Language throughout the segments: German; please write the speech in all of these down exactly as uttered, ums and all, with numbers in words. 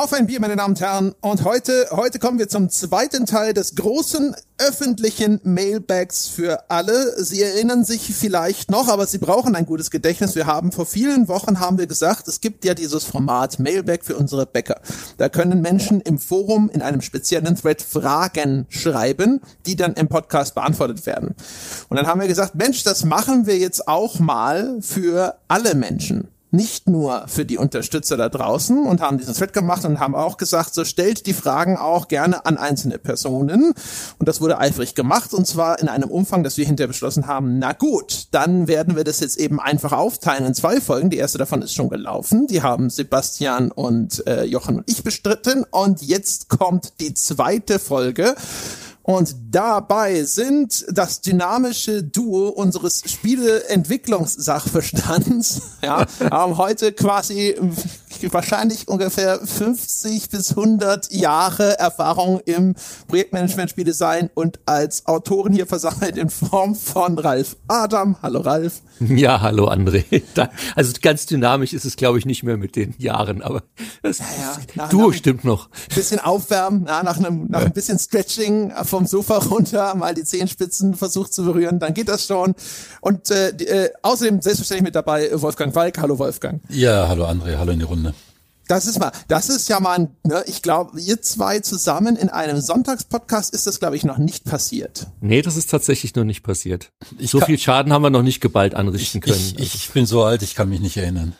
Auf ein Bier, meine Damen und Herren. Und heute, heute kommen wir zum zweiten Teil des großen öffentlichen Mailbags für alle. Sie erinnern sich vielleicht noch, aber Sie brauchen ein gutes Gedächtnis. Wir haben vor vielen Wochen haben wir gesagt, es gibt ja dieses Format Mailbag für unsere Bäcker. Da können Menschen im Forum in einem speziellen Thread Fragen schreiben, die dann im Podcast beantwortet werden. Und dann haben wir gesagt, Mensch, das machen wir jetzt auch mal für alle Menschen. Nicht nur für die Unterstützer da draußen, und haben diesen Thread gemacht und haben auch gesagt, so stellt die Fragen auch gerne an einzelne Personen. Und das wurde eifrig gemacht, und zwar in einem Umfang, dass wir hinterher beschlossen haben, na gut, dann werden wir das jetzt eben einfach aufteilen in zwei Folgen. Die erste davon ist schon gelaufen. Die haben Sebastian und äh, Jochen und ich bestritten. Und jetzt kommt die zweite Folge. Und dabei sind das dynamische Duo unseres Spieleentwicklungssachverstands, ja, haben heute quasi wahrscheinlich ungefähr fünfzig bis hundert Jahre Erfahrung im Projektmanagement, Spieldesign und als Autoren hier versammelt in Form von Ralf Adam. Hallo Ralf. Ja, hallo André. Da, also ganz dynamisch ist es, glaube ich, nicht mehr mit den Jahren, aber das ja, ja, nach, Duo nach stimmt noch. Bisschen aufwärmen, na, nach einem nach ein bisschen Stretching vom Sofa runter, mal die Zehenspitzen versucht zu berühren, dann geht das schon. Und äh, die, äh, außerdem selbstverständlich mit dabei Wolfgang Walk. Hallo Wolfgang. Ja, hallo André, hallo in die Runde. Das ist mal, das ist ja mal, ein, ne, ich glaube, ihr zwei zusammen in einem Sonntagspodcast ist das, glaube ich, noch nicht passiert. Nee, das ist tatsächlich noch nicht passiert. Ich so kann, viel Schaden haben wir noch nicht geballt anrichten ich, können. Ich, ich bin so alt, ich kann mich nicht erinnern.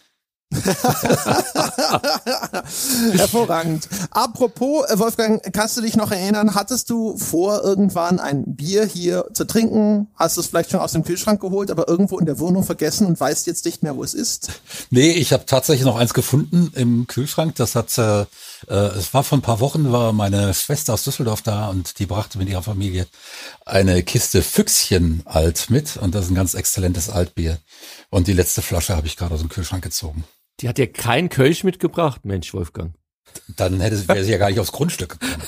Hervorragend. Apropos, Wolfgang, kannst du dich noch erinnern, hattest du vor, irgendwann ein Bier hier zu trinken? Hast du es vielleicht schon aus dem Kühlschrank geholt, aber irgendwo in der Wohnung vergessen und weißt jetzt nicht mehr, wo es ist? Nee, ich habe tatsächlich noch eins gefunden im Kühlschrank. Das hat, äh, es war vor ein paar Wochen, war meine Schwester aus Düsseldorf da und die brachte mit ihrer Familie eine Kiste Füchschen Alt mit, und das ist ein ganz exzellentes Altbier. Und die letzte Flasche habe ich gerade aus dem Kühlschrank gezogen. Die hat ja kein Kölsch mitgebracht, Mensch, Wolfgang. Dann hätte wäre sie ja gar nicht aufs Grundstück gekommen.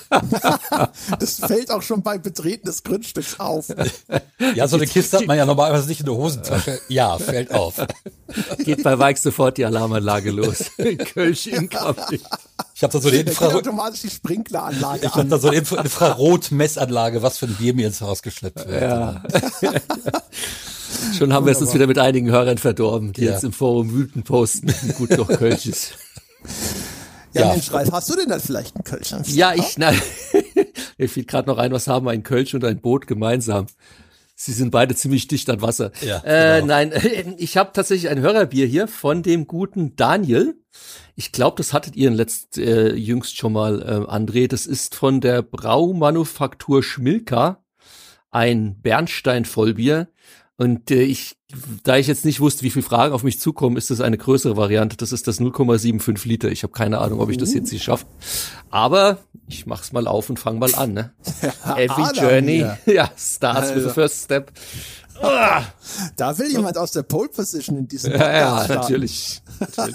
Das fällt auch schon beim Betreten des Grundstücks auf. Ja, so eine Kiste hat man ja normalerweise nicht in der Hosentasche. Ja, fällt auf. Geht bei Weig sofort die Alarmanlage los. Kölsch incoming. Ich habe da so eine Infra- automatisch die Sprinkleranlage. Ich habe da so eine Infra- Infrarot-Messanlage, was für ein Bier mir ins Haus geschleppt wird. Ja. Schon haben wir es uns wieder mit einigen Hörern verdorben, die ja. jetzt im Forum wütend posten, wie gut doch Kölsch ist. Ja, Ja. Mensch, Ralf, hast du denn dann vielleicht einen Kölsch? Ja, ich, nein. Mir fiel gerade noch ein, was haben ein Kölsch und ein Boot gemeinsam? Sie sind beide ziemlich dicht an Wasser. Ja, äh, genau. Nein, ich habe tatsächlich ein Hörerbier hier von dem guten Daniel. Ich glaube, das hattet ihr letzt äh, jüngst schon mal, äh, André. Das ist von der Braumanufaktur Schmilka, ein Bernstein-Vollbier. Und äh, ich, da ich jetzt nicht wusste, wie viele Fragen auf mich zukommen, ist das eine größere Variante. Das ist das null Komma fünfundsiebzig Liter. Ich habe keine Ahnung, ob ich das jetzt hier schaffe. Aber ich mach's mal auf und fang mal an. Ne? Ja, Every Adam, Journey, ja. ja, starts with the first step. Ah. Da will jemand aus der Pole Position in diesem Ja, Podcast ja, natürlich. natürlich.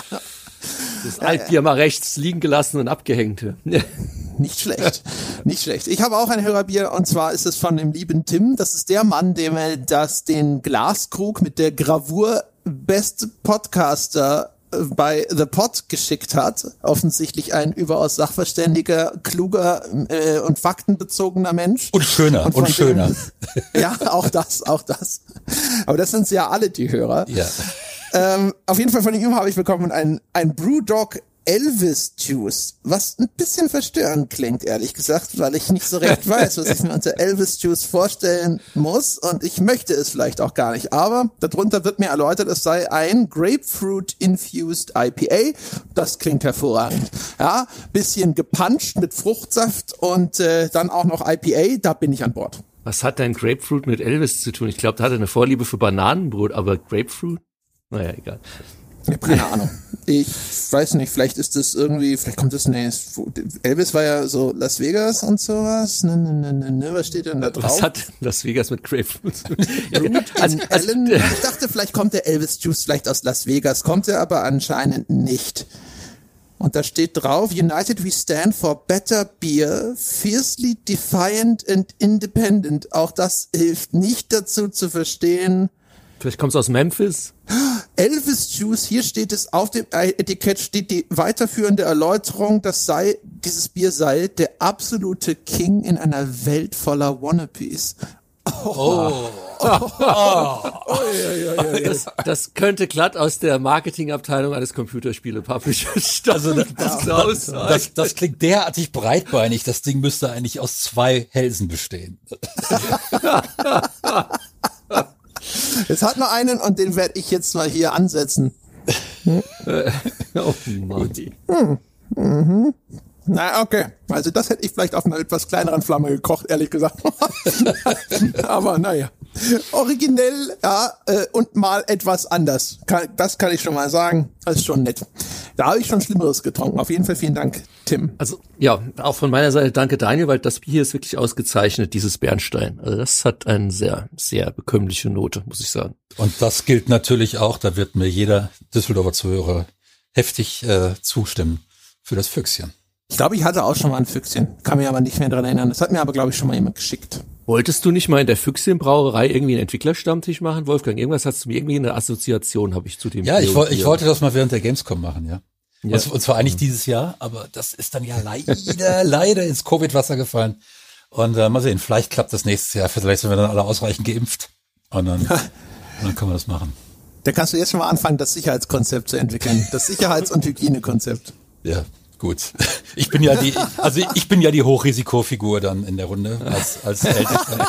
Das Altbier mal rechts liegen gelassen und abgehängt. Nicht schlecht, nicht schlecht. Ich habe auch ein Hörerbier, und zwar ist es von dem lieben Tim. Das ist der Mann, dem er das den Glaskrug mit der Gravur Best Podcaster bei The Pod geschickt hat. Offensichtlich ein überaus sachverständiger, kluger äh, und faktenbezogener Mensch. Und schöner, und, und schöner. Dem, ja, auch das, auch das. Aber das sind ja alle die Hörer. Ja. Ähm, auf jeden Fall von ihm habe ich bekommen ein, ein Brewdog Elvis Juice, was ein bisschen verstörend klingt, ehrlich gesagt, weil ich nicht so recht weiß, was ich mir unter Elvis Juice vorstellen muss, und ich möchte es vielleicht auch gar nicht, aber darunter wird mir erläutert, es sei ein Grapefruit-Infused I P A, das klingt hervorragend, ja, bisschen gepuncht mit Fruchtsaft und äh, dann auch noch I P A, da bin ich an Bord. Was hat denn Grapefruit mit Elvis zu tun? Ich glaube, da hat er eine Vorliebe für Bananenbrot, aber Grapefruit? Naja, egal. Ich habe keine Ahnung. Ich weiß nicht, vielleicht ist das irgendwie, vielleicht kommt das, nee, Elvis war ja so Las Vegas und sowas. Ne, ne, ne, ne, ne, was steht denn da drauf? Was hat Las Vegas mit Grapefruit zu tun? also, also, ich dachte, vielleicht kommt der Elvis Juice vielleicht aus Las Vegas, kommt er aber anscheinend nicht. Und da steht drauf, United we stand for better beer, fiercely defiant and independent. Auch das hilft nicht dazu zu verstehen, Vielleicht kommt's aus Memphis. Elvis Juice, hier steht es auf dem Etikett, steht die weiterführende Erläuterung, das sei, dieses Bier sei der absolute King in einer Welt voller Wannabes. Oh. Oh. Oh. Oh. Oh. Das, das könnte glatt aus der Marketingabteilung eines Computerspiele-Publishers stammen. Also das, das, das, das, das klingt derartig breitbeinig, das Ding müsste eigentlich aus zwei Hälsen bestehen. Es hat nur einen und den werde ich jetzt mal hier ansetzen. Hm? Oh Mann. Hm. Mhm. Na, okay. Also das hätte ich vielleicht auf einer etwas kleineren Flamme gekocht, ehrlich gesagt. Aber naja. Originell, ja, äh, und mal etwas anders. Kann, das kann ich schon mal sagen. Das ist schon nett. Da habe ich schon Schlimmeres getrunken. Auf jeden Fall vielen Dank, Tim. Also ja, auch von meiner Seite danke Daniel, weil das Bier ist wirklich ausgezeichnet, dieses Bernstein. Also das hat eine sehr, sehr bekömmliche Note, muss ich sagen. Und das gilt natürlich auch, da wird mir jeder Düsseldorfer Zuhörer heftig äh, zustimmen, für das Füchschen. Ich glaube, ich hatte auch schon mal ein Füchschen. Kann mich aber nicht mehr dran erinnern. Das hat mir aber, glaube ich, schon mal jemand geschickt. Wolltest du nicht mal in der Füchschenbrauerei irgendwie einen Entwicklerstammtisch machen, Wolfgang? Irgendwas hast du mir irgendwie eine Assoziation, habe ich zu dem. Ja, ich, wo, ich wollte das mal während der Gamescom machen, ja. ja. Und, und zwar eigentlich dieses Jahr, aber das ist dann ja leider, leider ins Covid-Wasser gefallen. Und äh, mal sehen, vielleicht klappt das nächstes Jahr. Vielleicht sind wir dann alle ausreichend geimpft. Und dann, und dann können wir das machen. Da kannst du jetzt schon mal anfangen, das Sicherheitskonzept zu entwickeln. Das Sicherheits- und Hygienekonzept. Ja. Gut. Ich bin ja die, also ich bin ja die Hochrisikofigur dann in der Runde als, als Ältester.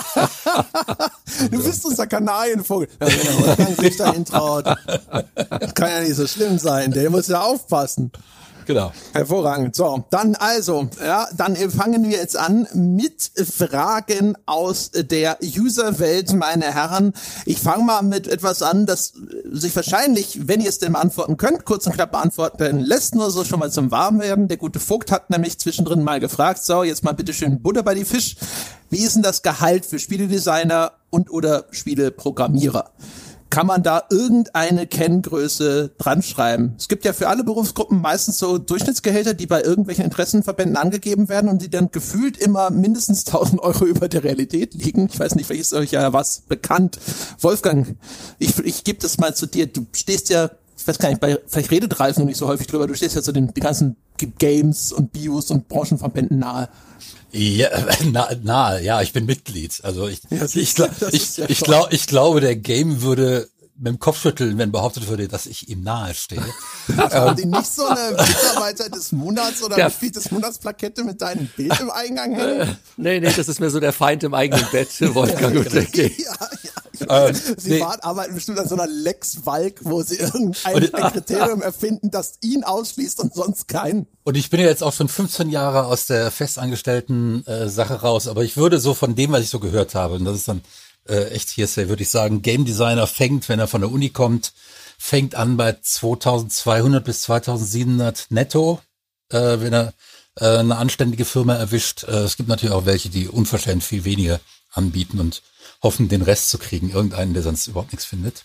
Du bist unser Kanarienvogel. Ja, wenn der Wolfgang sich dahin traut. Das kann ja nicht so schlimm sein. Der muss ja aufpassen. Genau. Hervorragend. So, dann also, ja, dann fangen wir jetzt an mit Fragen aus der User-Welt, meine Herren. Ich fange mal mit etwas an, das sich wahrscheinlich, wenn ihr es denn beantworten könnt, kurz und knapp beantworten lässt, nur so schon mal zum Warmwerden. Der gute Vogt hat nämlich zwischendrin mal gefragt, so, jetzt mal bitte schön Butter bei die Fisch. Wie ist denn das Gehalt für Spieledesigner und oder Spieleprogrammierer? Kann man da irgendeine Kenngröße dran schreiben? Es gibt ja für alle Berufsgruppen meistens so Durchschnittsgehälter, die bei irgendwelchen Interessenverbänden angegeben werden und die dann gefühlt immer mindestens tausend Euro über der Realität liegen. Ich weiß nicht, welches euch ja was bekannt. Wolfgang, ich, ich gebe das mal zu dir. Du stehst ja, ich weiß gar nicht, bei, vielleicht redet Ralf noch nicht so häufig drüber, du stehst ja zu den, den ganzen Games und Bios und Branchenverbänden nahe. Ja, na, na, ja, ich bin Mitglied. Also ich, ja, ich, ich, ich, ja ich, glaub, ich glaube, der Game würde mit dem Kopf schütteln, wenn behauptet würde, dass ich ihm nahe stehe. Haben die nicht so eine Mitarbeiter des Monats oder ja. Mitglied des Monatsplakette mit deinem Bild im Eingang hängen? Äh, nee, nee, das ist mir so der Feind im eigenen Bett, Wolfgang und der Game. Ja, ja. Ähm, sie nee. arbeiten bestimmt an so einer Lex Walk, wo sie irgendein und, ein Kriterium erfinden, das ihn ausschließt und sonst keinen. Und ich bin ja jetzt auch schon fünfzehn Jahre aus der festangestellten äh, Sache raus, aber ich würde so von dem, was ich so gehört habe, und das ist dann äh, echt Hearsay, würde ich sagen, Game Designer fängt, wenn er von der Uni kommt, fängt an bei zweitausendzweihundert bis zweitausendsiebenhundert netto, äh, wenn er äh, eine anständige Firma erwischt. Äh, es gibt natürlich auch welche, die unverschämt viel weniger anbieten und hoffen, den Rest zu kriegen, irgendeinen, der sonst überhaupt nichts findet.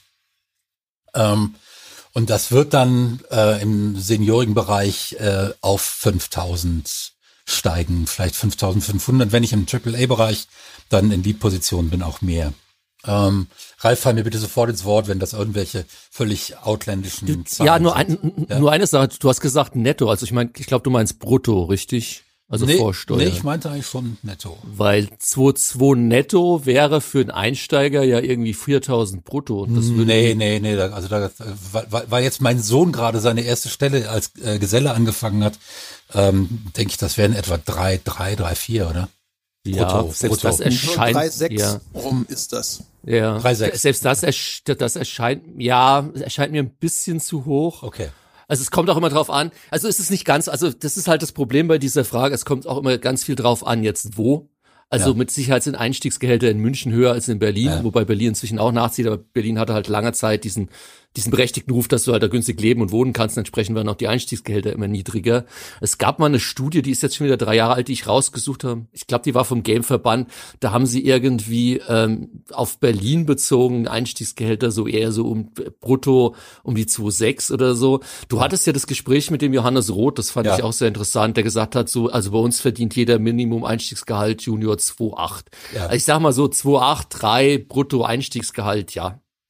Ähm, und das wird dann äh, im Seniorenbereich äh, auf fünftausend steigen, vielleicht fünftausendfünfhundert, wenn ich im Triple A Bereich dann in Lead-Position bin, auch mehr. Ähm, Ralf, fall mir bitte sofort ins Wort, wenn das irgendwelche völlig outländischen Zahlen Ja, nur, ein, ja? nur eine Sache, du hast gesagt netto, also ich meine, ich glaube, du meinst brutto, richtig? Also nee, Vorsteuer. Nee, ich meinte eigentlich schon netto. Weil zwei Komma zwei netto wäre für einen Einsteiger ja irgendwie viertausend brutto. Und das würde nee, nee, nee, also da, weil, weil jetzt mein Sohn gerade seine erste Stelle als äh, Geselle angefangen hat, ähm, denke ich, das wären etwa drei, drei, drei, vier, oder? Ja, brutto, selbst brutto. das erscheint, drei, sechs ja. rum ist das. Ja, drei, sechs. Selbst das, ersch das erscheint, ja, erscheint mir ein bisschen zu hoch. Okay. Also es kommt auch immer drauf an, also es ist nicht ganz, also das ist halt das Problem bei dieser Frage, es kommt auch immer ganz viel drauf an, jetzt wo. Also ja. mit Sicherheit sind Einstiegsgehälter in München höher als in Berlin, ja. wobei Berlin inzwischen auch nachzieht, aber Berlin hatte halt lange Zeit diesen diesen berechtigten Ruf, dass du halt da günstig leben und wohnen kannst, und entsprechend waren auch die Einstiegsgehälter immer niedriger. Es gab mal eine Studie, die ist jetzt schon wieder drei Jahre alt, die ich rausgesucht habe. Ich glaube, die war vom Gameverband. Da haben sie irgendwie ähm, auf Berlin bezogen Einstiegsgehälter so eher so um brutto um die zwei Komma sechs oder so. Du hattest ja das Gespräch mit dem Johannes Roth, das fand ja. ich auch sehr interessant, der gesagt hat, so, also bei uns verdient jeder Minimum-Einstiegsgehalt Junior zwei Komma acht. Ja. Also ich sag mal so zwei Komma acht, drei brutto Einstiegsgehalt, ja.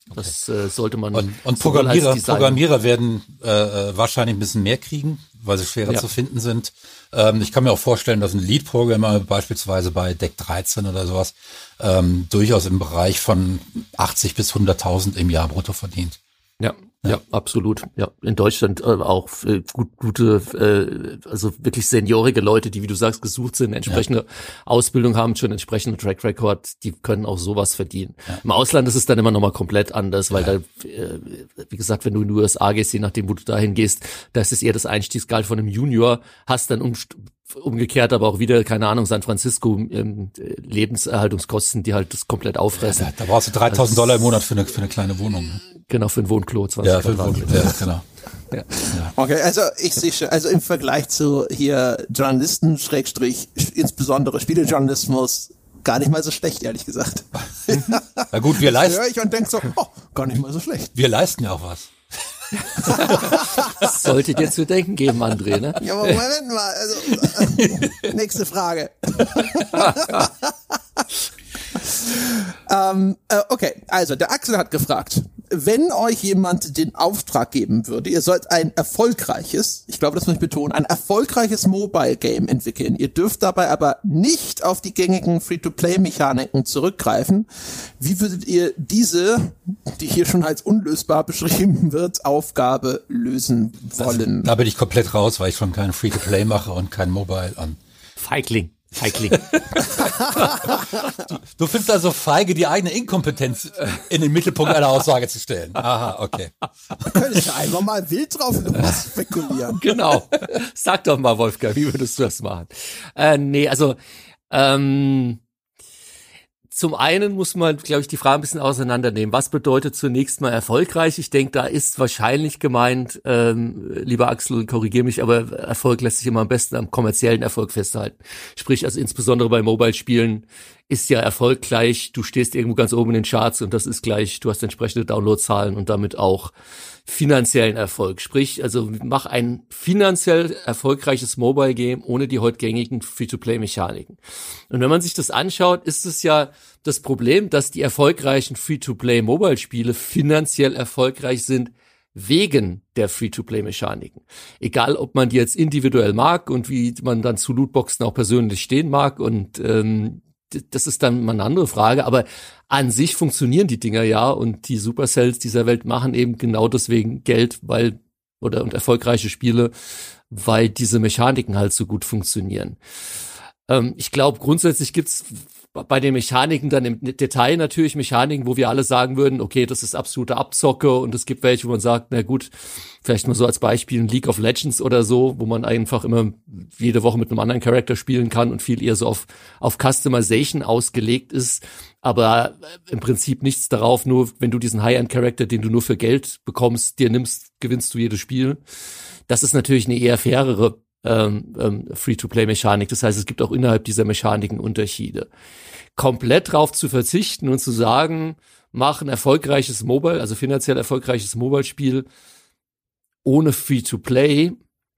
Das äh, sollte man. Und, und Programmierer, Programmierer werden äh, wahrscheinlich ein bisschen mehr kriegen, weil sie schwerer ja. zu finden sind. Ähm, ich kann mir auch vorstellen, dass ein Lead-Programmer beispielsweise bei Deck dreizehn oder sowas ähm, durchaus im Bereich von achtzig bis hunderttausend im Jahr brutto verdient. Ja. Ja, absolut. Ja, in Deutschland äh, auch äh, gut, gute, äh, also wirklich seniorige Leute, die, wie du sagst, gesucht sind, entsprechende ja. Ausbildung haben, schon entsprechende Track Record, die können auch sowas verdienen. Ja. Im Ausland ist es dann immer nochmal komplett anders, weil ja. da, äh, wie gesagt, wenn du in die U S A gehst, je nachdem, wo du dahin gehst, da ist es eher das Einstiegsgehalt von einem Junior, hast dann um, umgekehrt aber auch wieder, keine Ahnung, San Francisco ähm, Lebenserhaltungskosten, die halt das komplett auffressen. Ja, da, da brauchst du dreitausend also, Dollar im Monat für eine, für eine kleine Wohnung. Ne? Genau, für ein Wohnklo, zwanzig ja, für ein Wohnklo, ja, genau. Ja. Ja. Okay, also ich sehe schon, also im Vergleich zu hier Journalisten, Schrägstrich, insbesondere Spielejournalismus, gar nicht mal so schlecht, ehrlich gesagt. Na gut, wir leisten. Höre ich und denke so, oh, gar nicht mal so schlecht. Wir leisten ja auch was. Das sollte dir zu denken geben, André, ne? Ja, aber Moment mal, also, äh, nächste Frage. ähm, äh, okay, also der Axel hat gefragt, wenn euch jemand den Auftrag geben würde, ihr sollt ein erfolgreiches, ich glaube, das muss ich betonen, ein erfolgreiches Mobile-Game entwickeln. Ihr dürft dabei aber nicht auf die gängigen Free-to-Play-Mechaniken zurückgreifen. Wie würdet ihr diese, die hier schon als unlösbar beschrieben wird, Aufgabe lösen wollen? Also, da bin ich komplett raus, weil ich schon kein Free-to-Play mache und kein Mobile an. Feigling. Feigling. du, du findest also feige, die eigene Inkompetenz in den Mittelpunkt einer Aussage zu stellen. Aha, okay. Da könnte ich einfach mal wild drauf spekulieren. Genau. Sag doch mal, Wolfgang, wie würdest du das machen? Äh, nee, also ähm, zum einen muss man, glaube ich, die Frage ein bisschen auseinandernehmen. Was bedeutet zunächst mal erfolgreich? Ich denke, da ist wahrscheinlich gemeint, ähm, lieber Axel, korrigier mich, aber Erfolg lässt sich immer am besten am kommerziellen Erfolg festhalten. Sprich, also insbesondere bei Mobile-Spielen ist ja Erfolg gleich, du stehst irgendwo ganz oben in den Charts und das ist gleich, du hast entsprechende Downloadzahlen und damit auch finanziellen Erfolg. Sprich, also mach ein finanziell erfolgreiches Mobile-Game ohne die heute gängigen Free-to-Play-Mechaniken. Und wenn man sich das anschaut, ist es ja das Problem, dass die erfolgreichen Free-to-Play-Mobile-Spiele finanziell erfolgreich sind wegen der Free-to-Play-Mechaniken. Egal, ob man die jetzt individuell mag und wie man dann zu Lootboxen auch persönlich stehen mag und ähm, das ist dann mal eine andere Frage, aber an sich funktionieren die Dinger ja und die Supercells dieser Welt machen eben genau deswegen Geld, weil oder und erfolgreiche Spiele, weil diese Mechaniken halt so gut funktionieren. Ähm, ich glaube, grundsätzlich gibt's bei den Mechaniken dann im Detail natürlich Mechaniken, wo wir alle sagen würden, okay, das ist absolute Abzocke und es gibt welche, wo man sagt, na gut, vielleicht mal so als Beispiel ein League of Legends oder so, wo man einfach immer jede Woche mit einem anderen Charakter spielen kann und viel eher so auf auf Customization ausgelegt ist, aber im Prinzip nichts darauf, nur wenn du diesen High-End-Charakter, den du nur für Geld bekommst, dir nimmst, gewinnst du jedes Spiel. Das ist natürlich eine eher fairere ähm, ähm, Free-to-Play-Mechanik. Das heißt, es gibt auch innerhalb dieser Mechaniken Unterschiede. Komplett drauf zu verzichten und zu sagen, mach ein erfolgreiches Mobile, also finanziell erfolgreiches Mobile-Spiel ohne Free-to-Play,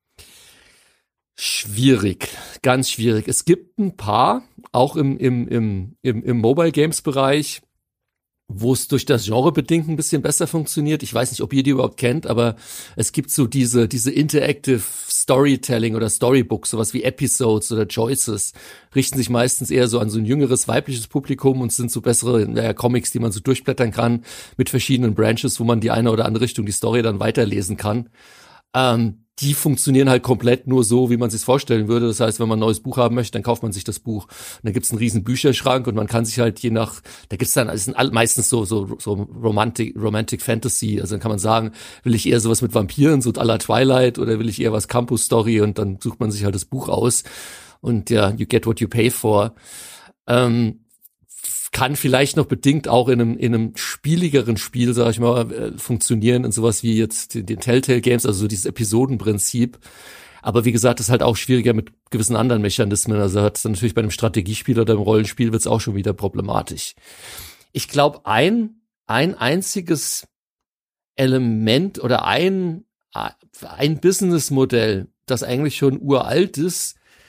schwierig, ganz schwierig. Es gibt ein paar, auch im, im, im, im, im Mobile-Games-Bereich, wo es durch das Genre bedingt ein bisschen besser funktioniert. Ich weiß nicht, ob ihr die überhaupt kennt, aber es gibt so diese diese Interactive Storytelling oder Storybooks, sowas wie Episodes oder Choices, richten sich meistens eher so an so ein jüngeres weibliches Publikum und sind so bessere naja, Comics, die man so durchblättern kann mit verschiedenen Branches, wo man die eine oder andere Richtung die Story dann weiterlesen kann. Ähm, die funktionieren halt komplett nur so, wie man sich vorstellen würde. Das heißt, wenn man ein neues Buch haben möchte, dann kauft man sich das Buch. Und dann gibt's einen riesen Bücherschrank und man kann sich halt je nach, da gibt's dann, es sind meistens so so so Romantic Romantic Fantasy. Also dann kann man sagen, will ich eher sowas mit Vampiren, so à la Twilight, oder will ich eher was Campus Story, und dann sucht man sich halt das Buch aus. Und ja, you get what you pay for. Ähm, kann vielleicht noch bedingt auch in einem in einem spieligeren Spiel, sag ich mal, äh, funktionieren, in sowas wie jetzt den, den Telltale Games, also so dieses Episodenprinzip. Aber wie gesagt, das ist halt auch schwieriger mit gewissen anderen Mechanismen. Also hat es dann natürlich bei einem Strategiespiel oder einem Rollenspiel wird es auch schon wieder problematisch. Ich glaube, ein ein einziges Element oder ein ein Businessmodell, das eigentlich schon uralt ist,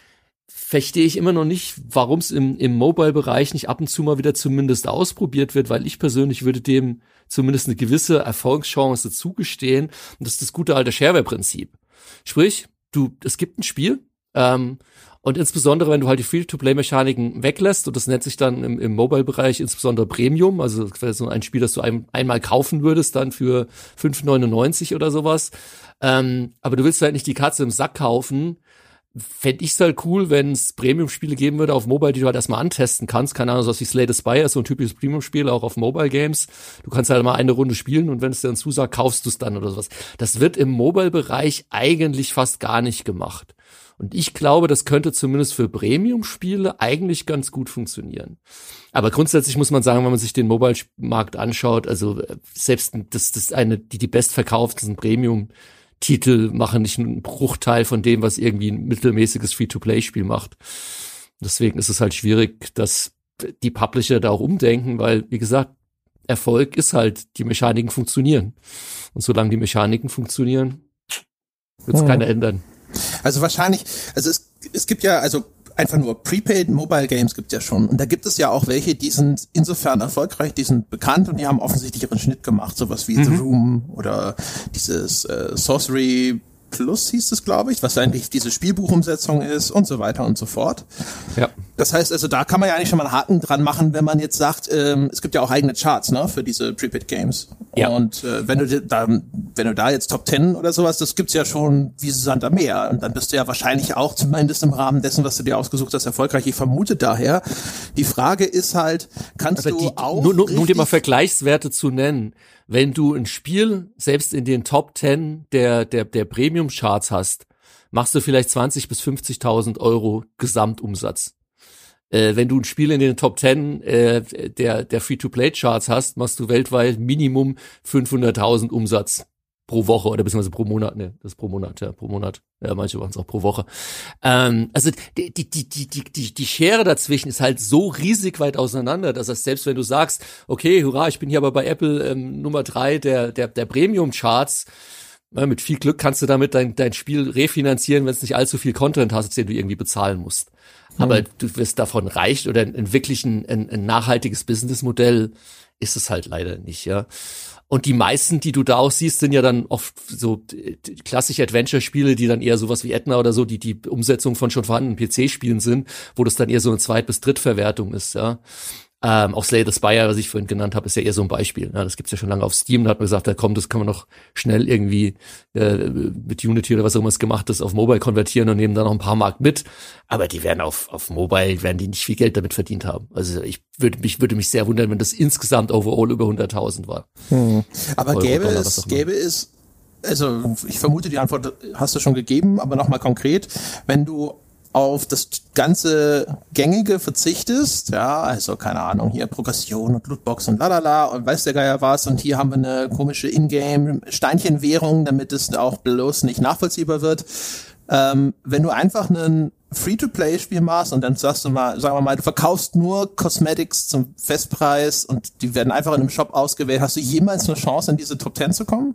verstehe ich immer noch nicht, warum es im, im Mobile-Bereich nicht ab und zu mal wieder zumindest ausprobiert wird, weil ich persönlich würde dem zumindest eine gewisse Erfolgschance zugestehen. Und das ist das gute alte Shareware-Prinzip. Sprich, du, es gibt ein Spiel, ähm, und insbesondere, wenn du halt die Free-to-Play-Mechaniken weglässt, und das nennt sich dann im, im Mobile-Bereich insbesondere Premium, also das wäre so ein Spiel, das du ein, einmal kaufen würdest, dann für fünf neunundneunzig oder sowas. Ähm, aber du willst halt nicht die Katze im Sack kaufen. Fände ich's halt cool, wenn es Premium-Spiele geben würde auf Mobile, die du halt erstmal antesten kannst. Keine Ahnung, so was wie Slay the Spire ist so ein typisches Premium-Spiel, auch auf Mobile-Games. Du kannst halt mal eine Runde spielen und wenn es dir dann zusagt, kaufst du es dann oder sowas. Das wird im Mobile-Bereich eigentlich fast gar nicht gemacht. Und ich glaube, das könnte zumindest für Premium-Spiele eigentlich ganz gut funktionieren. Aber grundsätzlich muss man sagen, wenn man sich den Mobile-Markt anschaut, also selbst das, das eine, die die bestverkauftesten Premium-Titel machen nicht einen Bruchteil von dem, was irgendwie ein mittelmäßiges Free-to-Play-Spiel macht. Deswegen ist es halt schwierig, dass die Publisher da auch umdenken, weil, wie gesagt, Erfolg ist halt, die Mechaniken funktionieren. Und solange die Mechaniken funktionieren, wird es hm. keiner ändern. Also wahrscheinlich, also es, es gibt ja, also einfach nur Prepaid Mobile Games gibt ja schon. Und da gibt es ja auch welche, die sind insofern erfolgreich, die sind bekannt und die haben offensichtlich ihren Schnitt gemacht. Sowas wie mhm. The Room oder dieses äh, Sorcery Plus hieß es, glaube ich, was eigentlich diese Spielbuchumsetzung ist und so weiter und so fort. Ja. Das heißt also, da kann man ja eigentlich schon mal einen Haken dran machen, wenn man jetzt sagt, ähm, es gibt ja auch eigene Charts, ne, für diese Prepaid Games. Ja. Und äh, wenn du da, wenn du da jetzt Top Ten oder sowas, das gibt's ja schon wie Sand am Meer. Und dann bist du ja wahrscheinlich auch zumindest im Rahmen dessen, was du dir ausgesucht hast, erfolgreich. Ich vermute daher. Die Frage ist halt, kannst Aber du die, auch nur, nur, nur dir mal Vergleichswerte zu nennen. Wenn du ein Spiel selbst in den Top Ten der, der, der Premium-Charts hast, machst du vielleicht zwanzig bis fünfzigtausend Euro Gesamtumsatz. Äh, wenn du ein Spiel in den Top Ten äh, der, der Free-to-Play-Charts hast, machst du weltweit Minimum fünfhunderttausend Umsatz pro Woche oder beziehungsweise pro Monat, ne, das ist pro Monat, ja, pro Monat. Ja, manche machen es auch pro Woche. Ähm, also die, die, die, die, die, die Schere dazwischen ist halt so riesig weit auseinander, dass das selbst wenn du sagst, okay, hurra, ich bin hier aber bei Apple ähm, Nummer drei der, der, der Premium-Charts, ja, mit viel Glück kannst du damit dein, dein Spiel refinanzieren, wenn es nicht allzu viel Content hast, den du irgendwie bezahlen musst. Hm. Aber du wirst davon reich oder ein, wirklich ein, ein, ein nachhaltiges Businessmodell ist es halt leider nicht, ja. Und die meisten, die du da auch siehst, sind ja dann oft so klassische Adventure-Spiele, die dann eher sowas wie Edna oder so, die die Umsetzung von schon vorhandenen P C-Spielen sind, wo das dann eher so eine Zweit- bis Drittverwertung ist, ja. Ähm, auch Slay the Spire, was ich vorhin genannt habe, ist ja eher so ein Beispiel. Ja, das gibt's ja schon lange auf Steam. Da hat man gesagt, da kommt, das kann man noch schnell irgendwie äh, mit Unity oder was auch immer es gemacht ist, auf Mobile konvertieren und nehmen dann noch ein paar Mark mit. Aber die werden auf auf Mobile, werden die nicht viel Geld damit verdient haben. Also ich würde mich würde mich sehr wundern, wenn das insgesamt overall über hunderttausend war. Hm. Aber Euro, gäbe Dollar, es, gäbe es, also ich vermute, die Antwort hast du schon gegeben, aber nochmal konkret, wenn du auf das ganze Gängige verzichtest, ja, also keine Ahnung, hier Progression und Lootbox und lalala und weiß der Geier was und hier haben wir eine komische Ingame-Steinchenwährung, damit es auch bloß nicht nachvollziehbar wird. Ähm, wenn du einfach einen Free-to-Play-Spiel machst und dann sagst du mal, sagen wir mal, du verkaufst nur Cosmetics zum Festpreis und die werden einfach in einem Shop ausgewählt, hast du jemals eine Chance, in diese Top Ten zu kommen?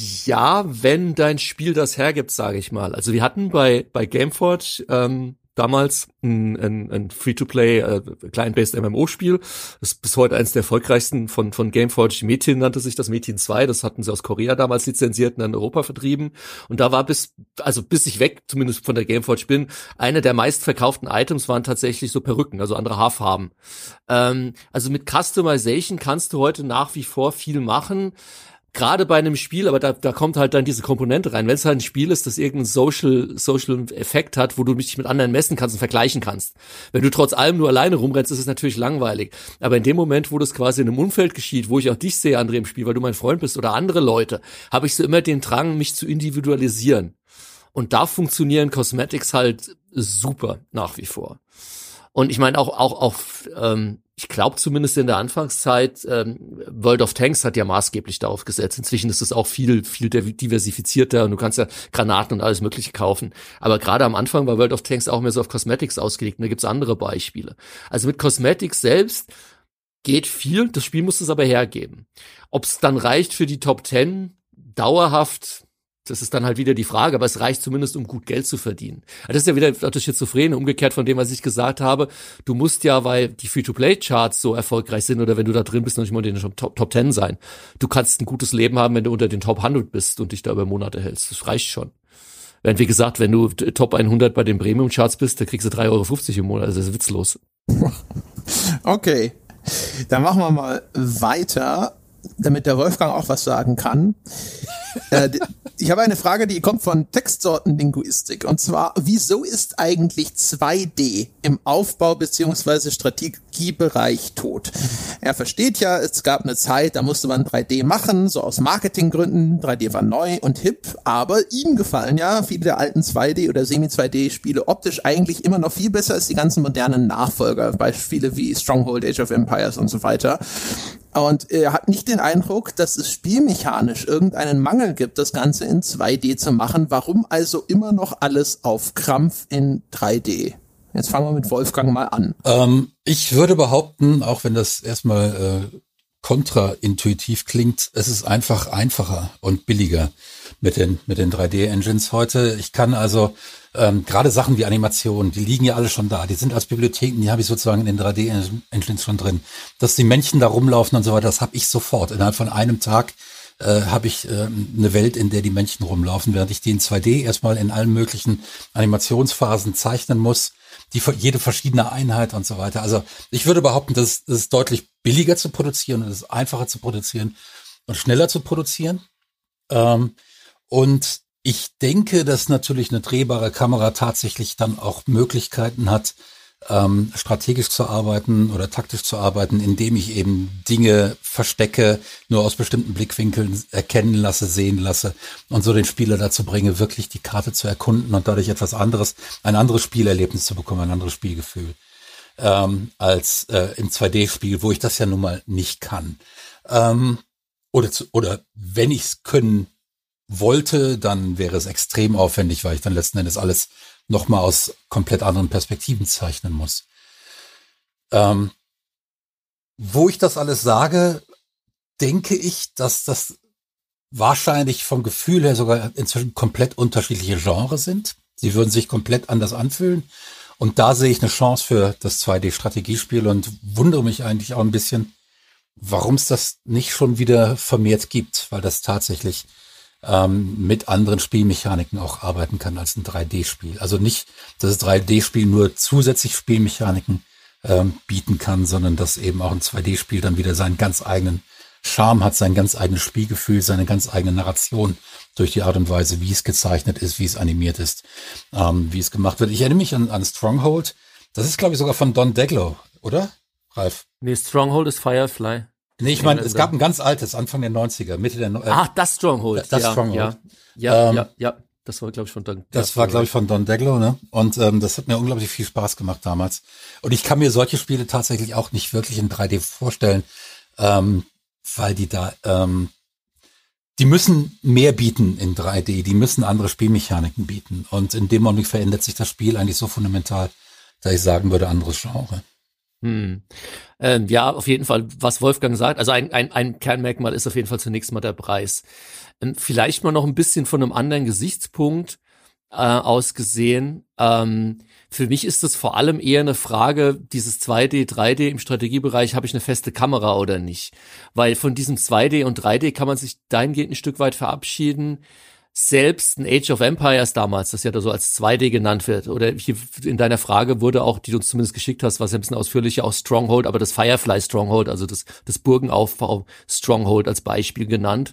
Ja, wenn dein Spiel das hergibt, sage ich mal. Also wir hatten bei bei Gameforge ähm, damals ein, ein, ein Free-to-Play äh, Client-based M M O-Spiel. Das ist bis heute eines der erfolgreichsten von von Gameforge. Metin nannte sich das, Metin zwei. Das hatten sie aus Korea damals lizenziert und in Europa vertrieben. Und da war bis also bis ich weg, zumindest von der Gameforge bin, eine der meistverkauften Items waren tatsächlich so Perücken, also andere Haarfarben. Ähm, also mit Customization kannst du heute nach wie vor viel machen. Gerade bei einem Spiel, aber da, da kommt halt dann diese Komponente rein. Wenn es halt ein Spiel ist, das irgendeinen Social, Social Effekt hat, wo du dich mit anderen messen kannst und vergleichen kannst. Wenn du trotz allem nur alleine rumrennst, ist es natürlich langweilig. Aber in dem Moment, wo das quasi in einem Umfeld geschieht, wo ich auch dich sehe, André, im Spiel, weil du mein Freund bist oder andere Leute, habe ich so immer den Drang, mich zu individualisieren. Und da funktionieren Cosmetics halt super nach wie vor. Und ich meine auch, auch, auch, ähm, ich glaube zumindest in der Anfangszeit, ähm, World of Tanks hat ja maßgeblich darauf gesetzt. Inzwischen ist es auch viel, viel diversifizierter und du kannst ja Granaten und alles Mögliche kaufen. Aber gerade am Anfang war World of Tanks auch mehr so auf Cosmetics ausgelegt und da gibt's andere Beispiele. Also mit Cosmetics selbst geht viel, das Spiel muss es aber hergeben. Ob es dann reicht für die Top Ten, dauerhaft, Das ist dann halt wieder die Frage, aber es reicht zumindest, um gut Geld zu verdienen. Das ist ja wieder das Schizophrene, umgekehrt von dem, was ich gesagt habe. Du musst ja, weil die Free-to-Play-Charts so erfolgreich sind oder wenn du da drin bist, noch nicht mal in den Top, Top Ten sein. Du kannst ein gutes Leben haben, wenn du unter den Top hundert bist und dich da über Monate hältst. Das reicht schon. Während, wie gesagt, wenn du Top hundert bei den Premium-Charts bist, da kriegst du drei Euro fünfzig im Monat. Also das ist witzlos. Okay, dann machen wir mal weiter, damit der Wolfgang auch was sagen kann. äh, ich habe eine Frage, die kommt von Textsortenlinguistik. Und zwar, wieso ist eigentlich zwei D im Aufbau- bzw. Strategiebereich tot? Er versteht ja, es gab eine Zeit, da musste man drei D machen, so aus Marketinggründen. drei D war neu und hip, aber ihm gefallen ja viele der alten zwei D- oder Semi-zwei D-Spiele optisch eigentlich immer noch viel besser als die ganzen modernen Nachfolger. Beispiele wie Stronghold, Age of Empires und so weiter. Und er hat nicht den Eindruck, dass es spielmechanisch irgendeinen Mangel gibt, das Ganze in zwei D zu machen. Warum also immer noch alles auf Krampf in drei D? Jetzt fangen wir mit Wolfgang mal an. Ähm, ich würde behaupten, auch wenn das erstmal äh, kontraintuitiv klingt, es ist einfach einfacher und billiger mit den mit den drei D-Engines heute. Ich kann also ähm, gerade Sachen wie Animationen, die liegen ja alle schon da. Die sind als Bibliotheken, die habe ich sozusagen in den drei D-Engines schon drin. Dass die Männchen da rumlaufen und so weiter, das habe ich sofort. Innerhalb von einem Tag äh, habe ich äh, eine Welt, in der die Männchen rumlaufen, während ich die in zwei D erstmal in allen möglichen Animationsphasen zeichnen muss. Die jede verschiedene Einheit und so weiter. Also ich würde behaupten, das, das ist deutlich billiger zu produzieren und es ist einfacher zu produzieren und schneller zu produzieren. Ähm, und ich denke, dass natürlich eine drehbare Kamera tatsächlich dann auch Möglichkeiten hat, ähm, strategisch zu arbeiten oder taktisch zu arbeiten, indem ich eben Dinge verstecke, nur aus bestimmten Blickwinkeln erkennen lasse, sehen lasse und so den Spieler dazu bringe, wirklich die Karte zu erkunden und dadurch etwas anderes, ein anderes Spielerlebnis zu bekommen, ein anderes Spielgefühl ähm, als äh, im zwei D-Spiel, wo ich das ja nun mal nicht kann. Ähm, oder, zu, oder wenn ich es können wollte, dann wäre es extrem aufwendig, weil ich dann letzten Endes alles nochmal aus komplett anderen Perspektiven zeichnen muss. Ähm, wo ich das alles sage, denke ich, dass das wahrscheinlich vom Gefühl her sogar inzwischen komplett unterschiedliche Genres sind. Sie würden sich komplett anders anfühlen. Und da sehe ich eine Chance für das zwei D-Strategiespiel und wundere mich eigentlich auch ein bisschen, warum es das nicht schon wieder vermehrt gibt, weil das tatsächlich ähm, mit anderen Spielmechaniken auch arbeiten kann als ein drei D-Spiel. Also nicht, dass das drei D-Spiel nur zusätzlich Spielmechaniken ähm, bieten kann, sondern dass eben auch ein zwei D-Spiel dann wieder seinen ganz eigenen Charme hat, sein ganz eigenes Spielgefühl, seine ganz eigene Narration durch die Art und Weise, wie es gezeichnet ist, wie es animiert ist, ähm, wie es gemacht wird. Ich erinnere mich an, an Stronghold. Das ist, glaube ich, sogar von Don Deglow, oder, Ralf? Nee, Stronghold ist Firefly. Nee, ich meine, es gab ein ganz altes, Anfang der neunziger, Mitte der... Äh, Ach, das Stronghold. Das ja, Stronghold. Ja, ja, ähm, ja, ja. Das war, glaube ich, von Don Das war, glaube ich, von Don Deglow, ne? Und ähm, das hat mir unglaublich viel Spaß gemacht damals. Und ich kann mir solche Spiele tatsächlich auch nicht wirklich in drei D vorstellen, ähm, weil die da, ähm, die müssen mehr bieten in drei D, die müssen andere Spielmechaniken bieten. Und in dem Moment verändert sich das Spiel eigentlich so fundamental, dass ich sagen würde, anderes Genre. Hm. Ähm, ja, auf jeden Fall, was Wolfgang sagt, also ein, ein, ein Kernmerkmal ist auf jeden Fall zunächst mal der Preis. Ähm, vielleicht mal noch ein bisschen von einem anderen Gesichtspunkt äh, aus gesehen. Ähm, für mich ist es vor allem eher eine Frage, dieses zwei D, drei D im Strategiebereich, habe ich eine feste Kamera oder nicht? Weil von diesem zwei D und drei D kann man sich dahingehend ein Stück weit verabschieden. Selbst ein Age of Empires damals, das ja da so als zwei D genannt wird, oder hier in deiner Frage wurde auch, die du uns zumindest geschickt hast, was ja ein bisschen ausführlicher, auch Stronghold, aber das Firefly Stronghold, also das, das Burgenaufbau Stronghold als Beispiel genannt.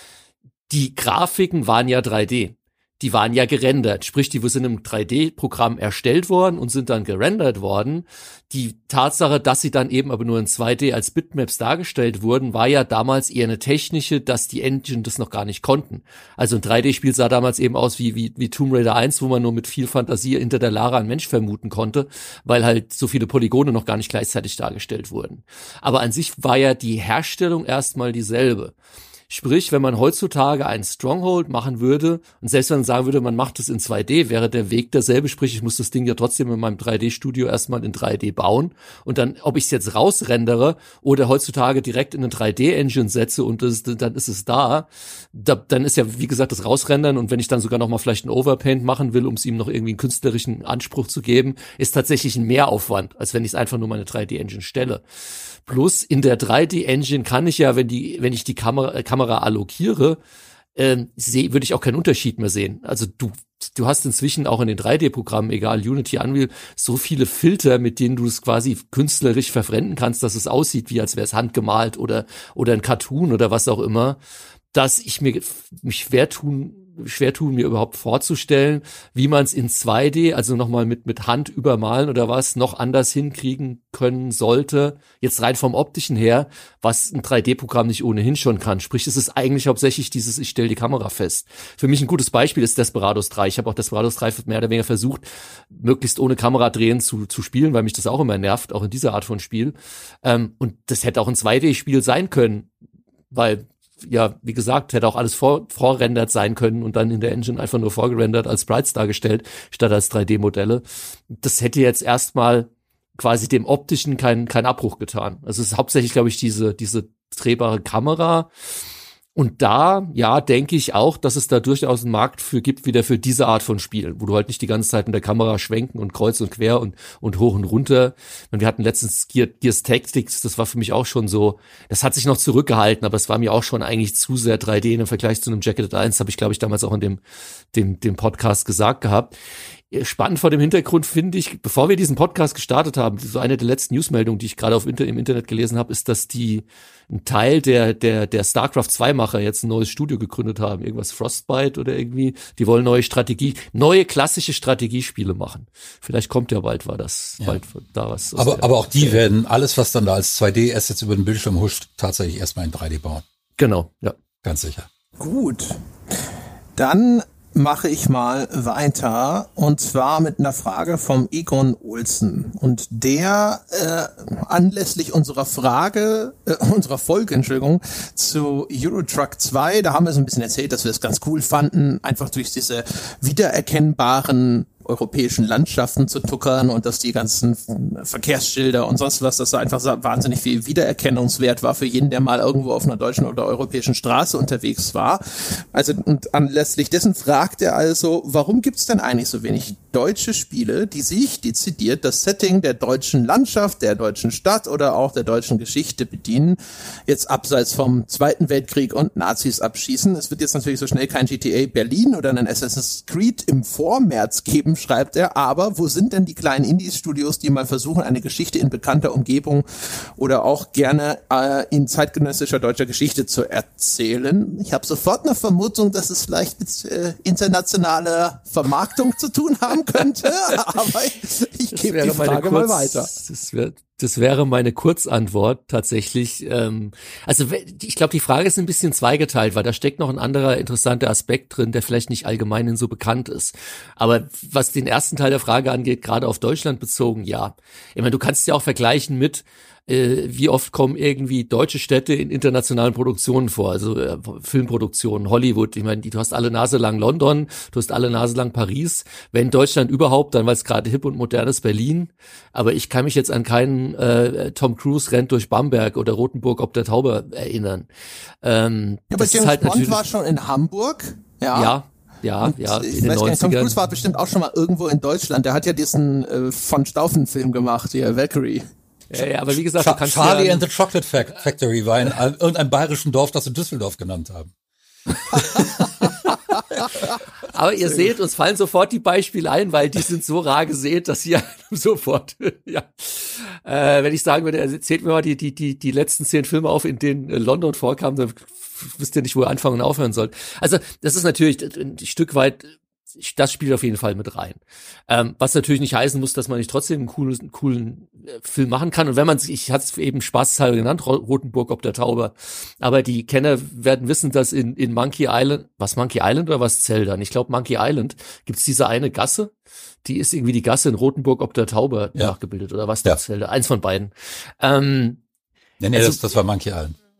Die Grafiken waren ja drei D. Die waren ja gerendert, sprich, die sind im drei D-Programm erstellt worden und sind dann gerendert worden. Die Tatsache, dass sie dann eben aber nur in zwei D als Bitmaps dargestellt wurden, war ja damals eher eine technische, dass die Engine das noch gar nicht konnten. Also ein drei D-Spiel sah damals eben aus wie, wie, wie Tomb Raider eins, wo man nur mit viel Fantasie hinter der Lara einen Mensch vermuten konnte, weil halt so viele Polygone noch gar nicht gleichzeitig dargestellt wurden. Aber an sich war ja die Herstellung erstmal dieselbe. Sprich, wenn man heutzutage einen Stronghold machen würde und selbst wenn man sagen würde, man macht es in zwei D, wäre der Weg derselbe. Sprich, ich muss das Ding ja trotzdem in meinem drei D-Studio erstmal in drei D bauen und dann, ob ich es jetzt rausrendere oder heutzutage direkt in eine drei D-Engine setze und das, dann ist es da, da, dann ist ja, wie gesagt, das Rausrendern und wenn ich dann sogar noch mal vielleicht einen Overpaint machen will, um es ihm noch irgendwie einen künstlerischen Anspruch zu geben, ist tatsächlich ein Mehraufwand, als wenn ich es einfach nur meine drei D-Engine stelle. Plus in der drei D-Engine kann ich ja, wenn die, wenn ich die Kamera, äh, Kamera allokiere, äh, seh, würde ich auch keinen Unterschied mehr sehen. Also du, du hast inzwischen auch in den drei D-Programmen, egal Unity, Unreal, so viele Filter, mit denen du es quasi künstlerisch verfremden kannst, dass es aussieht, wie als wäre es handgemalt oder, oder ein Cartoon oder was auch immer, dass ich mir mich schwer tun schwer tun, mir überhaupt vorzustellen, wie man es in zwei D, also nochmal mit mit Hand übermalen oder was, noch anders hinkriegen können sollte, jetzt rein vom Optischen her, was ein drei D-Programm nicht ohnehin schon kann. Sprich, es ist eigentlich hauptsächlich dieses, ich stelle die Kamera fest. Für mich ein gutes Beispiel ist Desperados drei. Ich habe auch Desperados drei mehr oder weniger versucht, möglichst ohne Kamera drehen zu zu spielen, weil mich das auch immer nervt, auch in dieser Art von Spiel. Ähm, und das hätte auch ein zwei D-Spiel sein können, weil ja, wie gesagt, hätte auch alles vor, vorrendert sein können und dann in der Engine einfach nur vorgerendert als Sprites dargestellt, statt als drei D-Modelle. Das hätte jetzt erstmal quasi dem Optischen keinen keinen Abbruch getan. Also es ist hauptsächlich, glaube ich, diese diese drehbare Kamera. Und da, ja, denke ich auch, dass es da durchaus einen Markt für gibt, wieder für diese Art von Spielen, wo du halt nicht die ganze Zeit in der Kamera schwenken und kreuz und quer und und hoch und runter. Und wir hatten letztens Gear, Gears Tactics, das war für mich auch schon so, das hat sich noch zurückgehalten, aber es war mir auch schon eigentlich zu sehr drei D im Vergleich zu einem Jacketed eins, habe ich, glaube ich, damals auch in dem, dem, dem Podcast gesagt gehabt. Spannend vor dem Hintergrund finde ich, bevor wir diesen Podcast gestartet haben, so eine der letzten Newsmeldungen, die ich gerade auf Inter- im Internet gelesen habe, ist, dass die ein Teil der der der StarCraft zwei Macher jetzt ein neues Studio gegründet haben, irgendwas Frostbite oder irgendwie, die wollen neue Strategie, neue klassische Strategiespiele machen. Vielleicht kommt ja bald war das, ja. bald da was. Aber aber auch die werden alles, was dann da als zwei D-Assets über den Bildschirm huscht, tatsächlich erstmal in drei D bauen. Genau, ja. Ganz sicher. Gut. Dann mache ich mal weiter und zwar mit einer Frage vom Egon Olsen und der äh, anlässlich unserer Frage, äh, unserer Folge, Entschuldigung, zu Euro Truck zwei, da haben wir so ein bisschen erzählt, dass wir es ganz cool fanden, einfach durch diese wiedererkennbaren europäischen Landschaften zu tuckern und dass die ganzen Verkehrsschilder und sonst was, dass da einfach wahnsinnig viel Wiedererkennungswert war für jeden, der mal irgendwo auf einer deutschen oder europäischen Straße unterwegs war. Also und anlässlich dessen fragt er also, warum gibt es denn eigentlich so wenig deutsche Spiele, die sich dezidiert das Setting der deutschen Landschaft, der deutschen Stadt oder auch der deutschen Geschichte bedienen, jetzt abseits vom Zweiten Weltkrieg und Nazis abschießen. Es wird jetzt natürlich so schnell kein G T A Berlin oder ein Assassin's Creed im Vormärz geben, schreibt er, aber wo sind denn die kleinen Indie-Studios, die mal versuchen, eine Geschichte in bekannter Umgebung oder auch gerne äh, in zeitgenössischer deutscher Geschichte zu erzählen? Ich habe sofort eine Vermutung, dass es vielleicht mit äh, internationaler Vermarktung zu tun haben könnte, aber ich gebe die Frage kurz, mal weiter. Das wäre Das wäre meine Kurzantwort tatsächlich. Ähm, also ich glaube, die Frage ist ein bisschen zweigeteilt, weil da steckt noch ein anderer interessanter Aspekt drin, der vielleicht nicht allgemein so bekannt ist. Aber was den ersten Teil der Frage angeht, gerade auf Deutschland bezogen, ja. Ich meine, du kannst ja auch vergleichen mit, äh, wie oft kommen irgendwie deutsche Städte in internationalen Produktionen vor, also äh, Filmproduktionen, Hollywood. Ich meine, du hast alle Nase lang London, du hast alle Nase lang Paris. Wenn Deutschland überhaupt, dann weil es gerade hip und modern ist, Berlin. Aber ich kann mich jetzt an keinen äh, Tom Cruise rennt durch Bamberg oder Rotenburg ob der Taube erinnern. Ähm, ja, aber James halt Bond war schon in Hamburg. Ja. Ja. Ja, und ja, ich in weiß den gar nicht, Tom neunzigern. Cruise war bestimmt auch schon mal irgendwo in Deutschland. Der hat ja diesen äh, von Stauffen-Film gemacht, hier, Valkyrie. Ja, ja, aber wie gesagt, Char- du kannst Charlie ja, and the Chocolate Factory war in irgendeinem bayerischen Dorf, das wir Düsseldorf genannt haben. Aber ihr seht, uns fallen sofort die Beispiele ein, weil die sind so rar gesät, dass ihr sofort, ja. Äh, wenn ich sagen würde, erzählt mir mal die, die, die, die letzten zehn Filme auf, in denen London vorkam, dann wisst ihr nicht, wo ihr anfangen und aufhören sollt. Also, das ist natürlich ein Stück weit, das spielt auf jeden Fall mit rein. Ähm, was natürlich nicht heißen muss, dass man nicht trotzdem einen coolen, einen coolen äh, Film machen kann. Und wenn man sich, ich hatte es eben spaßeshalber genannt, Rotenburg ob der Taube, aber die Kenner werden wissen, dass in, in Monkey Island, was Monkey Island oder was Zelda? Ich glaube Monkey Island gibt's diese eine Gasse, die ist irgendwie die Gasse in Rotenburg ob der Taube ja. nachgebildet oder was ja. Zelda? Eins von beiden. Ähm, nee, nee, also, das, das war Monkey Island.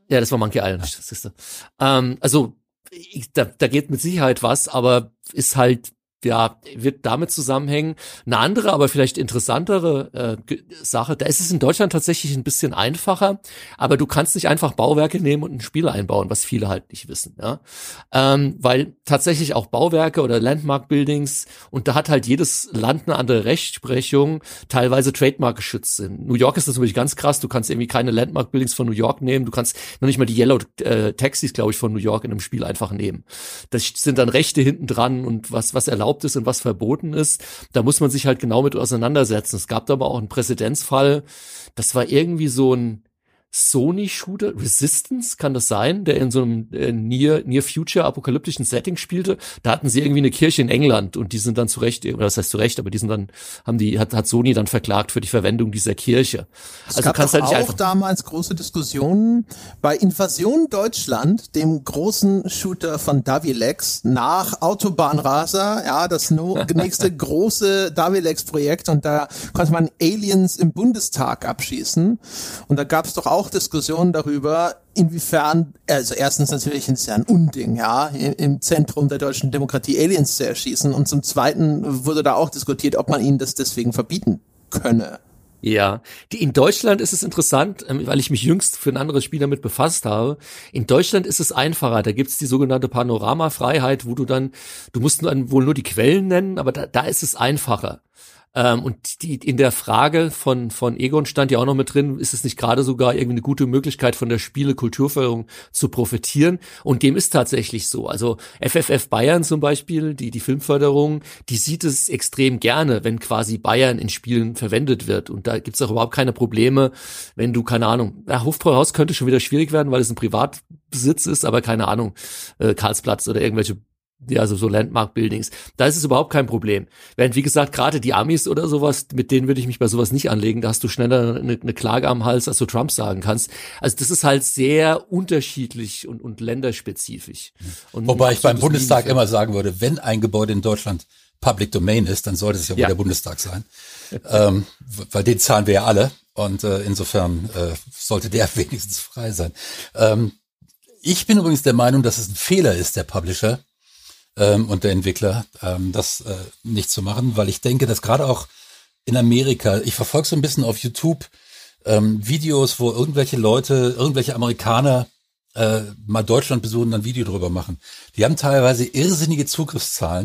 Ja, das war Monkey Island, das ist ähm, also ich, da, da geht mit Sicherheit was, aber ist halt ja, wird damit zusammenhängen. Eine andere, aber vielleicht interessantere äh, Sache, da ist es in Deutschland tatsächlich ein bisschen einfacher, aber du kannst nicht einfach Bauwerke nehmen und ein Spiel einbauen, was viele halt nicht wissen, ja. Ähm, weil tatsächlich auch Bauwerke oder Landmark Buildings, und da hat halt jedes Land eine andere Rechtsprechung, teilweise Trademark geschützt sind. New York ist das natürlich ganz krass, du kannst irgendwie keine Landmark Buildings von New York nehmen, du kannst noch nicht mal die Yellow äh, Taxis, glaube ich, von New York in einem Spiel einfach nehmen. Das sind dann Rechte hinten dran und was, was erlaubt ist und was verboten ist, da muss man sich halt genau mit auseinandersetzen. Es gab da aber auch einen Präzedenzfall, das war irgendwie so ein Sony-Shooter, Resistance, kann das sein, der in so einem äh, Near, Near Future apokalyptischen Setting spielte. Da hatten sie irgendwie eine Kirche in England und die sind dann zu Recht, oder das heißt zu Recht, aber die sind dann, haben die, hat, hat Sony dann verklagt für die Verwendung dieser Kirche. Es also gab kannst doch halt nicht auch einfach damals große Diskussionen bei Invasion Deutschland, dem großen Shooter von Davilex, nach Autobahnraser, ja, das no, nächste große Davilex-Projekt, und da konnte man Aliens im Bundestag abschießen, und da gab es doch auch Diskussionen darüber, inwiefern, also erstens natürlich ist ja ein Unding, ja, im Zentrum der deutschen Demokratie Aliens zu erschießen, und zum Zweiten wurde da auch diskutiert, ob man ihnen das deswegen verbieten könne. Ja, die, in Deutschland ist es interessant, ähm, weil ich mich jüngst für ein anderes Spiel damit befasst habe. In Deutschland ist es einfacher. Da gibt's die sogenannte Panoramafreiheit, wo du dann, du musst dann wohl nur die Quellen nennen, aber da, da ist es einfacher. Ähm, und die, in der Frage von, von Egon stand ja auch noch mit drin, ist es nicht gerade sogar irgendwie eine gute Möglichkeit von der Spiele-Kulturförderung zu profitieren? Und dem ist tatsächlich so. Also F F F Bayern zum Beispiel, die, die Filmförderung, die sieht es extrem gerne, wenn quasi Bayern in Spielen verwendet wird. Und da gibt's auch überhaupt keine Probleme, wenn du, keine Ahnung, ja, Hofbräuhaus könnte schon wieder schwierig werden, weil es ein Privatbesitz ist, aber keine Ahnung, äh, Karlsplatz oder irgendwelche, ja, also so Landmark-Buildings. Da ist es überhaupt kein Problem. Während, wie gesagt, gerade die Amis oder sowas, mit denen würde ich mich bei sowas nicht anlegen. Da hast du schneller eine, eine Klage am Hals, als du Trump sagen kannst. Also das ist halt sehr unterschiedlich und, und länderspezifisch. Und Wobei ich beim Bundestag immer sagen würde, wenn ein Gebäude in Deutschland Public Domain ist, dann sollte es ja wohl ja. der Bundestag sein. ähm, weil den zahlen wir ja alle. Und äh, insofern äh, sollte der wenigstens frei sein. Ähm, ich bin übrigens der Meinung, dass es ein Fehler ist, der Publisher, Ähm, und der Entwickler, ähm, das äh, nicht zu machen, weil ich denke, dass gerade auch in Amerika, ich verfolge so ein bisschen auf YouTube ähm, Videos, wo irgendwelche Leute, irgendwelche Amerikaner äh, mal Deutschland besuchen und dann ein Video drüber machen. Die haben teilweise irrsinnige Zugriffszahlen,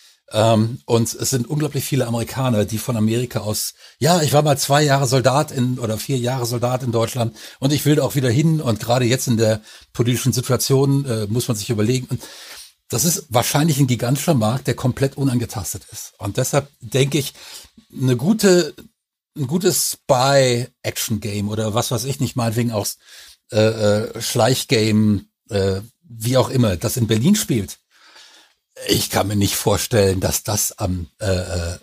ähm, und es sind unglaublich viele Amerikaner, die von Amerika aus, ja, ich war mal zwei Jahre Soldat in oder vier Jahre Soldat in Deutschland und ich will da auch wieder hin, und gerade jetzt in der politischen Situation äh, muss man sich überlegen, und das ist wahrscheinlich ein gigantischer Markt, der komplett unangetastet ist. Und deshalb denke ich, eine gute, ein gutes Spy-Action-Game oder was weiß ich nicht, meinetwegen auch äh, äh, Schleichgame, äh, wie auch immer, das in Berlin spielt. Ich kann mir nicht vorstellen, dass das am, äh,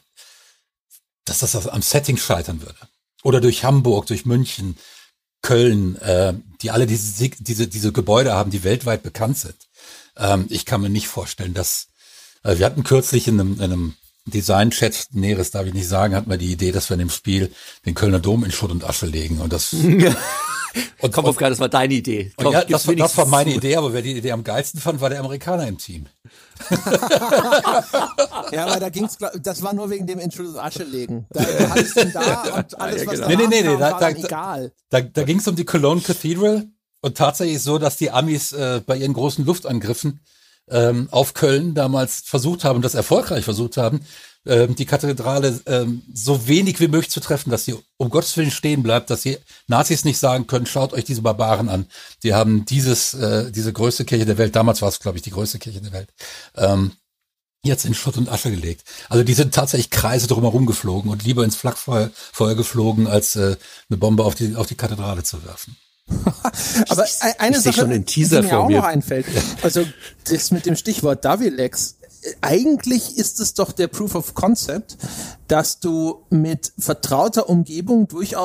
dass das am Setting scheitern würde. Oder durch Hamburg, durch München, Köln, äh, die alle diese, diese, diese Gebäude haben, die weltweit bekannt sind. Ich kann mir nicht vorstellen, dass, äh, wir hatten kürzlich in einem, in einem Design-Chat, Näheres darf ich nicht sagen, hatten wir die Idee, dass wir in dem Spiel den Kölner Dom in Schutt und Asche legen, und das, und, komm auf gar, das war deine Idee. Komm, ja, das, war, das war meine Idee, aber wer die Idee am geilsten fand, war der Amerikaner im Team. Ja, aber da ging's, das war nur wegen dem in Schutt und Asche legen. Da, da hattest du da und alles, was ja, genau. da nee, nee, nee, kam, da, war da, egal. Da, da, da ging es um die Cologne Cathedral, und tatsächlich so, dass die Amis äh, bei ihren großen Luftangriffen ähm, auf Köln damals versucht haben, das erfolgreich versucht haben, ähm, die Kathedrale ähm, so wenig wie möglich zu treffen, dass sie um Gottes Willen stehen bleibt, dass die Nazis nicht sagen können, schaut euch diese Barbaren an. Die haben dieses, äh, diese größte Kirche der Welt, damals war es, glaube ich, die größte Kirche der Welt, ähm, jetzt in Schutt und Asche gelegt. Also die sind tatsächlich Kreise drumherum geflogen und lieber ins Flakfeuer Feuer geflogen, als äh, eine Bombe auf die, auf die Kathedrale zu werfen. Aber eine ich Sache, schon den Teaser die mir vor auch mir. noch einfällt, also das mit dem Stichwort Davilex, eigentlich ist es doch der Proof of Concept, dass du mit vertrauter Umgebung durchaus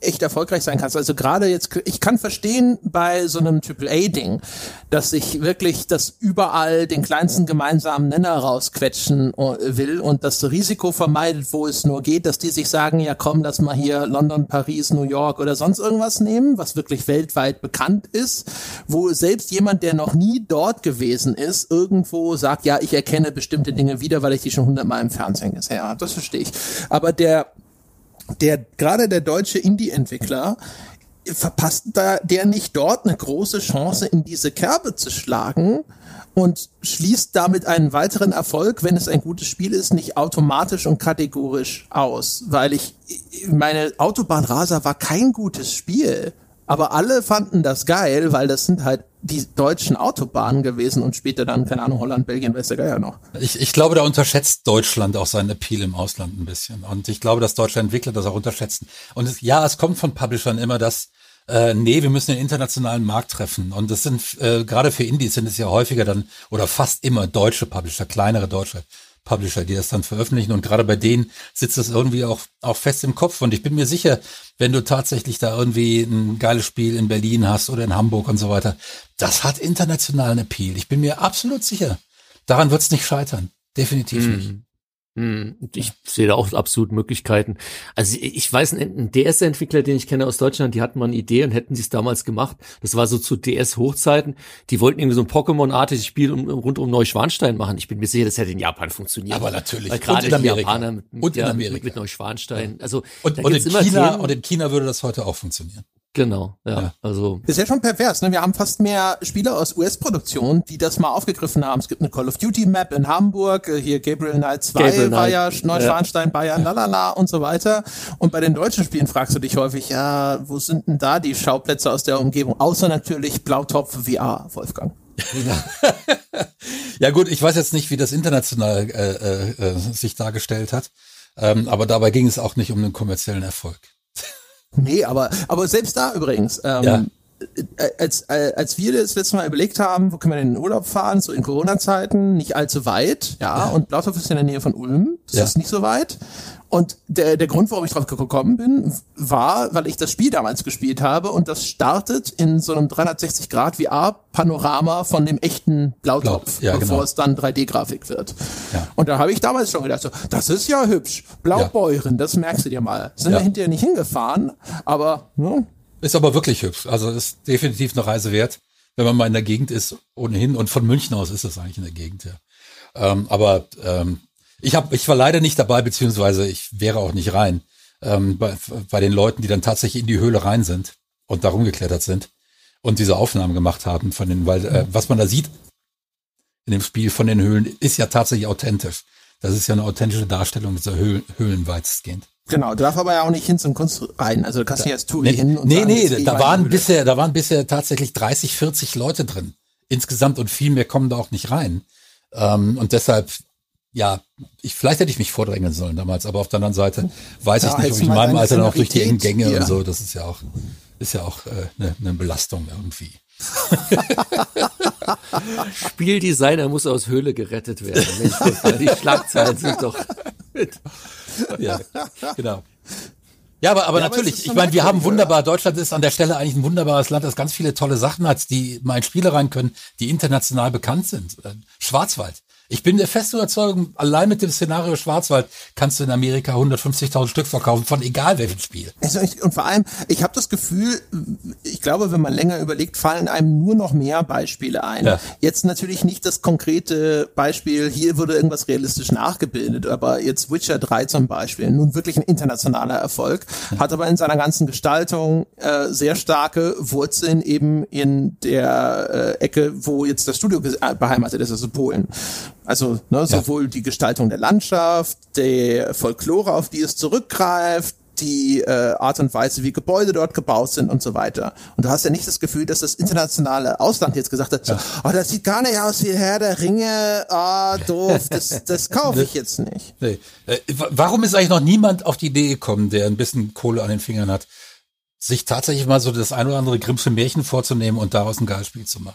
echt erfolgreich sein kannst. Also gerade jetzt, ich kann verstehen bei so einem Triple A Ding, dass ich wirklich das überall den kleinsten gemeinsamen Nenner rausquetschen will und das Risiko vermeidet, wo es nur geht, dass die sich sagen, ja komm, lass mal hier London, Paris, New York oder sonst irgendwas nehmen, was wirklich weltweit bekannt ist, wo selbst jemand, der noch nie dort gewesen ist, irgendwo sagt, ja, ich erkenne bestimmte Dinge wieder, weil ich die schon hundertmal im Fernsehen gesehen habe. Das verstehe ich. Aber der Der, gerade der deutsche Indie-Entwickler verpasst da der nicht dort eine große Chance, in diese Kerbe zu schlagen und schließt damit einen weiteren Erfolg, wenn es ein gutes Spiel ist, nicht automatisch und kategorisch aus. Weil ich, meine Autobahnraser war kein gutes Spiel, aber alle fanden das geil, weil das sind halt die deutschen Autobahnen gewesen und später dann, keine Ahnung, Holland, Belgien, weiß der Geier noch. Ich, ich glaube, da unterschätzt Deutschland auch seinen Appeal im Ausland ein bisschen. Und ich glaube, dass deutsche Entwickler das auch unterschätzen. Und es, ja, es kommt von Publishern immer das, äh, nee, wir müssen den internationalen Markt treffen. Und das sind, äh, gerade für Indies sind es ja häufiger dann, oder fast immer deutsche Publisher, kleinere deutsche Publisher, die das dann veröffentlichen. Und gerade bei denen sitzt das irgendwie auch, auch fest im Kopf. Und ich bin mir sicher, wenn du tatsächlich da irgendwie ein geiles Spiel in Berlin hast oder in Hamburg und so weiter, das hat internationalen Appeal. Ich bin mir absolut sicher. Daran wird es nicht scheitern. Definitiv mhm. nicht. Ich sehe da auch absolut Möglichkeiten. Also ich weiß, ein D S-Entwickler, den ich kenne aus Deutschland, die hatten mal eine Idee und hätten sie es damals gemacht. Das war so zu D S-Hochzeiten. Die wollten irgendwie so ein Pokémon-artiges Spiel um, rund um Neuschwanstein machen. Ich bin mir sicher, das hätte in Japan funktioniert. Aber natürlich. Weil gerade die Japaner mit, und in ja, Amerika. mit, mit Neuschwanstein. Also und, da und, gibt's in immer China, Themen. und in China würde das heute auch funktionieren. Genau, ja, ja. also. Ist ja schon pervers, ne? Wir haben fast mehr Spieler aus U S-Produktion, die das mal aufgegriffen haben. Es gibt eine Call of Duty Map in Hamburg, hier Gabriel Knight zwei Gabriel war Knight, ja Neuschwanstein, ja. Bayern, lalala und so weiter. Und bei den deutschen Spielen fragst du dich häufig, ja, wo sind denn da die Schauplätze aus der Umgebung? Außer natürlich Blautopf V R, Wolfgang. Ja. Ja gut, ich weiß jetzt nicht, wie das international äh, äh, sich dargestellt hat, ähm, aber dabei ging es auch nicht um einen kommerziellen Erfolg. Nee, aber aber selbst da übrigens, ähm, ja. als als wir das letzte Mal überlegt haben, wo können wir denn in den Urlaub fahren, so in Corona-Zeiten, nicht allzu weit, ja, ja. Und Blautopf ist in der Nähe von Ulm, das ja. ist nicht so weit. Und der der Grund, warum ich drauf gekommen bin, war, weil ich das Spiel damals gespielt habe und das startet in so einem dreihundertsechzig Grad V R-Panorama von dem echten Blautopf, Blau. Ja, bevor genau. es dann drei D-Grafik wird. Ja. Und da habe ich damals schon gedacht, so, das ist ja hübsch, Blaubeuren, ja. das merkst du dir mal. Sind ja. wir hinterher nicht hingefahren, aber ne? Ist aber wirklich hübsch. Also ist definitiv eine Reise wert, wenn man mal in der Gegend ist, ohnehin. Und von München aus ist es eigentlich in der Gegend, ja. Ähm, aber ähm, ich hab, ich war leider nicht dabei, beziehungsweise ich wäre auch nicht rein, ähm, bei, bei den Leuten, die dann tatsächlich in die Höhle rein sind und da rumgeklettert sind und diese Aufnahmen gemacht haben von den, weil äh, was man da sieht in dem Spiel von den Höhlen ist ja tatsächlich authentisch. Das ist ja eine authentische Darstellung dieser Höhlen, Höhlen weitestgehend. Genau, du darfst aber ja auch nicht hin zum Kunst rein. Also du kannst nicht als Touri nee, hin und Nee, sagen, nee, jetzt da waren bisher, da waren bisher tatsächlich dreißig, vierzig Leute drin. Insgesamt und viel mehr kommen da auch nicht rein. Ähm, und deshalb, ja, ich, vielleicht hätte ich mich vordrängeln sollen damals, aber auf der anderen Seite weiß ja, ich nicht, ob ich in mal meinem Alter noch durch die engen Gänge hier. und so, das ist ja auch, ist ja auch äh, eine, eine Belastung irgendwie. Spieldesigner muss aus Höhle gerettet werden. Mensch, die Schlagzeilen sind doch. Ja, genau. Ja, aber, aber ja, natürlich, aber ich meine, wir haben wunderbar, Deutschland ist an der Stelle eigentlich ein wunderbares Land, das ganz viele tolle Sachen hat, die mal in Spiele rein können, die international bekannt sind. Schwarzwald. Ich bin der festen Überzeugung, allein mit dem Szenario Schwarzwald kannst du in Amerika hundertfünfzigtausend Stück verkaufen, von egal welchem Spiel. Also ich, und vor allem, ich habe das Gefühl, ich glaube, wenn man länger überlegt, fallen einem nur noch mehr Beispiele ein. Ja. Jetzt natürlich nicht das konkrete Beispiel, hier wurde irgendwas realistisch nachgebildet, aber jetzt Witcher drei zum Beispiel, nun wirklich ein internationaler Erfolg, ja. hat aber in seiner ganzen Gestaltung äh, sehr starke Wurzeln eben in der äh, Ecke, wo jetzt das Studio beheimatet ist, also Polen. Also ne, sowohl ja. die Gestaltung der Landschaft, der Folklore, auf die es zurückgreift, die äh, Art und Weise, wie Gebäude dort gebaut sind und so weiter. Und du hast ja nicht das Gefühl, dass das internationale Ausland jetzt gesagt hat, so, oh, das sieht gar nicht aus wie Herr der Ringe, ah, oh, doof, das, das kaufe ich jetzt nicht. Nee. Äh, warum ist eigentlich noch niemand auf die Idee gekommen, der ein bisschen Kohle an den Fingern hat, sich tatsächlich mal so das ein oder andere Grimmsche Märchen vorzunehmen und daraus ein geiles Spiel zu machen?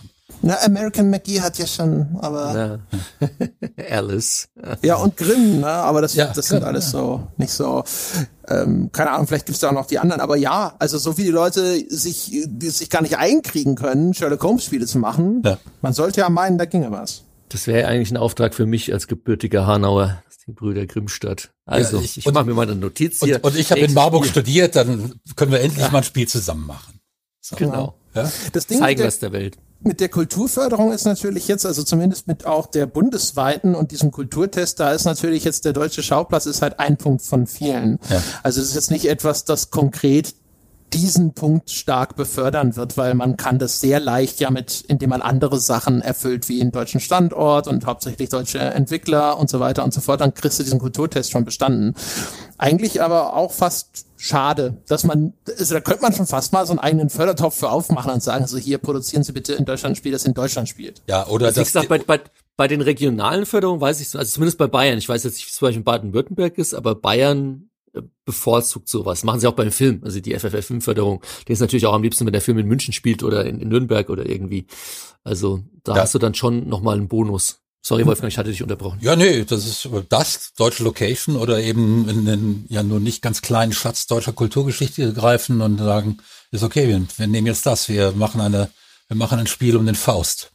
Na, American McGee hat ja schon, aber... Ja. Alice. Ja, und Grimm, ne? Aber das, Ja, das sind Grimm, alles ja. so, nicht so, ähm, keine Ahnung, vielleicht gibt's da auch noch die anderen, aber ja, also so wie die Leute sich, die sich gar nicht einkriegen können, Sherlock Holmes Spiele zu machen, Ja. man sollte ja meinen, da ginge was. Das wäre eigentlich ein Auftrag für mich als gebürtiger Hanauer, die Brüder Grimmstadt. Also, Ja, ich, ich- ich mache mir mal eine Notiz hier. Und, und ich habe in Marburg studiert, dann können wir endlich mal ein Spiel zusammen machen. So. Genau. Ja? Das Ding Zeigen mit das der, der Welt. mit der Kulturförderung ist natürlich jetzt, also zumindest mit auch der bundesweiten und diesem Kulturtest, da ist natürlich jetzt der deutsche Schauplatz ist halt ein Punkt von vielen. Ja. Also es ist jetzt nicht etwas, das konkret diesen Punkt stark befördern wird, weil man kann das sehr leicht ja mit, indem man andere Sachen erfüllt, wie einen deutschen Standort und hauptsächlich deutsche Entwickler und so weiter und so fort, dann kriegst du diesen Kulturtest schon bestanden. Eigentlich aber auch fast schade, dass man, also da könnte man schon fast mal so einen eigenen Fördertopf für aufmachen und sagen, also hier produzieren Sie bitte in Deutschland ein Spiel, das in Deutschland spielt. Ja, oder Also wie das, gesagt, bei, bei, bei den regionalen Förderungen weiß ich so, also zumindest bei Bayern, ich weiß jetzt nicht, wie es zum Beispiel in Baden-Württemberg ist, aber Bayern äh, bevorzugt sowas. Machen sie auch beim Film, also die F F F fünf Förderung. Die ist natürlich auch am liebsten, wenn der Film in München spielt oder in, in Nürnberg oder irgendwie. Also da Ja. hast du dann schon nochmal einen Bonus. Sorry, Wolfgang, ich hatte dich unterbrochen. ja, nee, das ist das, deutsche Location oder eben in den ja nur nicht ganz kleinen Schatz deutscher Kulturgeschichte greifen und sagen, ist okay, wir, wir nehmen jetzt das, wir machen eine, wir machen ein Spiel um den Faust.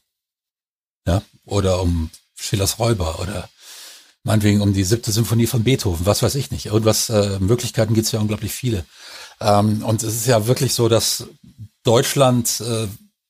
Ja, oder um Schillers Räuber oder meinetwegen um die siebte Symphonie von Beethoven, was weiß ich nicht. Irgendwas, äh, Möglichkeiten gibt's ja unglaublich viele. Ähm, und es ist ja wirklich so, dass Deutschland, äh,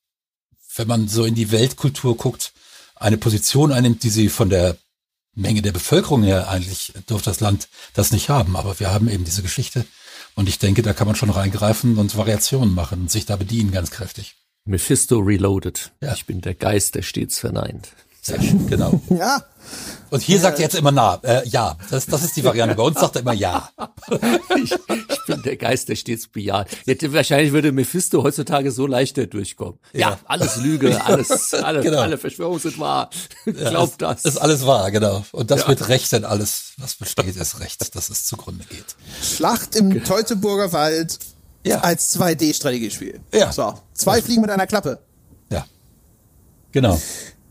wenn man so in die Weltkultur guckt, eine Position einnimmt, die sie von der Menge der Bevölkerung her eigentlich dürfte das Land das nicht haben. Aber wir haben eben diese Geschichte und ich denke, da kann man schon reingreifen und Variationen machen und sich da bedienen ganz kräftig. Mephisto Reloaded. Ja. Ich bin der Geist, der stets verneint. Sehr schön, genau. Ja, Und hier sagt er jetzt immer na, äh, ja, das, das ist die Variante. Bei uns sagt er immer ja. Ich, ich bin der Geist, der stets bejaht. Jetzt, wahrscheinlich würde Mephisto heutzutage so leichter durchkommen. Ja, Ja. alles Lüge, alles, alle, Genau. alle Verschwörungen sind wahr. Glaub das. Ist alles wahr, genau. Und das Ja. mit Recht, denn alles, was besteht, ist Recht, dass es zugrunde geht. Schlacht im Teutoburger Wald Ja. als zwei D-Strategiespiel. Ja. So, zwei Fliegen mit einer Klappe. Ja. Genau.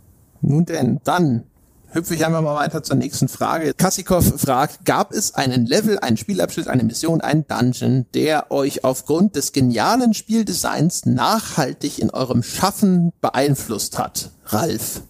Nun denn, dann hüpfe ich einfach mal weiter zur nächsten Frage. Kassikow fragt, gab es einen Level, einen Spielabschnitt, eine Mission, einen Dungeon, der euch aufgrund des genialen Spieldesigns nachhaltig in eurem Schaffen beeinflusst hat? Ralf.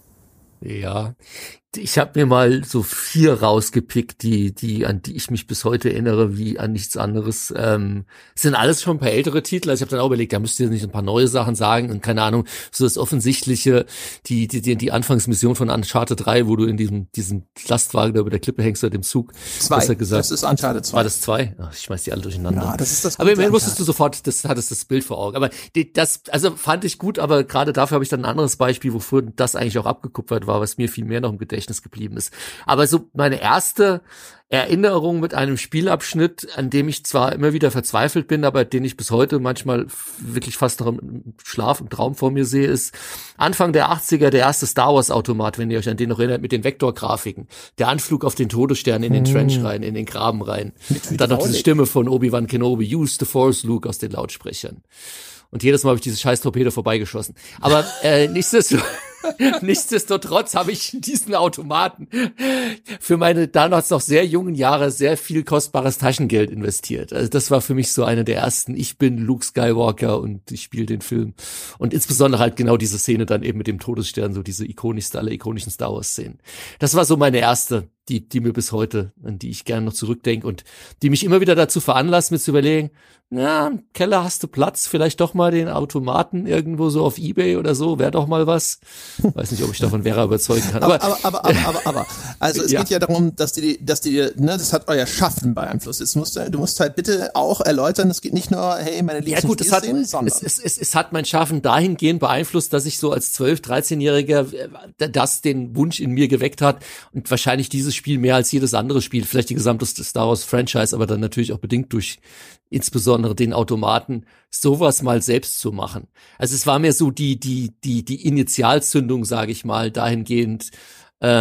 Ja, ich habe mir mal so vier rausgepickt, die, die, an die ich mich bis heute erinnere, wie an nichts anderes. Ähm, es sind alles schon ein paar ältere Titel. Also ich habe dann auch überlegt, da müsst ihr nicht ein paar neue Sachen sagen und keine Ahnung, so das Offensichtliche, die, die, die, die Anfangsmission von Uncharted drei, wo du in diesem, diesem Lastwagen da über der Klippe hängst oder dem Zug. Zwei. Besser gesagt. Das ist Uncharted zwei. War das zwei? Ach, ich schmeiß die alle durcheinander. Ja, das ist das aber Gute immerhin an wusstest du sofort, das hattest das Bild vor Augen. Aber die, das, also fand ich gut, aber gerade dafür habe ich dann ein anderes Beispiel, wofür das eigentlich auch abgekupfert war, was mir viel mehr noch im Gedächtnis geblieben ist. Aber so meine erste Erinnerung mit einem Spielabschnitt, an dem ich zwar immer wieder verzweifelt bin, aber den ich bis heute manchmal wirklich fast noch im Schlaf, im Traum vor mir sehe, ist Anfang der achtziger der erste Star Wars Automat, wenn ihr euch an den noch erinnert, mit den Vektorgrafiken. Der Anflug auf den Todesstern in den Hm. Trench rein, in den Graben rein. Mit Und dann noch diese Hydraulik. Stimme von Obi-Wan Kenobi, use the Force, Luke, aus den Lautsprechern. Und jedes Mal habe ich dieses scheiß Torpedo vorbeigeschossen. Aber äh, nichtsdestotrotz, nichtsdestotrotz habe ich diesen Automaten für meine damals noch sehr jungen Jahre sehr viel kostbares Taschengeld investiert. Also das war für mich so eine der ersten, ich bin Luke Skywalker und ich spiele den Film. Und insbesondere halt genau diese Szene dann eben mit dem Todesstern, so diese ikonischste aller ikonischen Star Wars Szenen. Das war so meine erste, die, die mir bis heute, an die ich gerne noch zurückdenke und die mich immer wieder dazu veranlasst, mir zu überlegen, na, im Keller hast du Platz, vielleicht doch mal den Automaten irgendwo so auf eBay oder so, wäre doch mal was. Weiß nicht, ob ich davon Vera überzeugen kann. Aber, Aber, aber, aber, aber, aber, also es Ja. geht ja darum, dass die, dass die, ne, das hat euer Schaffen beeinflusst. Jetzt musst du, du musst halt bitte auch erläutern, es geht nicht nur, hey, meine ja liebsten gut, es hat, Spielszenen, sondern es, es, es, es hat mein Schaffen dahingehend beeinflusst, dass ich so als zwölf-, dreizehnjähriger äh, das den Wunsch in mir geweckt hat und wahrscheinlich dieses Spiel mehr als jedes andere Spiel, vielleicht die gesamte Star Wars Franchise, aber dann natürlich auch bedingt durch insbesondere den Automaten, sowas mal selbst zu machen. Also es war mir so die die die die Initialzündung, sage ich mal, dahingehend ähm,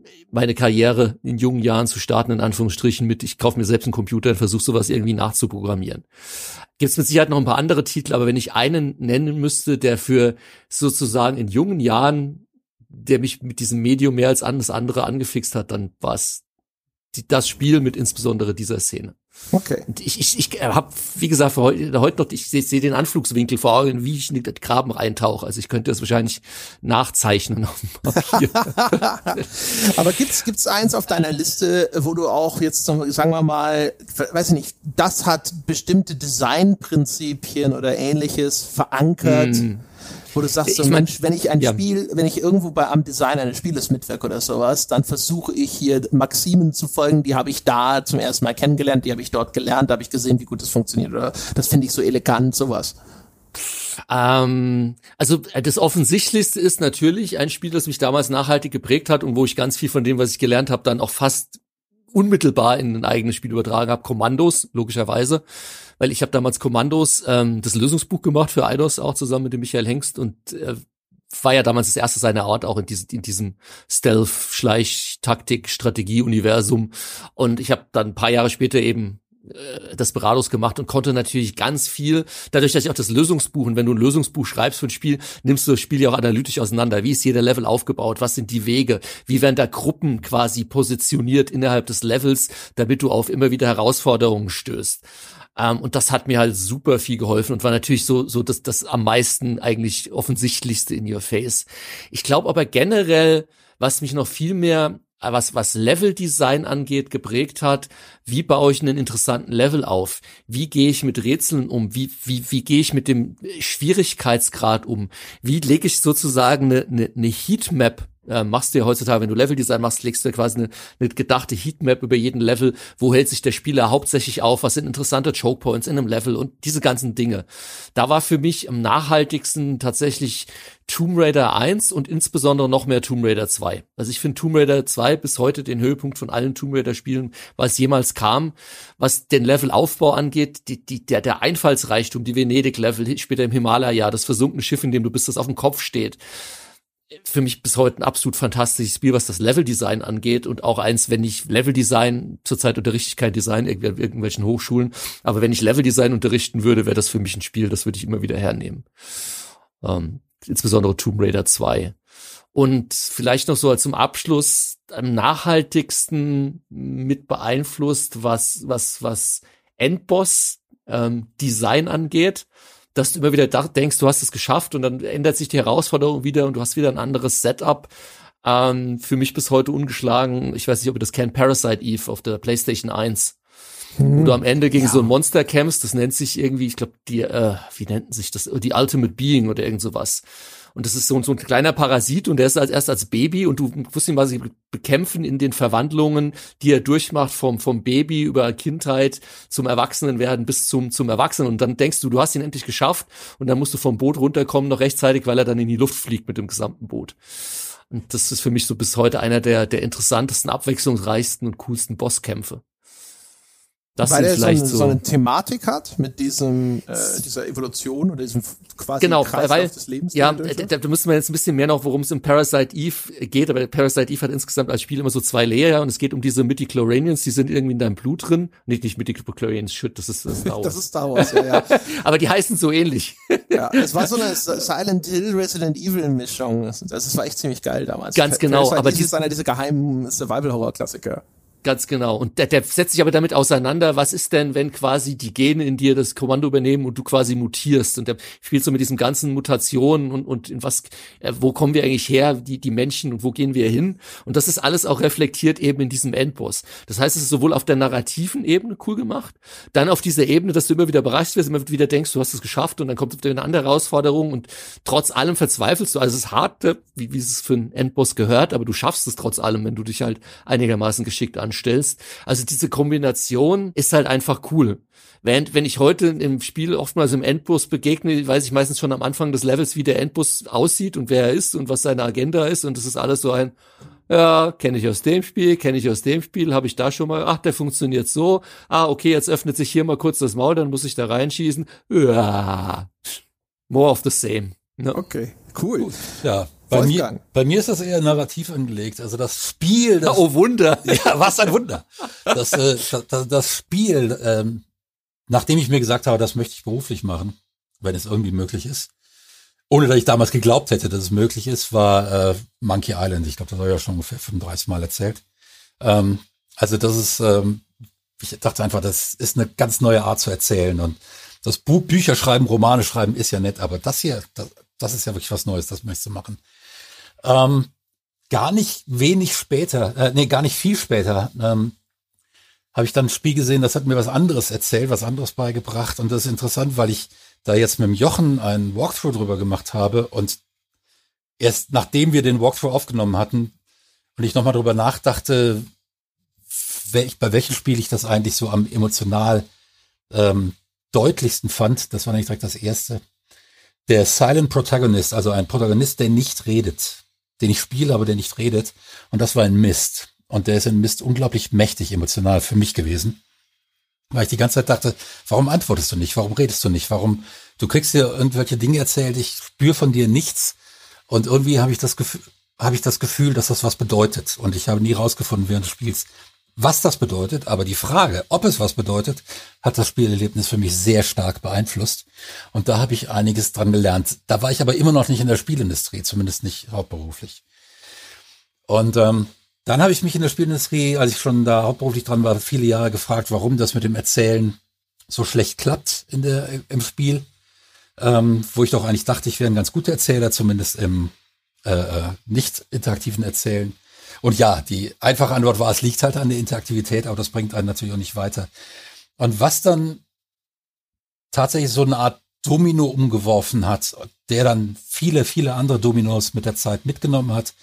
meine Karriere in jungen Jahren zu starten, in Anführungsstrichen, mit ich kaufe mir selbst einen Computer und versuche sowas irgendwie nachzuprogrammieren. Gibt es mit Sicherheit noch ein paar andere Titel, aber wenn ich einen nennen müsste, der für sozusagen in jungen Jahren, der mich mit diesem Medium mehr als alles andere angefixt hat, dann war es die, das Spiel mit insbesondere dieser Szene. Okay. Und ich ich, ich habe, wie gesagt, für heute, heute noch, ich sehe seh den Anflugswinkel vor Augen, wie ich in den Graben reintauche. Also ich könnte das wahrscheinlich nachzeichnen auf dem Papier. Aber gibt's gibt's eins auf deiner Liste, wo du auch jetzt, sagen wir mal, weiß ich nicht, das hat bestimmte Designprinzipien oder Ähnliches verankert? Mm. Wo du sagst, so, ich mein, Mensch, wenn ich ein ja. Spiel, wenn ich irgendwo bei am Design eines Spieles mitwirke oder sowas, dann versuche ich hier Maximen zu folgen, die habe ich da zum ersten Mal kennengelernt, die habe ich dort gelernt, da habe ich gesehen, wie gut das funktioniert, oder das finde ich so elegant, sowas. Ähm, also das Offensichtlichste ist natürlich ein Spiel, das mich damals nachhaltig geprägt hat und wo ich ganz viel von dem, was ich gelernt habe, dann auch fast unmittelbar in ein eigenes Spiel übertragen habe. Kommandos, logischerweise. Weil ich habe damals Kommandos, ähm, das Lösungsbuch gemacht für Eidos, auch zusammen mit dem Michael Hengst und äh, war ja damals das erste seiner Art auch in, diese, in diesem Stealth-Schleich-Taktik-Strategie-Universum. Und ich habe dann ein paar Jahre später eben äh, Desperados gemacht und konnte natürlich ganz viel, dadurch, dass ich auch das Lösungsbuch, und wenn du ein Lösungsbuch schreibst für ein Spiel, nimmst du das Spiel ja auch analytisch auseinander. Wie ist jeder Level aufgebaut? Was sind die Wege? Wie werden da Gruppen quasi positioniert innerhalb des Levels, damit du auf immer wieder Herausforderungen stößt? Um, und das hat mir halt super viel geholfen und war natürlich so so das das am meisten eigentlich offensichtlichste in your face. Ich glaube aber generell, was mich noch viel mehr was was Leveldesign angeht geprägt hat, wie baue ich einen interessanten Level auf? Wie gehe ich mit Rätseln um? Wie wie wie gehe ich mit dem Schwierigkeitsgrad um? Wie lege ich sozusagen eine eine, eine Heatmap? Äh, machst du ja heutzutage, wenn du Leveldesign machst, legst du ja quasi eine, eine gedachte Heatmap über jeden Level, wo hält sich der Spieler hauptsächlich auf, was sind interessante Chokepoints in einem Level und diese ganzen Dinge. Da war für mich am nachhaltigsten tatsächlich Tomb Raider eins und insbesondere noch mehr Tomb Raider zwei. Also ich finde Tomb Raider zwei bis heute den Höhepunkt von allen Tomb Raider Spielen, was jemals kam. Was den Levelaufbau angeht, die, die, der, der Einfallsreichtum, die Venedig-Level, später im Himalaya, das versunkene Schiff, in dem du bist, das auf dem Kopf steht. Für mich bis heute ein absolut fantastisches Spiel, was das Leveldesign angeht und auch eins, wenn ich Leveldesign, zurzeit unterrichte ich kein Design irgendwie an irgendwelchen Hochschulen, aber wenn ich Leveldesign unterrichten würde, wäre das für mich ein Spiel, das würde ich immer wieder hernehmen. Ähm, insbesondere Tomb Raider zwei. Und vielleicht noch so als zum Abschluss am nachhaltigsten mit beeinflusst, was, was, was Endboss ähm, Design angeht, dass du immer wieder denkst, du hast es geschafft und dann ändert sich die Herausforderung wieder und du hast wieder ein anderes Setup. Ähm, für mich bis heute ungeschlagen, ich weiß nicht, ob ihr das kennt, Parasite Eve auf der PlayStation eins. Hm. Wo du am Ende gegen ja. so ein Monster kämpfst, das nennt sich irgendwie, ich glaube, die, äh, wie nennt sich das? Die Ultimate Being oder irgend sowas. Und das ist so, so ein kleiner Parasit und der ist als erst als Baby und du musst ihn quasi bekämpfen in den Verwandlungen, die er durchmacht vom, vom Baby über Kindheit zum Erwachsenenwerden bis zum, zum Erwachsenen. Und dann denkst du, du hast ihn endlich geschafft und dann musst du vom Boot runterkommen noch rechtzeitig, weil er dann in die Luft fliegt mit dem gesamten Boot. Und das ist für mich so bis heute einer der, der interessantesten, abwechslungsreichsten und coolsten Bosskämpfe. Das Weil er so eine, so, so eine Thematik hat mit diesem äh, dieser Evolution oder diesem quasi genau, Kreislauf weil, des Lebens. Ja, da, da müssen wir jetzt ein bisschen mehr noch, worum es im Parasite Eve geht, aber Parasite Eve hat insgesamt als Spiel immer so zwei Layer und es geht um diese Midichlorians, die sind irgendwie in deinem Blut drin. Nicht, nicht Midichlorians, shit, das ist, das ist Star Wars. Das ist Star Wars, ja, ja. Aber die heißen so ähnlich. Ja, es war so eine Silent Hill Resident Evil Mischung. Das, das war echt ziemlich geil damals. Ganz genau, Parasite aber Eve ist einer dieser geheimen Survival-Horror-Klassiker. Ganz genau. Und der, der setzt sich aber damit auseinander, was ist denn, wenn quasi die Gene in dir das Kommando übernehmen und du quasi mutierst. Und der spielt so mit diesen ganzen Mutationen und, und in was, äh, wo kommen wir eigentlich her, die, die Menschen, und wo gehen wir hin? Und das ist alles auch reflektiert eben in diesem Endboss. Das heißt, es ist sowohl auf der narrativen Ebene cool gemacht, dann auf dieser Ebene, dass du immer wieder überrascht wirst, immer wieder denkst, du hast es geschafft und dann kommt wieder eine andere Herausforderung und trotz allem verzweifelst du. Also es ist hart, wie, wie es für einen Endboss gehört, aber du schaffst es trotz allem, wenn du dich halt einigermaßen geschickt anstellst. stellst. Also diese Kombination ist halt einfach cool. Während, wenn ich heute im Spiel oftmals im Endboss begegne, weiß ich meistens schon am Anfang des Levels, wie der Endboss aussieht und wer er ist und was seine Agenda ist, und das ist alles so ein, ja, kenne ich aus dem Spiel, kenne ich aus dem Spiel, habe ich da schon mal, ach, der funktioniert so, ah, okay, jetzt öffnet sich hier mal kurz das Maul, dann muss ich da reinschießen, ja, more of the same. No? Okay, cool. Ja. Bei mir, bei mir ist das eher narrativ angelegt. Also das Spiel. Das, oh Wunder. Ja, was ein Wunder. Das, äh, das, das Spiel, ähm, nachdem ich mir gesagt habe, das möchte ich beruflich machen, wenn es irgendwie möglich ist, ohne dass ich damals geglaubt hätte, dass es möglich ist, war äh, Monkey Island. Ich glaube, das habe ich ja schon ungefähr fünfunddreißig Mal erzählt. Ähm, also das ist, ähm, ich dachte einfach, das ist eine ganz neue Art zu erzählen. Und das Buch, Bücher schreiben, Romane schreiben ist ja nett, aber das hier, das, das ist ja wirklich was Neues, das möchtest du machen. Ähm, gar nicht wenig später, äh, nee, gar nicht viel später, ähm, habe ich dann ein Spiel gesehen, das hat mir was anderes erzählt, was anderes beigebracht. Und das ist interessant, weil ich da jetzt mit dem Jochen einen Walkthrough drüber gemacht habe und erst nachdem wir den Walkthrough aufgenommen hatten und ich nochmal drüber nachdachte, welch, bei welchem Spiel ich das eigentlich so am emotional ähm, deutlichsten fand, das war nicht direkt das erste. Der Silent Protagonist, also ein Protagonist, der nicht redet, den ich spiele, aber der nicht redet. Und das war ein Mist. Und der ist in Mist unglaublich mächtig emotional für mich gewesen. Weil ich die ganze Zeit dachte, warum antwortest du nicht? Warum redest du nicht? Warum? Du kriegst dir irgendwelche Dinge erzählt, ich spüre von dir nichts. Und irgendwie habe ich das Gefühl, habe ich das Gefühl, dass das was bedeutet. Und ich habe nie rausgefunden während des Spiels, was das bedeutet. Aber die Frage, ob es was bedeutet, hat das Spielerlebnis für mich sehr stark beeinflusst. Und da habe ich einiges dran gelernt. Da war ich aber immer noch nicht in der Spielindustrie, zumindest nicht hauptberuflich. Und ähm, dann habe ich mich in der Spielindustrie, als ich schon da hauptberuflich dran war, viele Jahre gefragt, warum das mit dem Erzählen so schlecht klappt in der im Spiel. Ähm, wo ich doch eigentlich dachte, ich wäre ein ganz guter Erzähler, zumindest im äh, nicht interaktiven Erzählen. Und ja, die einfache Antwort war, es liegt halt an der Interaktivität, aber das bringt einen natürlich auch nicht weiter. Und was dann tatsächlich so eine Art Domino umgeworfen hat, der dann viele, viele andere Dominos mit der Zeit mitgenommen hat,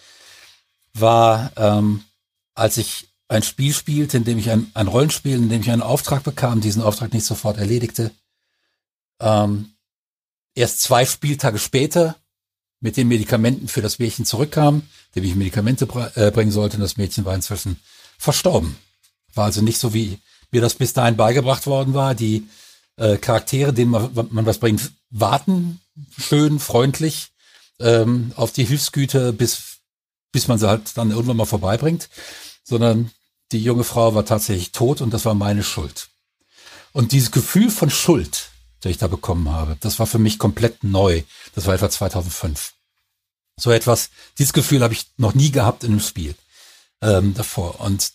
war, ähm, als ich ein Spiel spielte, in dem ich ein, ein Rollenspiel, in dem ich einen Auftrag bekam, diesen Auftrag nicht sofort erledigte. Ähm, erst zwei Spieltage später mit den Medikamenten für das Mädchen zurückkam, dem ich Medikamente br- äh, bringen sollte, und das Mädchen war inzwischen verstorben. War also nicht so, wie mir das bis dahin beigebracht worden war. Die äh, Charaktere, denen man, man was bringt, warten schön, freundlich ähm, auf die Hilfsgüter, bis bis man sie halt dann irgendwann mal vorbeibringt, sondern die junge Frau war tatsächlich tot und das war meine Schuld. Und dieses Gefühl von Schuld, das ich da bekommen habe, das war für mich komplett neu. Das war etwa zweitausendfünf. So etwas, dieses Gefühl habe ich noch nie gehabt in einem Spiel ähm, davor. Und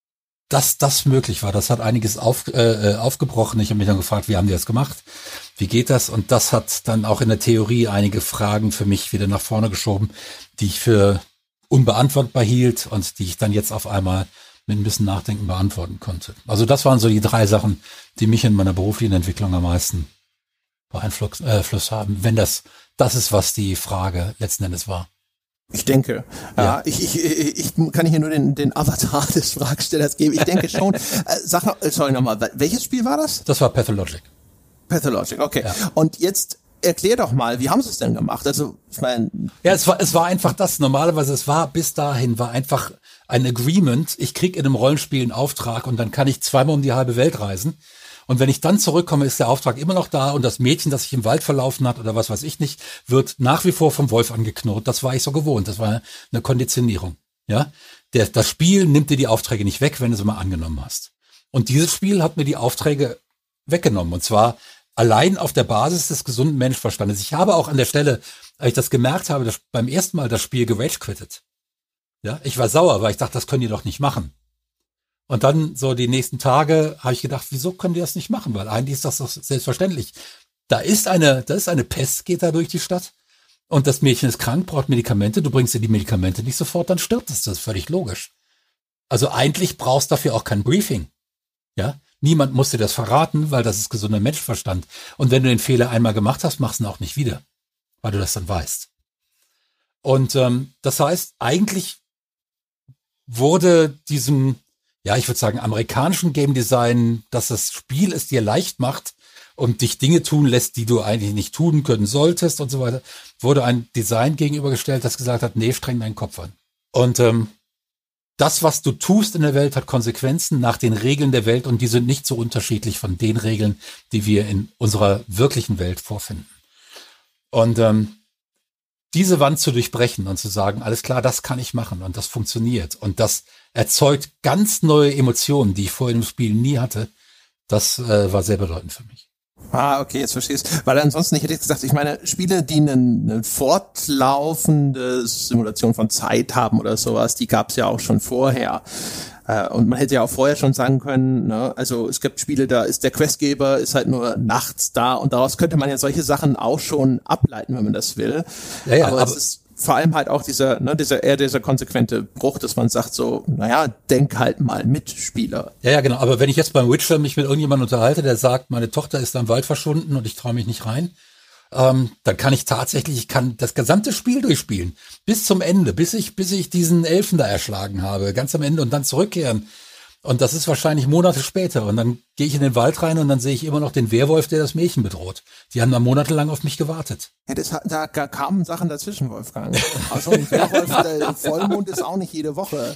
dass das möglich war, das hat einiges auf, äh, aufgebrochen. Ich habe mich dann gefragt, wie haben die das gemacht? Wie geht das? Und das hat dann auch in der Theorie einige Fragen für mich wieder nach vorne geschoben, die ich für unbeantwortbar hielt und die ich dann jetzt auf einmal mit ein bisschen Nachdenken beantworten konnte. Also das waren so die drei Sachen, die mich in meiner beruflichen Entwicklung am meisten beeinflusst äh, haben, wenn das das ist, was die Frage letzten Endes war. Ich denke, ja, ja ich, ich, ich kann hier nur den, den Avatar des Fragestellers geben. Ich denke schon. äh, sag noch, sorry nochmal, welches Spiel war das? Das war Pathologic. Pathologic, okay. Ja. Und jetzt erklär doch mal, wie haben sie es denn gemacht? Also, ich meine, ja, es war es war einfach das. Normalerweise, es war bis dahin war einfach ein Agreement. Ich krieg in einem Rollenspiel einen Auftrag und dann kann ich zweimal um die halbe Welt reisen. Und wenn ich dann zurückkomme, ist der Auftrag immer noch da und das Mädchen, das sich im Wald verlaufen hat oder was weiß ich nicht, wird nach wie vor vom Wolf angeknurrt. Das war ich so gewohnt. Das war eine Konditionierung. Ja, der, das Spiel nimmt dir die Aufträge nicht weg, wenn du sie mal angenommen hast. Und dieses Spiel hat mir die Aufträge weggenommen. Und zwar allein auf der Basis des gesunden Menschverstandes. Ich habe auch an der Stelle, als ich das gemerkt habe, das beim ersten Mal das Spiel gerage-quittet. Ja, ich war sauer, weil ich dachte, das können die doch nicht machen. Und dann so die nächsten Tage habe ich gedacht, wieso können die das nicht machen? Weil eigentlich ist das doch selbstverständlich. Da ist eine, da ist eine Pest, geht da durch die Stadt. Und das Mädchen ist krank, braucht Medikamente. Du bringst ihr die Medikamente nicht sofort, dann stirbt es. Das ist völlig logisch. Also eigentlich brauchst du dafür auch kein Briefing. Ja, niemand muss dir das verraten, weil das ist gesunder Menschenverstand. Und wenn du den Fehler einmal gemacht hast, machst du ihn auch nicht wieder, weil du das dann weißt. Und ähm, das heißt, eigentlich wurde diesem, ja, ich würde sagen, amerikanischen Game Design, dass das Spiel es dir leicht macht und dich Dinge tun lässt, die du eigentlich nicht tun können solltest und so weiter, wurde ein Design gegenübergestellt, das gesagt hat, nee, streng deinen Kopf an. Und ähm, das, was du tust in der Welt, hat Konsequenzen nach den Regeln der Welt und die sind nicht so unterschiedlich von den Regeln, die wir in unserer wirklichen Welt vorfinden. Und ähm, diese Wand zu durchbrechen und zu sagen, alles klar, das kann ich machen und das funktioniert und das erzeugt ganz neue Emotionen, die ich vorher im Spiel nie hatte, das äh, war sehr bedeutend für mich. Ah, okay, jetzt verstehst du. Weil ansonsten, ich hätte jetzt gesagt, ich meine, Spiele, die eine, eine fortlaufende Simulation von Zeit haben oder sowas, die gab es ja auch schon vorher. Äh, und man hätte ja auch vorher schon sagen können, ne, also es gibt Spiele, da ist der Questgeber, ist halt nur nachts da und daraus könnte man ja solche Sachen auch schon ableiten, wenn man das will. Ja, ja, aber, aber es ist vor allem halt auch dieser, ne, dieser eher dieser konsequente Bruch, dass man sagt so, naja, denk halt mal mit, Spieler. Ja, ja, genau. Aber wenn ich jetzt beim Witcher mich mit irgendjemandem unterhalte, der sagt, meine Tochter ist im Wald verschwunden und ich traue mich nicht rein, ähm, dann kann ich tatsächlich, ich kann das gesamte Spiel durchspielen. Bis zum Ende, bis ich, bis ich diesen Elfen da erschlagen habe, ganz am Ende und dann zurückkehren. Und das ist wahrscheinlich Monate später. Und dann gehe ich in den Wald rein und dann sehe ich immer noch den Werwolf, der das Mädchen bedroht. Die haben dann monatelang auf mich gewartet. Ja, das, da kamen Sachen dazwischen, Wolfgang. Also ein Werwolf, der Vollmond ist auch nicht jede Woche.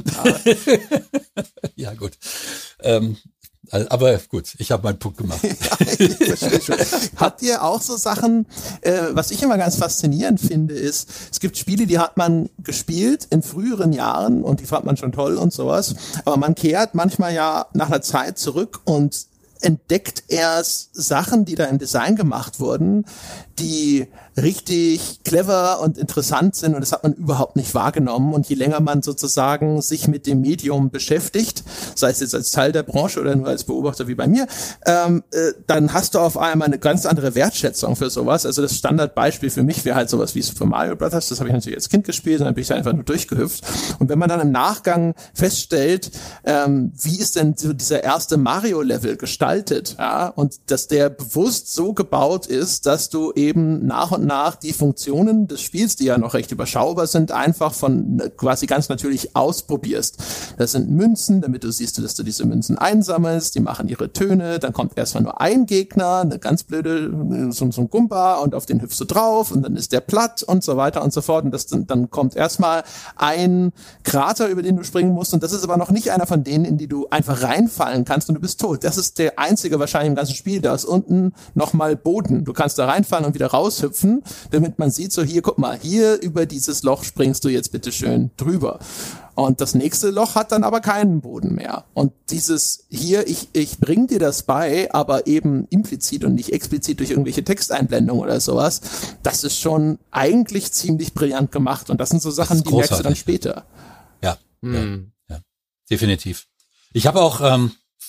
Ja, ja gut. Ähm, aber gut, ich habe meinen Punkt gemacht. Ja, ich verstehe schon. Habt ihr auch so Sachen, äh, was ich immer ganz faszinierend finde, ist, es gibt Spiele, die hat man gespielt in früheren Jahren und die fand man schon toll und sowas, aber man kehrt manchmal ja nach einer Zeit zurück und entdeckt erst Sachen, die da im Design gemacht wurden, die richtig clever und interessant sind und das hat man überhaupt nicht wahrgenommen und je länger man sozusagen sich mit dem Medium beschäftigt, sei es jetzt als Teil der Branche oder nur als Beobachter wie bei mir, ähm, äh, dann hast du auf einmal eine ganz andere Wertschätzung für sowas. Also das Standardbeispiel für mich wäre halt sowas wie Super Mario Brothers, das habe ich natürlich als Kind gespielt und dann bin ich da einfach nur durchgehüpft und wenn man dann im Nachgang feststellt, ähm, wie ist denn so dieser erste Mario-Level gestaltet, ja, und dass der bewusst so gebaut ist, dass du eben nach und nach die Funktionen des Spiels, die ja noch recht überschaubar sind, einfach von quasi ganz natürlich ausprobierst. Das sind Münzen, damit du siehst, dass du diese Münzen einsammelst, die machen ihre Töne, dann kommt erstmal nur ein Gegner, eine ganz blöde, so, so ein Gumba und auf den hüpfst du drauf und dann ist der platt und so weiter und so fort und das, dann kommt erstmal ein Krater, über den du springen musst und das ist aber noch nicht einer von denen, in die du einfach reinfallen kannst und du bist tot. Das ist der einzige wahrscheinlich im ganzen Spiel, da ist unten nochmal Boden. Du kannst da reinfallen und wieder raushüpfen, damit man sieht, so hier, guck mal, hier über dieses Loch springst du jetzt bitte schön drüber. Und das nächste Loch hat dann aber keinen Boden mehr. Und dieses hier, ich, ich bring dir das bei, aber eben implizit und nicht explizit durch irgendwelche Texteinblendungen oder sowas, das ist schon eigentlich ziemlich brillant gemacht. Und das sind so Sachen, die merkst du dann später. Ja, hm. ja, ja, definitiv. Ich habe auch ähm,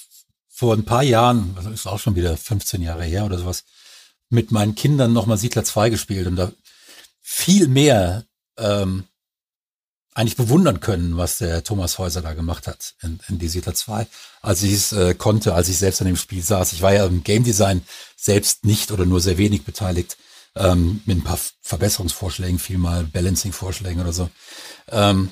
vor ein paar Jahren, also ist auch schon wieder fünfzehn Jahre her oder sowas, mit meinen Kindern nochmal Siedler zwei gespielt und da viel mehr ähm, eigentlich bewundern können, was der Thomas Häuser da gemacht hat in, in die Siedler zwei, als ich es äh, konnte, als ich selbst an dem Spiel saß. Ich war ja im Game Design selbst nicht oder nur sehr wenig beteiligt, ähm, mit ein paar Verbesserungsvorschlägen, viel mal Balancing-Vorschlägen oder so. Ähm,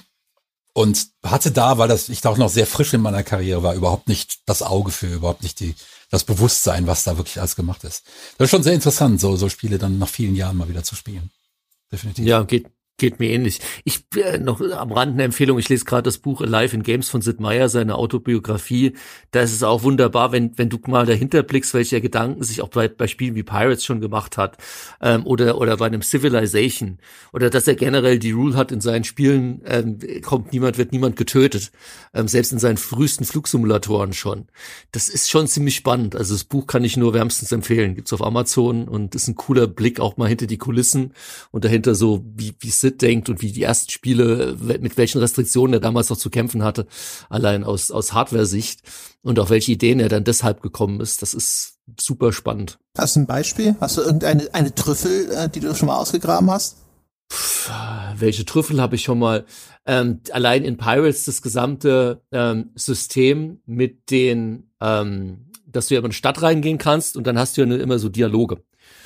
und hatte da, weil das ich da auch noch sehr frisch in meiner Karriere war, überhaupt nicht das Auge für, überhaupt nicht die das Bewusstsein, was da wirklich alles gemacht ist. Das ist schon sehr interessant, so so Spiele dann nach vielen Jahren mal wieder zu spielen. Definitiv. Ja, geht Geht mir ähnlich. Ich äh, noch am Rand eine Empfehlung. Ich lese gerade das Buch Alive in Games von Sid Meier, seine Autobiografie. Da ist es auch wunderbar, wenn wenn du mal dahinter blickst, welche Gedanken sich auch bei, bei Spielen wie Pirates schon gemacht hat, ähm, oder oder bei einem Civilization, oder dass er generell die Rule hat in seinen Spielen, ähm, kommt niemand, wird niemand getötet, ähm, selbst in seinen frühesten Flugsimulatoren schon. Das ist schon ziemlich spannend. Also das Buch kann ich nur wärmstens empfehlen. Gibt's auf Amazon und ist ein cooler Blick auch mal hinter die Kulissen und dahinter so wie wie Sid denkt und wie die ersten Spiele, mit welchen Restriktionen er damals noch zu kämpfen hatte, allein aus aus Hardware-Sicht und auf welche Ideen er dann deshalb gekommen ist. Das ist super spannend. Hast du ein Beispiel? Hast du irgendeine eine Trüffel, die du schon mal ausgegraben hast? Puh, welche Trüffel habe ich schon mal? Ähm, allein in Pirates das gesamte ähm, System mit den, ähm, dass du ja in eine Stadt reingehen kannst und dann hast du ja immer so Dialoge.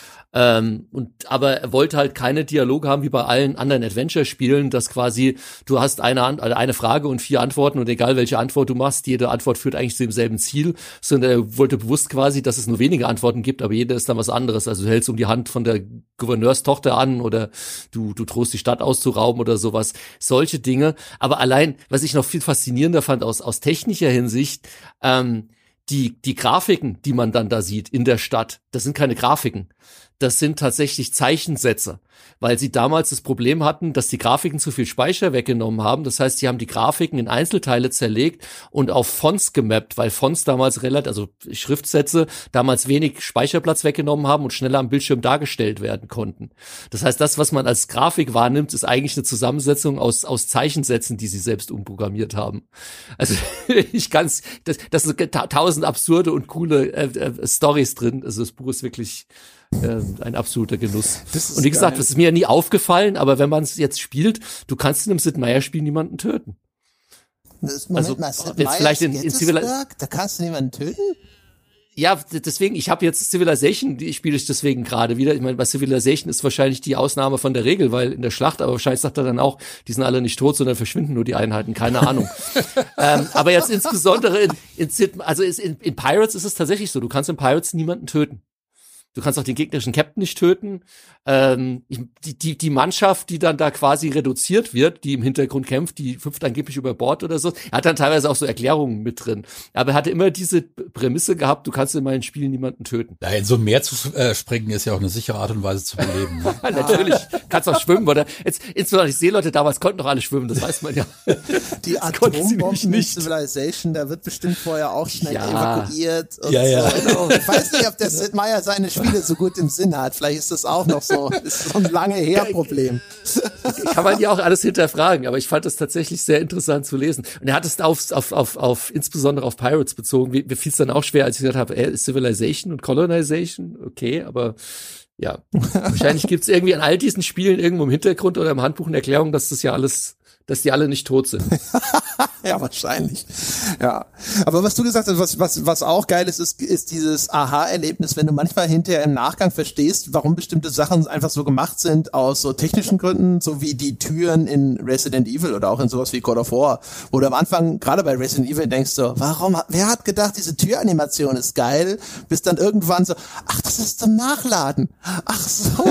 Ähm, und aber er wollte halt keine Dialoge haben wie bei allen anderen Adventure-Spielen, dass quasi du hast eine eine Frage und vier Antworten und egal welche Antwort du machst, jede Antwort führt eigentlich zu demselben Ziel, sondern er wollte bewusst quasi, dass es nur wenige Antworten gibt, aber jede ist dann was anderes. Also du hältst um die Hand von der Gouverneurstochter an oder du du drohst die Stadt auszurauben oder sowas. Solche Dinge. Aber allein, was ich noch viel faszinierender fand aus aus technischer Hinsicht, ähm, die, die Grafiken, die man dann da sieht in der Stadt, das sind keine Grafiken. Das sind tatsächlich Zeichensätze, weil sie damals das Problem hatten, dass die Grafiken zu viel Speicher weggenommen haben. Das heißt, sie haben die Grafiken in Einzelteile zerlegt und auf Fonts gemappt, weil Fonts damals relativ, also Schriftsätze damals wenig Speicherplatz weggenommen haben und schneller am Bildschirm dargestellt werden konnten. Das heißt, das, was man als Grafik wahrnimmt, ist eigentlich eine Zusammensetzung aus, aus Zeichensätzen, die sie selbst umprogrammiert haben. Also ich kann's, das, das sind tausend absurde und coole äh, äh, Storys drin. Also das Buch ist wirklich äh, ein absoluter Genuss. Und wie gesagt, das ist mir ja nie aufgefallen, aber wenn man es jetzt spielt, du kannst in einem Sid Meier-Spiel niemanden töten. Das, Moment also, mal, Sid jetzt vielleicht in, in Civilization. Da kannst du niemanden töten? Ja, deswegen, ich habe jetzt Civilization, die spiele ich deswegen gerade wieder. Ich meine, bei Civilization ist wahrscheinlich die Ausnahme von der Regel, weil in der Schlacht, aber wahrscheinlich sagt er dann auch, die sind alle nicht tot, sondern verschwinden nur die Einheiten, keine Ahnung. ähm, aber jetzt insbesondere in, in, also in, in Pirates ist es tatsächlich so, du kannst in Pirates niemanden töten. Du kannst auch den gegnerischen Captain nicht töten. Ähm, die, die, die Mannschaft, die dann da quasi reduziert wird, die im Hintergrund kämpft, die hüpft angeblich über Bord oder so. Er hat dann teilweise auch so Erklärungen mit drin. Aber er hatte immer diese Prämisse gehabt, du kannst in meinen Spielen niemanden töten. Ja, in so ein Meer zu äh, springen ist ja auch eine sichere Art und Weise zu überleben. Ne? Natürlich, kannst auch schwimmen, oder? Jetzt, insbesondere die Seeleute damals konnten doch alle schwimmen, das weiß man ja. Die Atombomben in Civilization, da wird bestimmt vorher auch schnell ja. evakuiert. Und ja, ja. So. Genau. Ich weiß nicht, ob der Sid Meier seine Spiele so gut im Sinn hat. Vielleicht ist das auch noch so, ist so ein lange her Problem. Kann man ja auch alles hinterfragen, aber ich fand das tatsächlich sehr interessant zu lesen. Und er hat es auf, auf, auf, auf insbesondere auf Pirates bezogen. Mir fiel es dann auch schwer, als ich gesagt habe, äh, Civilization und Colonization, okay, aber ja, wahrscheinlich gibt es irgendwie an all diesen Spielen irgendwo im Hintergrund oder im Handbuch eine Erklärung, dass das ja alles, dass die alle nicht tot sind. Ja, wahrscheinlich. Ja. Aber was du gesagt hast, was, was, was auch geil ist, ist, ist dieses Aha-Erlebnis, wenn du manchmal hinterher im Nachgang verstehst, warum bestimmte Sachen einfach so gemacht sind aus so technischen Gründen, so wie die Türen in Resident Evil oder auch in sowas wie God of War, wo du am Anfang, gerade bei Resident Evil, denkst so, warum, wer hat gedacht, diese Türanimation ist geil, bis dann irgendwann so, ach, das ist zum Nachladen. Ach so.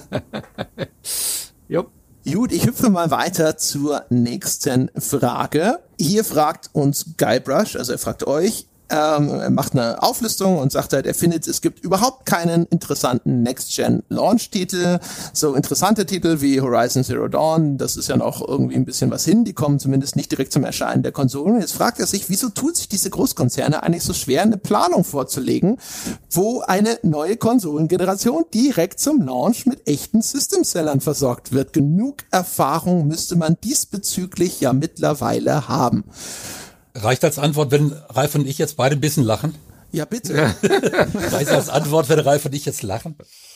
Jupp. Gut, ich hüpfe mal weiter zur nächsten Frage. Hier fragt uns Guybrush, also er fragt euch, ähm, er macht eine Auflistung und sagt halt, er findet, es gibt überhaupt keinen interessanten Next-Gen-Launch-Titel. So interessante Titel wie Horizon Zero Dawn, das ist ja noch irgendwie ein bisschen was hin, die kommen zumindest nicht direkt zum Erscheinen der Konsolen. Jetzt fragt er sich, wieso tut sich diese Großkonzerne eigentlich so schwer, eine Planung vorzulegen, wo eine neue Konsolengeneration direkt zum Launch mit echten System-Sellern versorgt wird. Genug Erfahrung müsste man diesbezüglich ja mittlerweile haben. Reicht als Antwort, wenn Ralf und ich jetzt beide ein bisschen lachen? Ja, bitte. Reicht als Antwort, wenn Ralf und ich jetzt lachen?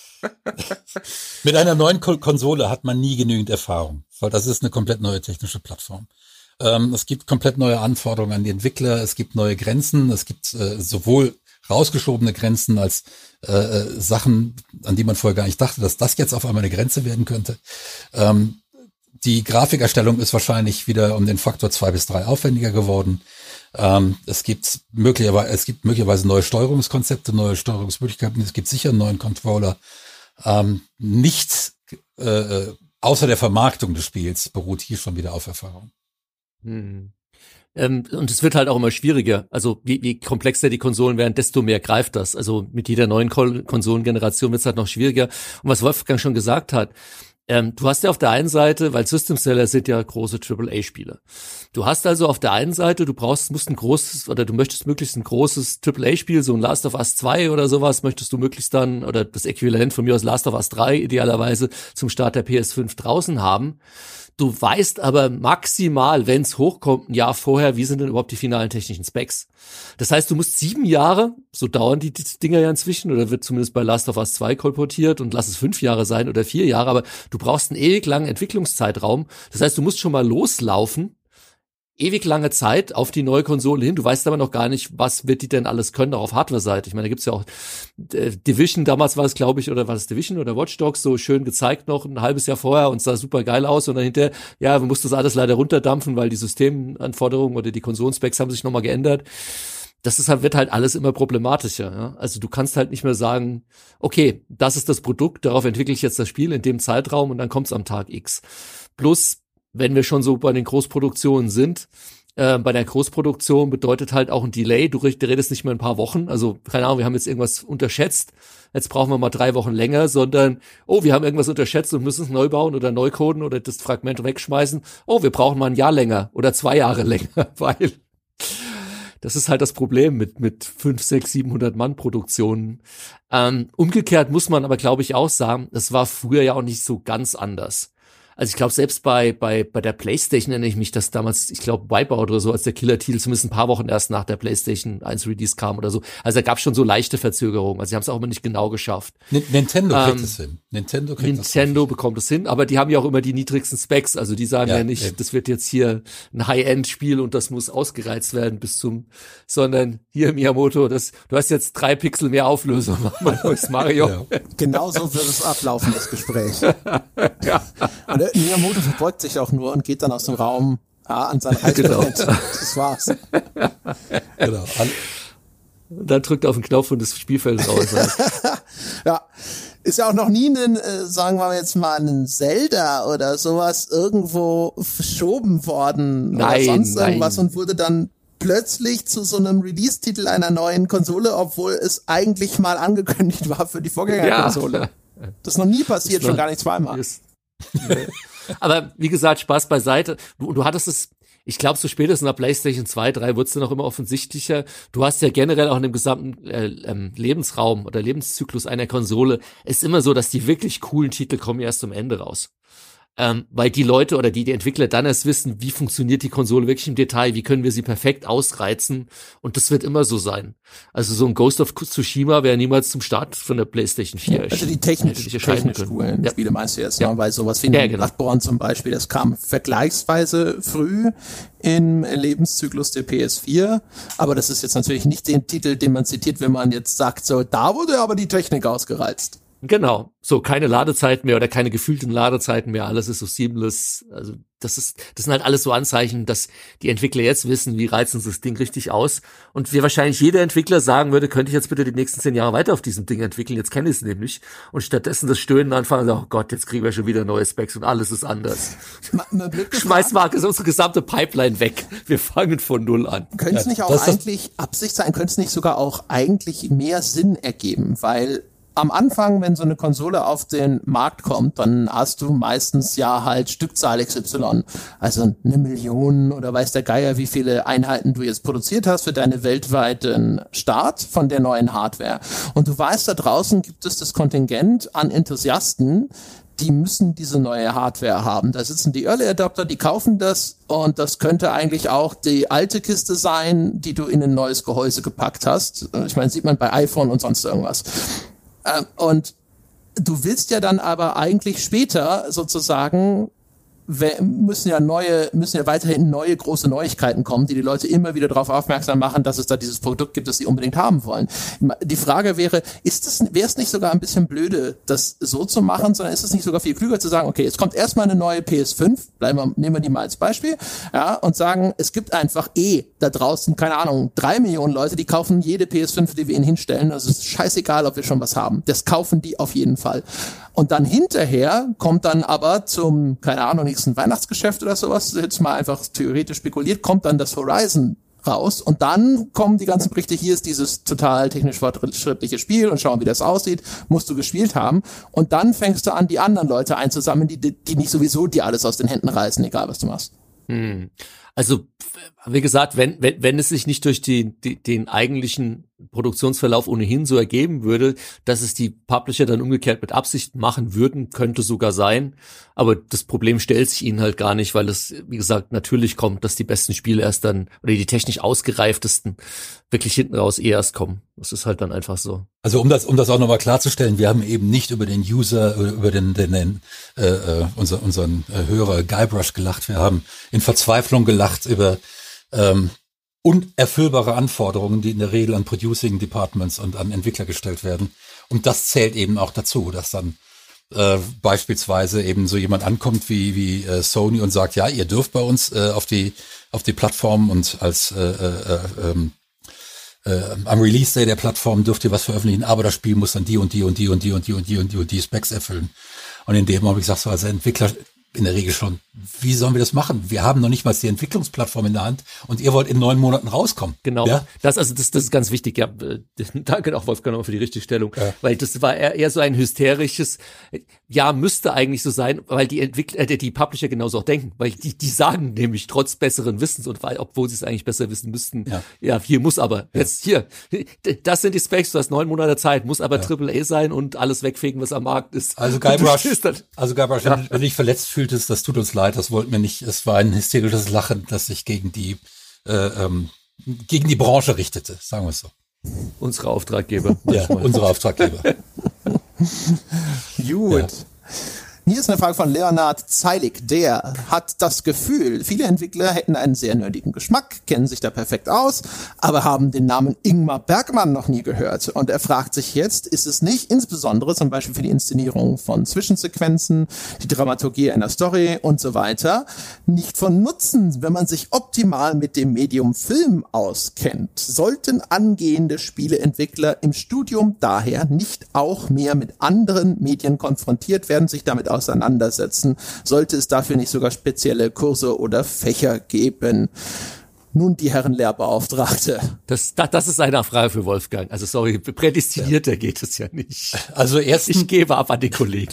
Mit einer neuen Ko- Konsole hat man nie genügend Erfahrung, weil das ist eine komplett neue technische Plattform. Ähm, es gibt komplett neue Anforderungen an die Entwickler, es gibt neue Grenzen, es gibt äh, sowohl rausgeschobene Grenzen als äh, Sachen, an die man vorher gar nicht dachte, dass das jetzt auf einmal eine Grenze werden könnte. Ähm, Die Grafikerstellung ist wahrscheinlich wieder um den Faktor zwei bis drei aufwendiger geworden. Ähm, es gibt möglicherweise, es gibt möglicherweise neue Steuerungskonzepte, neue Steuerungsmöglichkeiten. Es gibt sicher einen neuen Controller. Ähm, nichts äh, außer der Vermarktung des Spiels beruht hier schon wieder auf Erfahrung. Hm. Ähm, und es wird halt auch immer schwieriger. Also je, je komplexer die Konsolen werden, desto mehr greift das. Also mit jeder neuen Ko- Konsolengeneration wird es halt noch schwieriger. Und was Wolfgang schon gesagt hat, Ähm, du hast ja auf der einen Seite, weil System Seller sind ja große Triple A-Spiele. Du hast also auf der einen Seite, du brauchst, musst ein großes, oder du möchtest möglichst ein großes Triple A-Spiel, so ein Last of Us zwei oder sowas, möchtest du möglichst dann, oder das Äquivalent von mir aus Last of Us drei idealerweise zum Start der P S fünf draußen haben. Du weißt aber maximal, wenn es hochkommt, ein Jahr vorher, wie sind denn überhaupt die finalen technischen Specs. Das heißt, du musst sieben Jahre, so dauern die, die Dinger ja inzwischen, oder wird zumindest bei Last of Us zwei kolportiert, und lass es fünf Jahre sein oder vier Jahre, aber du brauchst einen ewig langen Entwicklungszeitraum. Das heißt, du musst schon mal loslaufen, ewig lange Zeit auf die neue Konsole hin. Du weißt aber noch gar nicht, was wird die denn alles können, auch auf Hardware-Seite. Ich meine, da gibt's ja auch äh, Division, damals war es, glaube ich, oder war es Division oder Watch Dogs, so schön gezeigt noch ein halbes Jahr vorher und sah super geil aus, und dann hinterher, ja, man muss das alles leider runterdampfen, weil die Systemanforderungen oder die Konsolenspecs haben sich nochmal geändert. Das ist halt, wird halt alles immer problematischer. Ja? Also du kannst halt nicht mehr sagen, okay, das ist das Produkt, darauf entwickle ich jetzt das Spiel in dem Zeitraum und dann kommt's am Tag X. Plus, wenn wir schon so bei den Großproduktionen sind, Äh, bei der Großproduktion bedeutet halt auch ein Delay. Du redest nicht mehr ein paar Wochen. Also, keine Ahnung, wir haben jetzt irgendwas unterschätzt. Jetzt brauchen wir mal drei Wochen länger, sondern, oh, wir haben irgendwas unterschätzt und müssen es neu bauen oder neu coden oder das Fragment wegschmeißen. Oh, wir brauchen mal ein Jahr länger oder zwei Jahre länger, weil das ist halt das Problem mit mit fünf, sechs, siebenhundert Mann Produktionen. Ähm, umgekehrt muss man aber, glaube ich, auch sagen, das war früher ja auch nicht so ganz anders. Also ich glaube, selbst bei bei bei der PlayStation erinnere ich mich, dass damals, ich glaube, Wipeout oder so, als der Killer-Titel zumindest ein paar Wochen erst nach der PlayStation eins Release kam oder so. Also da gab es schon so leichte Verzögerungen. Also sie haben es auch immer nicht genau geschafft. N- Nintendo kriegt ähm, es hin. Nintendo kriegt Nintendo bekommt es hin, aber die haben ja auch immer die niedrigsten Specs. Also die sagen ja, ja nicht, eben. Das wird jetzt hier ein High-End-Spiel und das muss ausgereizt werden bis zum, sondern hier Miyamoto, das, du hast jetzt drei Pixel mehr Auflösung, mach mal neues Mario. Ja. Genau so wird es ablaufen, das Gespräch. Ja. Und Miyamoto verbeugt sich auch nur und geht dann aus dem Raum ja, an sein Halsband. Genau. Das war's. Genau. Und dann drückt er auf den Knopf und das Spielfeld raus. Ja, ist ja auch noch nie ein, äh, sagen wir jetzt mal, ein Zelda oder sowas irgendwo verschoben worden nein, oder sonst nein. irgendwas und wurde dann plötzlich zu so einem Release-Titel einer neuen Konsole, obwohl es eigentlich mal angekündigt war für die Vorgängerkonsole. Ja. Das ist noch nie passiert, schon gar nicht zweimal. Nee. Aber wie gesagt, Spaß beiseite. Du, du hattest es, ich glaube, so spätestens nach PlayStation zwei, drei wird es dann auch immer offensichtlicher. Du hast ja generell auch in dem gesamten äh, ähm, Lebensraum oder Lebenszyklus einer Konsole, ist immer so, dass die wirklich coolen Titel kommen erst zum Ende raus. Ähm, weil die Leute oder die, die Entwickler dann erst wissen, wie funktioniert die Konsole wirklich im Detail, wie können wir sie perfekt ausreizen, und das wird immer so sein. Also so ein Ghost of Tsushima wäre niemals zum Start von der PlayStation vier erschienen. Also die technisch, technisch coolen ja. Spiele meinst du jetzt, ja. ne? Weil sowas wie ja, genau. Bloodborne zum Beispiel, das kam vergleichsweise früh im Lebenszyklus der P S vier, aber das ist jetzt natürlich nicht den Titel, den man zitiert, wenn man jetzt sagt, so, da wurde aber die Technik ausgereizt. Genau, so keine Ladezeiten mehr oder keine gefühlten Ladezeiten mehr, alles ist so seamless. Also das ist, das sind halt alles so Anzeichen, dass die Entwickler jetzt wissen, wie reizen sie das Ding richtig aus. Und wie wahrscheinlich jeder Entwickler sagen würde, könnte ich jetzt bitte die nächsten zehn Jahre weiter auf diesem Ding entwickeln, jetzt kenne ich es nämlich. Und stattdessen das Stöhnen anfangen, oh Gott, jetzt kriegen wir schon wieder neue Specs und alles ist anders. Schmeiß mal unsere gesamte Pipeline weg. Wir fangen von Null an. Könnte es nicht auch das eigentlich Absicht sein, könnte es nicht sogar auch eigentlich mehr Sinn ergeben, weil am Anfang, wenn so eine Konsole auf den Markt kommt, dann hast du meistens ja halt Stückzahl X Y, also eine Million oder weiß der Geier, wie viele Einheiten du jetzt produziert hast für deine weltweiten Start von der neuen Hardware. Und du weißt, da draußen gibt es das Kontingent an Enthusiasten, die müssen diese neue Hardware haben. Da sitzen die Early Adopter, die kaufen das, und das könnte eigentlich auch die alte Kiste sein, die du in ein neues Gehäuse gepackt hast. Ich meine, sieht man bei iPhone und sonst irgendwas. Und du willst ja dann aber eigentlich später sozusagen, müssen ja neue, müssen ja weiterhin neue große Neuigkeiten kommen, die die Leute immer wieder darauf aufmerksam machen, dass es da dieses Produkt gibt, das sie unbedingt haben wollen. Die Frage wäre, ist es, wäre es nicht sogar ein bisschen blöde, das so zu machen, sondern ist es nicht sogar viel klüger zu sagen, okay, jetzt kommt erstmal eine neue P S fünf, bleiben wir, nehmen wir die mal als Beispiel, ja, und sagen, es gibt einfach eh da draußen, keine Ahnung, drei Millionen Leute, die kaufen jede P S fünf, die wir ihnen hinstellen, also es ist scheißegal, ob wir schon was haben. Das kaufen die auf jeden Fall. Und dann hinterher kommt dann aber zum, keine Ahnung, nächsten Weihnachtsgeschäft oder sowas, jetzt mal einfach theoretisch spekuliert, kommt dann das Horizon raus und dann kommen die ganzen Berichte, hier ist dieses total technisch fortschrittliche Spiel und schauen, wie das aussieht, musst du gespielt haben, und dann fängst du an, die anderen Leute einzusammeln, die, die nicht sowieso dir alles aus den Händen reißen, egal was du machst. Hm. Also, wie gesagt, wenn, wenn, wenn es sich nicht durch die, die, den eigentlichen Produktionsverlauf ohnehin so ergeben würde, dass es die Publisher dann umgekehrt mit Absicht machen würden, könnte sogar sein. Aber das Problem stellt sich ihnen halt gar nicht, weil es, wie gesagt, natürlich kommt, dass die besten Spiele erst dann, oder die technisch ausgereiftesten, wirklich hinten raus eh erst kommen. Das ist halt dann einfach so. Also um das, um das auch nochmal klarzustellen, wir haben eben nicht über den User, über den, den, den äh, unser, unseren äh, Hörer Guybrush gelacht. Wir haben in Verzweiflung gelacht über ähm, unerfüllbare Anforderungen, die in der Regel an Producing Departments und an Entwickler gestellt werden. Und das zählt eben auch dazu, dass dann äh, beispielsweise eben so jemand ankommt wie wie äh, Sony und sagt, ja, ihr dürft bei uns äh, auf die auf die Plattform und als äh, äh, ähm, äh, am Release Day der Plattform dürft ihr was veröffentlichen, aber das Spiel muss dann die und die und die und die und die und die und die und die, und die Specs erfüllen. Und in dem habe ich gesagt, so als Entwickler in der Regel schon, wie sollen wir das machen? Wir haben noch nicht mal die Entwicklungsplattform in der Hand und ihr wollt in neun Monaten rauskommen. Genau, ja? das also das, das ist ganz wichtig. Ja, danke auch Wolfgang für die Richtigstellung, ja. Weil das war eher, eher so ein hysterisches, ja, müsste eigentlich so sein, weil die Entwickler, äh, die Publisher genauso auch denken, weil die die sagen nämlich trotz besseren Wissens und weil, obwohl sie es eigentlich besser wissen müssten, ja, ja hier muss aber, ja. jetzt hier, das sind die Specs, du hast neun Monate Zeit, muss aber ja. Triple A sein und alles wegfegen, was am Markt ist. Also Guybrush, also Guybrush, ja. wenn, wenn du dich verletzt fühltest, das tut uns leid, das wollten wir nicht. Es war ein hysterisches Lachen, das sich gegen die äh, ähm, gegen die Branche richtete, sagen wir es so. Unsere Auftraggeber. Ja, unsere Auftraggeber. Gut. Ja. Hier ist eine Frage von Leonard Zeilig. Der hat das Gefühl, viele Entwickler hätten einen sehr nerdigen Geschmack, kennen sich da perfekt aus, aber haben den Namen Ingmar Bergman noch nie gehört. Und er fragt sich jetzt, ist es nicht insbesondere zum Beispiel für die Inszenierung von Zwischensequenzen, die Dramaturgie einer Story und so weiter, nicht von Nutzen, wenn man sich optimal mit dem Medium Film auskennt? Sollten angehende Spieleentwickler im Studium daher nicht auch mehr mit anderen Medien konfrontiert werden, sich damit auseinandersetzen? Sollte es dafür nicht sogar spezielle Kurse oder Fächer geben? Nun die Herren Lehrbeauftragte. Das, das, das ist eine Frage für Wolfgang. Also sorry, prädestinierter ja. geht es ja nicht. Also erstens, ich gebe ab an den Kollegen.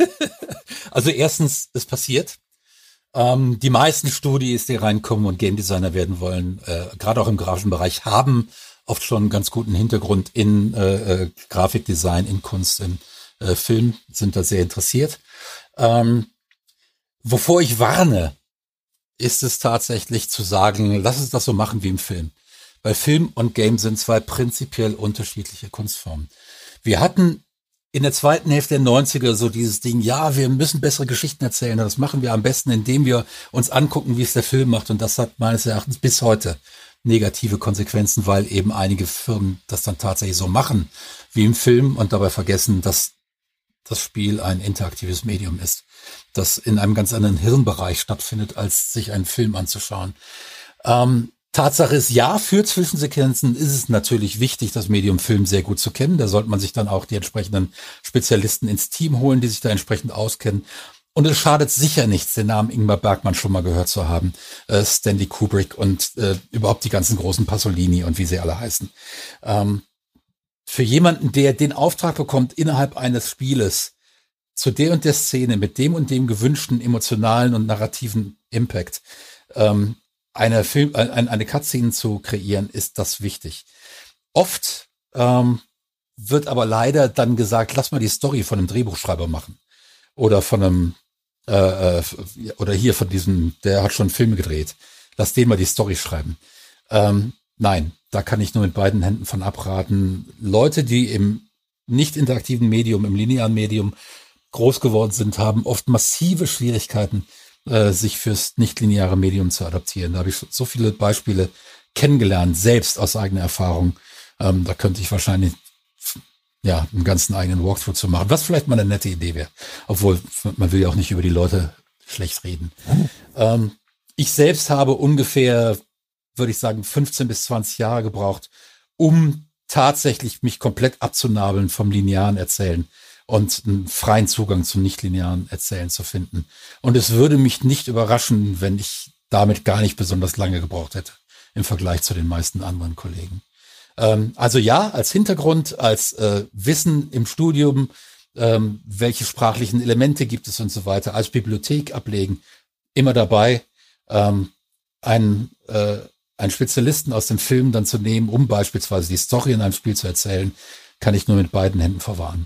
Also erstens, es passiert. Ähm, die meisten Studis, die reinkommen und Game Designer werden wollen, äh, gerade auch im grafischen Bereich, haben oft schon einen ganz guten Hintergrund in äh, äh, Grafikdesign, in Kunst, in äh, Film, sind da sehr interessiert. Ähm, wovor ich warne, ist es tatsächlich zu sagen, lass uns das so machen wie im Film. Weil Film und Game sind zwei prinzipiell unterschiedliche Kunstformen. Wir hatten in der zweiten Hälfte der neunziger so dieses Ding, ja, wir müssen bessere Geschichten erzählen. Und das machen wir am besten, indem wir uns angucken, wie es der Film macht. Und das hat meines Erachtens bis heute negative Konsequenzen, weil eben einige Firmen das dann tatsächlich so machen wie im Film und dabei vergessen, dass das Spiel ein interaktives Medium ist, das in einem ganz anderen Hirnbereich stattfindet, als sich einen Film anzuschauen. Ähm, Tatsache ist, ja, für Zwischensequenzen ist es natürlich wichtig, das Medium Film sehr gut zu kennen. Da sollte man sich dann auch die entsprechenden Spezialisten ins Team holen, die sich da entsprechend auskennen. Und es schadet sicher nichts, den Namen Ingmar Bergman schon mal gehört zu haben, äh, Stanley Kubrick und äh, überhaupt die ganzen großen Pasolini und wie sie alle heißen. Ähm, Für jemanden, der den Auftrag bekommt, innerhalb eines Spieles zu der und der Szene mit dem und dem gewünschten emotionalen und narrativen Impact ähm, eine Film, äh, eine Cutscene zu kreieren, ist das wichtig. Oft ähm, wird aber leider dann gesagt, lass mal die Story von einem Drehbuchschreiber machen oder von einem äh, oder hier von diesem, der hat schon Filme gedreht. Lass den mal die Story schreiben. Ähm, nein. Da kann ich nur mit beiden Händen von abraten. Leute, die im nicht interaktiven Medium, im linearen Medium groß geworden sind, haben oft massive Schwierigkeiten, äh, sich fürs nicht-lineare Medium zu adaptieren. Da habe ich so viele Beispiele kennengelernt, selbst aus eigener Erfahrung. Ähm, da könnte ich wahrscheinlich ja einen ganzen eigenen Walkthrough zu machen, was vielleicht mal eine nette Idee wäre. Obwohl, man will ja auch nicht über die Leute schlecht reden. Ähm, ich selbst habe ungefähr, würde ich sagen, fünfzehn bis zwanzig Jahre gebraucht, um tatsächlich mich komplett abzunabeln vom linearen Erzählen und einen freien Zugang zum nicht-linearen Erzählen zu finden. Und es würde mich nicht überraschen, wenn ich damit gar nicht besonders lange gebraucht hätte im Vergleich zu den meisten anderen Kollegen. Ähm, also ja, als Hintergrund, als äh, Wissen im Studium, ähm, welche sprachlichen Elemente gibt es und so weiter, als Bibliothek ablegen, immer dabei, ähm, ein äh, einen Spezialisten aus dem Film dann zu nehmen, um beispielsweise die Story in einem Spiel zu erzählen, kann ich nur mit beiden Händen verwahren.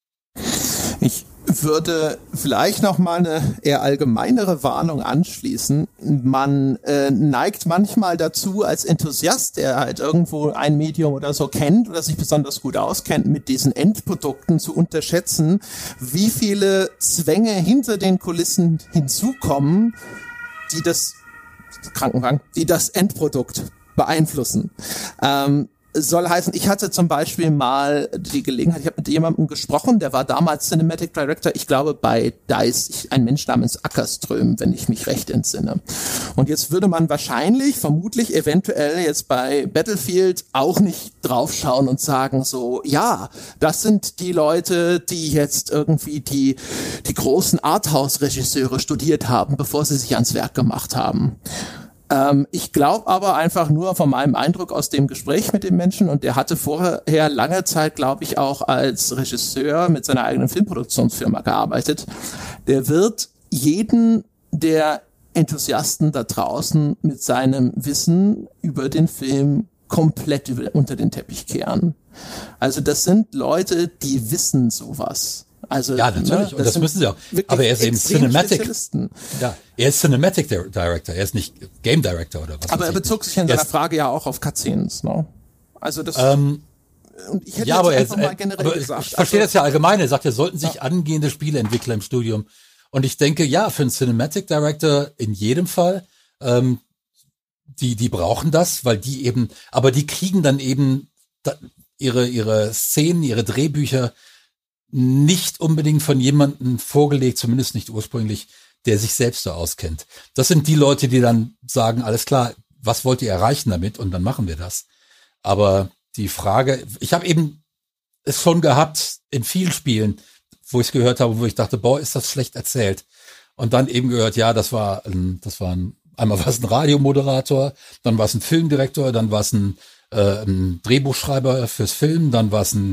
Ich würde vielleicht noch mal eine eher allgemeinere Warnung anschließen. Man äh, neigt manchmal dazu, als Enthusiast, der halt irgendwo ein Medium oder so kennt oder sich besonders gut auskennt, mit diesen Endprodukten zu unterschätzen, wie viele Zwänge hinter den Kulissen hinzukommen, die das Krankenwagen, die das Endprodukt beeinflussen. Ähm, soll heißen, ich hatte zum Beispiel mal die Gelegenheit, ich habe mit jemandem gesprochen, der war damals Cinematic Director, ich glaube bei DICE, ich, ein Mensch namens Ackerström, wenn ich mich recht entsinne. Und jetzt würde man wahrscheinlich, vermutlich, eventuell jetzt bei Battlefield auch nicht draufschauen und sagen so, ja, das sind die Leute, die jetzt irgendwie die, die großen Arthouse-Regisseure studiert haben, bevor sie sich ans Werk gemacht haben. Ähm, ich glaube aber einfach nur von meinem Eindruck aus dem Gespräch mit dem Menschen, und der hatte vorher lange Zeit, glaube ich, auch als Regisseur mit seiner eigenen Filmproduktionsfirma gearbeitet, der wird jeden der Enthusiasten da draußen mit seinem Wissen über den Film komplett über, unter den Teppich kehren. Also das sind Leute, die wissen sowas. Also, ja, natürlich, ne, das und das müssen sie auch. Aber er ist eben Cinematic. Ja, er ist Cinematic Director, er ist nicht Game Director oder was. Aber er bezog sich in seiner Frage ja auch auf Cutscenes, ne? Also das. Ähm, und ich hätte ja, jetzt aber einfach er, mal generell aber gesagt. Ich verstehe also, das ja allgemein. Er sagt, er sollten sich ja. angehende Spieleentwickler im Studium. Und ich denke, ja, für einen Cinematic Director in jedem Fall, ähm, die, die brauchen das, weil die eben, aber die kriegen dann eben da, ihre, ihre Szenen, ihre Drehbücher nicht unbedingt von jemandem vorgelegt, zumindest nicht ursprünglich, der sich selbst so auskennt. Das sind die Leute, die dann sagen, alles klar, was wollt ihr erreichen damit? Und dann machen wir das. Aber die Frage, ich habe eben es schon gehabt in vielen Spielen, wo ich es gehört habe, wo ich dachte, boah, ist das schlecht erzählt. Und dann eben gehört, ja, das war ein, das war ein, einmal war es ein Radiomoderator, dann war es ein Filmdirektor, dann war es ein Äh, ein Drehbuchschreiber fürs Film, dann war es ein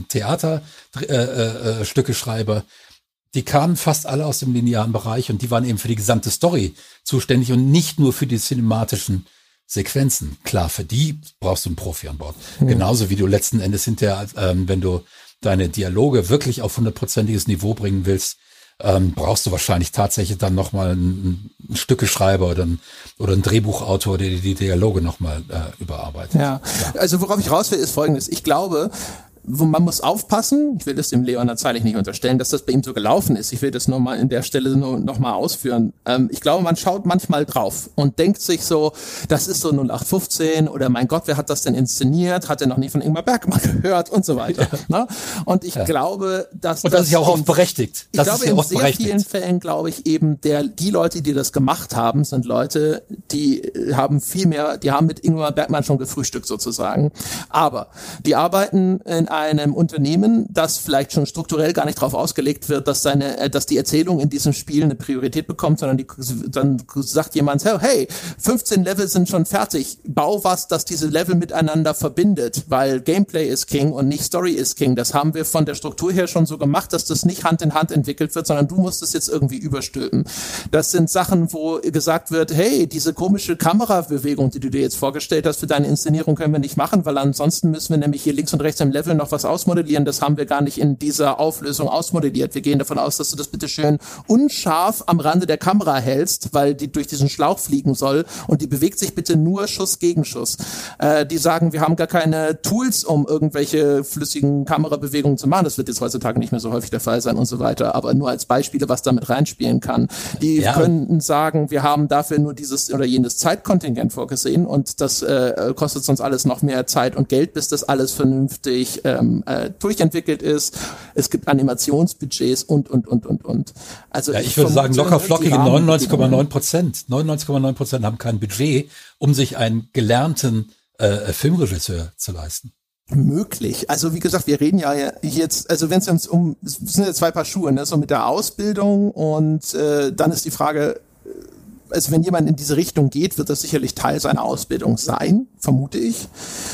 Theaterstückeschreiber. Äh, äh, die kamen fast alle aus dem linearen Bereich und die waren eben für die gesamte Story zuständig und nicht nur für die cinematischen Sequenzen. Klar, für die brauchst du einen Profi an Bord. Mhm. Genauso wie du letzten Endes hinterher, ähm, wenn du deine Dialoge wirklich auf hundertprozentiges Niveau bringen willst, ähm, brauchst du wahrscheinlich tatsächlich dann nochmal einen, einen Stückeschreiber oder einen, oder einen Drehbuchautor, der die Dialoge nochmal äh, überarbeitet. Ja. ja, also worauf ich raus will, ist Folgendes. Ich glaube, wo man muss aufpassen, ich will das dem Leon natürlich nicht unterstellen, dass das bei ihm so gelaufen ist. Ich will das nur mal in der Stelle nur noch mal ausführen. Ähm, ich glaube, man schaut manchmal drauf und denkt sich so, das ist so null acht fünfzehn oder mein Gott, wer hat das denn inszeniert? Hat er noch nie von Ingmar Bergmann gehört und so weiter. Ja. Ne? Und ich ja. glaube, dass und das, das ist ja auch oft berechtigt. Ich das glaube, ist ja in oft sehr berechtigt. vielen Fällen glaube ich eben, der die Leute, die das gemacht haben, sind Leute, die haben viel mehr, die haben mit Ingmar Bergmann schon gefrühstückt sozusagen. Aber die arbeiten in einem Unternehmen, das vielleicht schon strukturell gar nicht darauf ausgelegt wird, dass seine, dass die Erzählung in diesem Spiel eine Priorität bekommt, sondern die, dann sagt jemand, hey, fünfzehn Level sind schon fertig, bau was, das diese Level miteinander verbindet, weil Gameplay ist King und nicht Story ist King. Das haben wir von der Struktur her schon so gemacht, dass das nicht Hand in Hand entwickelt wird, sondern du musst es jetzt irgendwie überstülpen. Das sind Sachen, wo gesagt wird, hey, diese komische Kamerabewegung, die du dir jetzt vorgestellt hast für deine Inszenierung, können wir nicht machen, weil ansonsten müssen wir nämlich hier links und rechts im Level noch was aus modellieren, das haben wir gar nicht in dieser Auflösung ausmodelliert. Wir gehen davon aus, dass du das bitte schön unscharf am Rande der Kamera hältst, weil die durch diesen Schlauch fliegen soll und die bewegt sich bitte nur Schuss gegen Schuss. Äh, die sagen, wir haben gar keine Tools, um irgendwelche flüssigen Kamerabewegungen zu machen. Das wird jetzt heutzutage nicht mehr so häufig der Fall sein und so weiter, aber nur als Beispiele, was damit reinspielen kann. Die ja. könnten sagen, wir haben dafür nur dieses oder jenes Zeitkontingent vorgesehen und das äh, kostet uns alles noch mehr Zeit und Geld, bis das alles vernünftig ähm, äh, durchentwickelt ist. Es gibt Animationsbudgets und, und, und, und, und. Also ja, ich, ich würde sagen, locker flockige neunundneunzig Komma neun Prozent. neunundneunzig Komma neun Prozent haben kein Budget, um sich einen gelernten äh, Filmregisseur zu leisten. Möglich. Also wie gesagt, wir reden ja jetzt, also wenn es uns um, es sind ja zwei Paar Schuhe, ne, so mit der Ausbildung und äh, dann ist die Frage, also wenn jemand in diese Richtung geht, wird das sicherlich Teil seiner Ausbildung sein, vermute ich.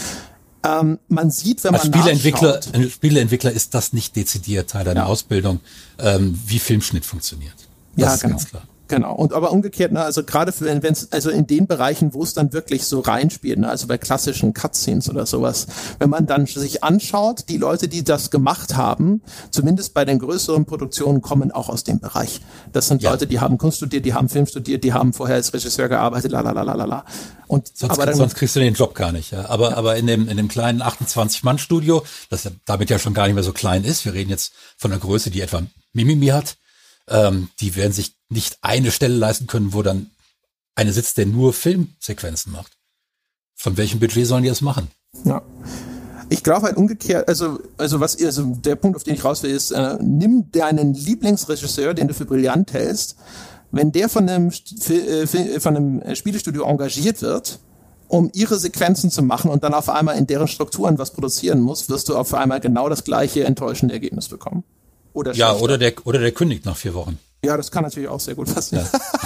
Ähm, man sieht, wenn man Als Spieleentwickler, nachschaut, ein Spieleentwickler ist das nicht dezidiert Teil deiner ja. Ausbildung, ähm, wie Filmschnitt funktioniert. Das ja, ist genau. ganz klar. Genau. Und aber umgekehrt, ne, also gerade für wenn es also in den Bereichen, wo es dann wirklich so reinspielt, ne, also bei klassischen Cutscenes oder sowas, wenn man dann sich anschaut, die Leute, die das gemacht haben, zumindest bei den größeren Produktionen, kommen auch aus dem Bereich. Das sind ja. Leute, die haben Kunst studiert, die haben Film studiert, die haben vorher als Regisseur gearbeitet, la la la la la. Und sonst, aber dann, sonst kriegst du den Job gar nicht. Ja. Aber ja. aber in dem in dem kleinen achtundzwanzig-Mann-Studio, das damit ja schon gar nicht mehr so klein ist, wir reden jetzt von einer Größe, die etwa Mimimi hat, ähm, die werden sich nicht eine Stelle leisten können, wo dann eine sitzt, der nur Filmsequenzen macht. Von welchem Budget sollen die das machen? Ja. Ich glaube halt umgekehrt, also, also was, also der Punkt, auf den ich raus will, ist, äh, nimm deinen Lieblingsregisseur, den du für brillant hältst, wenn der von einem, von einem Spielestudio engagiert wird, um ihre Sequenzen zu machen und dann auf einmal in deren Strukturen was produzieren muss, wirst du auf einmal genau das gleiche enttäuschende Ergebnis bekommen. Oder ja, oder der, oder der kündigt nach vier Wochen. Ja, das kann natürlich auch sehr gut passieren.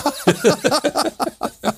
Ja.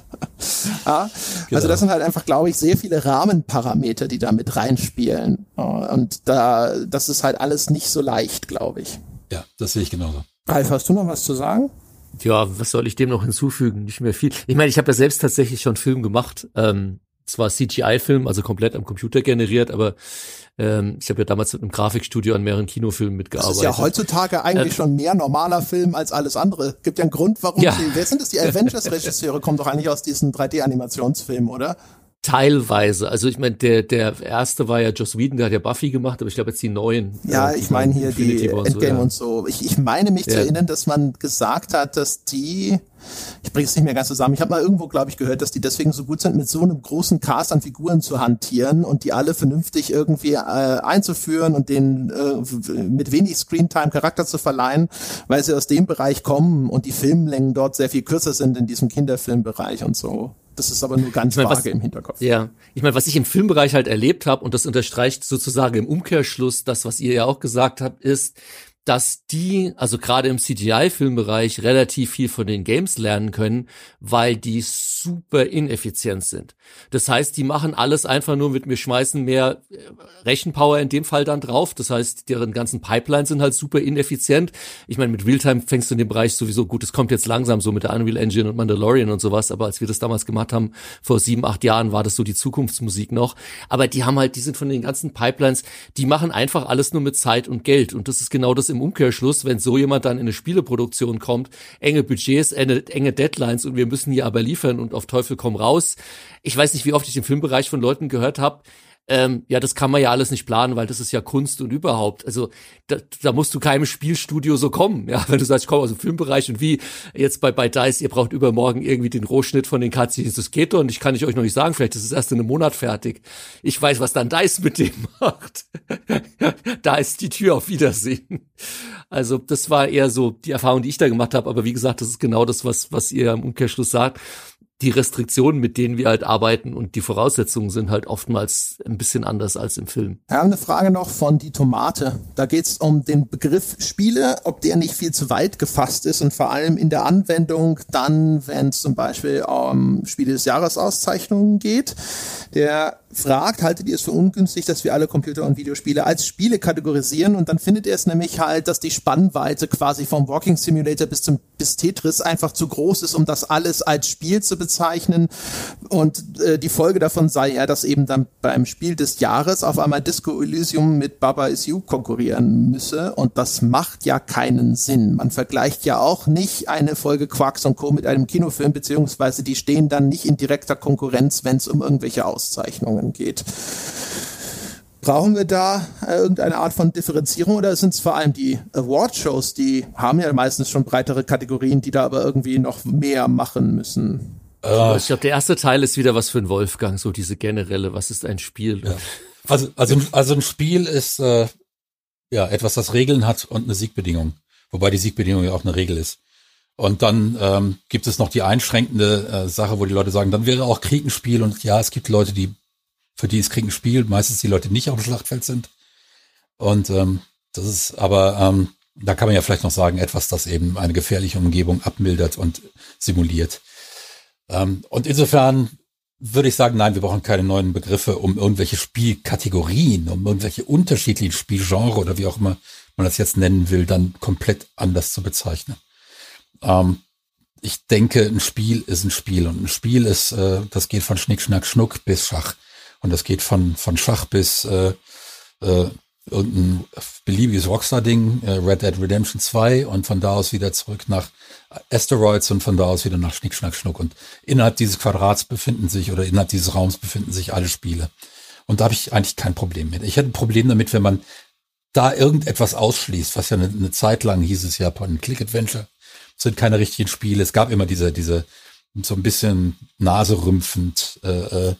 Ja, genau. Also das sind halt einfach, glaube ich, sehr viele Rahmenparameter, die da mit reinspielen. Und da, das ist halt alles nicht so leicht, glaube ich. Ja, das sehe ich genauso. Ralf, hast du noch was zu sagen? Ja, was soll ich dem noch hinzufügen? Nicht mehr viel. Ich meine, ich habe ja selbst tatsächlich schon Film gemacht. Ähm, zwar C G I-Film, also komplett am Computer generiert, aber ähm, ich habe ja damals mit einem Grafikstudio an mehreren Kinofilmen mitgearbeitet. Das ist ja heutzutage eigentlich äh, schon mehr normaler Film als alles andere. Gibt ja einen Grund, warum ja. die, wer sind das? Die Avengers-Regisseure kommen doch eigentlich aus diesen drei D-Animationsfilmen, oder? Teilweise. Also ich meine, der der erste war ja Joss Whedon, der hat ja Buffy gemacht, aber ich glaube jetzt die neuen. Ja, äh, ich meine hier die und Endgame so, ja. und so. Ich, ich meine mich ja. zu erinnern, dass man gesagt hat, dass die, ich bringe es nicht mehr ganz zusammen, ich habe mal irgendwo, glaube ich, gehört, dass die deswegen so gut sind, mit so einem großen Cast an Figuren zu hantieren und die alle vernünftig irgendwie äh, einzuführen und denen äh, mit wenig Screentime Charakter zu verleihen, weil sie aus dem Bereich kommen und die Filmlängen dort sehr viel kürzer sind in diesem Kinderfilmbereich und so. Das ist aber nur ganz ich mein, vage was, im Hinterkopf. Ja, ich meine, was ich im Filmbereich halt erlebt habe, und das unterstreicht sozusagen im Umkehrschluss das, was ihr ja auch gesagt habt, ist, dass die, also gerade im C G I-Filmbereich, relativ viel von den Games lernen können, weil die super ineffizient sind. Das heißt, die machen alles einfach nur mit, wir schmeißen mehr Rechenpower in dem Fall dann drauf. Das heißt, deren ganzen Pipelines sind halt super ineffizient. Ich meine, mit Realtime fängst du in dem Bereich sowieso, gut, es kommt jetzt langsam so mit der Unreal Engine und Mandalorian und sowas, aber als wir das damals gemacht haben, vor sieben, acht Jahren, war das so die Zukunftsmusik noch. Aber die haben halt, die sind von den ganzen Pipelines, die machen einfach alles nur mit Zeit und Geld. Und das ist genau das im Umkehrschluss, wenn so jemand dann in eine Spieleproduktion kommt, enge Budgets, enge, enge Deadlines und wir müssen hier aber liefern und auf Teufel komm raus. Ich weiß nicht, wie oft ich im Filmbereich von Leuten gehört habe, ähm, ja, das kann man ja alles nicht planen, weil das ist ja Kunst und überhaupt. Also da, da musst du keinem Spielstudio so kommen, ja, wenn du sagst, ich komme aus dem Filmbereich und wie jetzt bei bei DICE, ihr braucht übermorgen irgendwie den Rohschnitt von den Cutscenes, das geht doch und ich kann ich euch noch nicht sagen, vielleicht ist es erst in einem Monat fertig. Ich weiß, was dann DICE mit dem macht. Da ist die Tür auf Wiedersehen. Also das war eher so die Erfahrung, die ich da gemacht habe, aber wie gesagt, das ist genau das, was was ihr im Umkehrschluss sagt. Die Restriktionen, mit denen wir halt arbeiten und die Voraussetzungen sind halt oftmals ein bisschen anders als im Film. Wir haben eine Frage noch von die Tomate. Da geht es um den Begriff Spiele, ob der nicht viel zu weit gefasst ist und vor allem in der Anwendung dann, wenn es zum Beispiel um Spiele des Jahres Auszeichnungen geht. Der fragt, haltet ihr es für ungünstig, dass wir alle Computer- und Videospiele als Spiele kategorisieren? Und dann findet er es nämlich halt, dass die Spannweite quasi vom Walking Simulator bis zum bis Tetris einfach zu groß ist, um das alles als Spiel zu bezeichnen. Und äh, die Folge davon sei ja, dass eben dann beim Spiel des Jahres auf einmal Disco Elysium mit Baba Is You konkurrieren müsse. Und das macht ja keinen Sinn. Man vergleicht ja auch nicht eine Folge Quarks und Co. mit einem Kinofilm, beziehungsweise die stehen dann nicht in direkter Konkurrenz, wenn es um irgendwelche Auszeichnungen geht. Brauchen wir da äh, irgendeine Art von Differenzierung oder sind es vor allem die Award-Shows, die haben ja meistens schon breitere Kategorien, die da aber irgendwie noch mehr machen müssen? Äh, ich glaube, der erste Teil ist wieder was für ein Wolfgang, so diese generelle, was ist ein Spiel? Ja. Also, also, also ein Spiel ist äh, ja etwas, das Regeln hat und eine Siegbedingung, wobei die Siegbedingung ja auch eine Regel ist. Und dann ähm, gibt es noch die einschränkende äh, Sache, wo die Leute sagen, dann wäre auch Krieg ein Spiel. Und ja, es gibt Leute, die für die ist Krieg ein Spiel, meistens die Leute, die nicht auf dem Schlachtfeld sind. Und ähm, das ist aber, ähm, da kann man ja vielleicht noch sagen, etwas, das eben eine gefährliche Umgebung abmildert und simuliert. Ähm, und insofern würde ich sagen, nein, wir brauchen keine neuen Begriffe, um irgendwelche Spielkategorien, um irgendwelche unterschiedlichen Spielgenre oder wie auch immer man das jetzt nennen will, dann komplett anders zu bezeichnen. Ähm, ich denke, ein Spiel ist ein Spiel und ein Spiel ist, äh, das geht von Schnick, Schnack, Schnuck bis Schach. Und das geht von von Schach bis äh, äh, irgendein beliebiges Rockstar-Ding, äh, Red Dead Redemption zwei und von da aus wieder zurück nach Asteroids und von da aus wieder nach Schnick, Schnack, Schnuck. Und innerhalb dieses Quadrats befinden sich oder innerhalb dieses Raums befinden sich alle Spiele. Und da habe ich eigentlich kein Problem mit. Ich hätte ein Problem damit, wenn man da irgendetwas ausschließt, was ja eine, eine Zeit lang hieß es ja, Point-and-Click-Adventure, sind keine richtigen Spiele. Es gab immer diese, diese so ein bisschen naserümpfend äh, äh,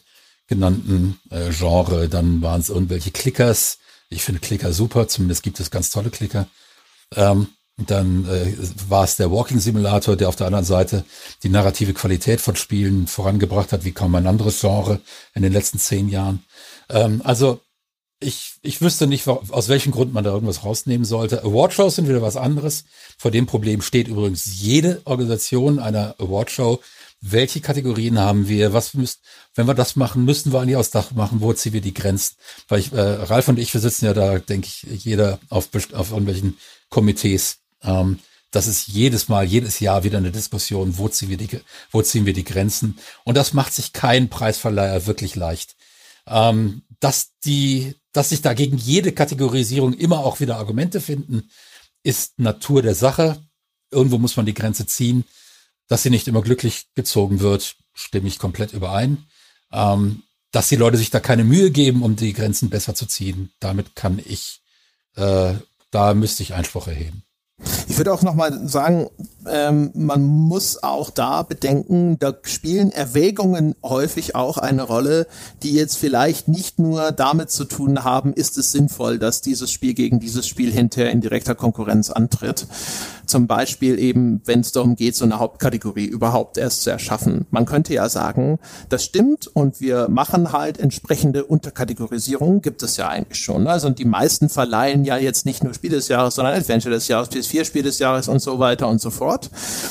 genannten äh, Genre. Dann waren es irgendwelche Clickers. Ich finde Clicker super, zumindest gibt es ganz tolle Clicker. Ähm, dann äh, war es der Walking Simulator, der auf der anderen Seite die narrative Qualität von Spielen vorangebracht hat, wie kaum ein anderes Genre in den letzten zehn Jahren. Ähm, also ich ich wüsste nicht, aus welchem Grund man da irgendwas rausnehmen sollte. Awardshows sind wieder was anderes. Vor dem Problem steht übrigens jede Organisation einer Awardshow. Welche Kategorien haben wir? Was müssen, wenn wir das machen, müssen wir eigentlich aus Dach machen? Wo ziehen wir die Grenzen? Weil ich, äh, Ralf und ich, wir sitzen ja da, denke ich, jeder auf, auf irgendwelchen Komitees. Ähm, das ist jedes Mal, jedes Jahr wieder eine Diskussion. Wo ziehen wir die, wo ziehen wir die Grenzen? Und das macht sich kein Preisverleiher wirklich leicht. Ähm, dass die, dass sich da gegen jede Kategorisierung immer auch wieder Argumente finden, ist Natur der Sache. Irgendwo muss man die Grenze ziehen. Dass sie nicht immer glücklich gezogen wird, stimme ich komplett überein. Ähm, dass die Leute sich da keine Mühe geben, um die Grenzen besser zu ziehen, damit kann ich, äh, da müsste ich Einspruch erheben. Ich würde auch nochmal sagen, ähm, man muss auch da bedenken, da spielen Erwägungen häufig auch eine Rolle, die jetzt vielleicht nicht nur damit zu tun haben, ist es sinnvoll, dass dieses Spiel gegen dieses Spiel hinterher in direkter Konkurrenz antritt. Zum Beispiel eben, wenn es darum geht, so eine Hauptkategorie überhaupt erst zu erschaffen. Man könnte ja sagen, das stimmt und wir machen halt entsprechende Unterkategorisierungen, gibt es ja eigentlich schon. Also und die meisten verleihen ja jetzt nicht nur Spiel des Jahres, sondern Adventure des Jahres, P S vier Spiel des Jahres und so weiter und so fort.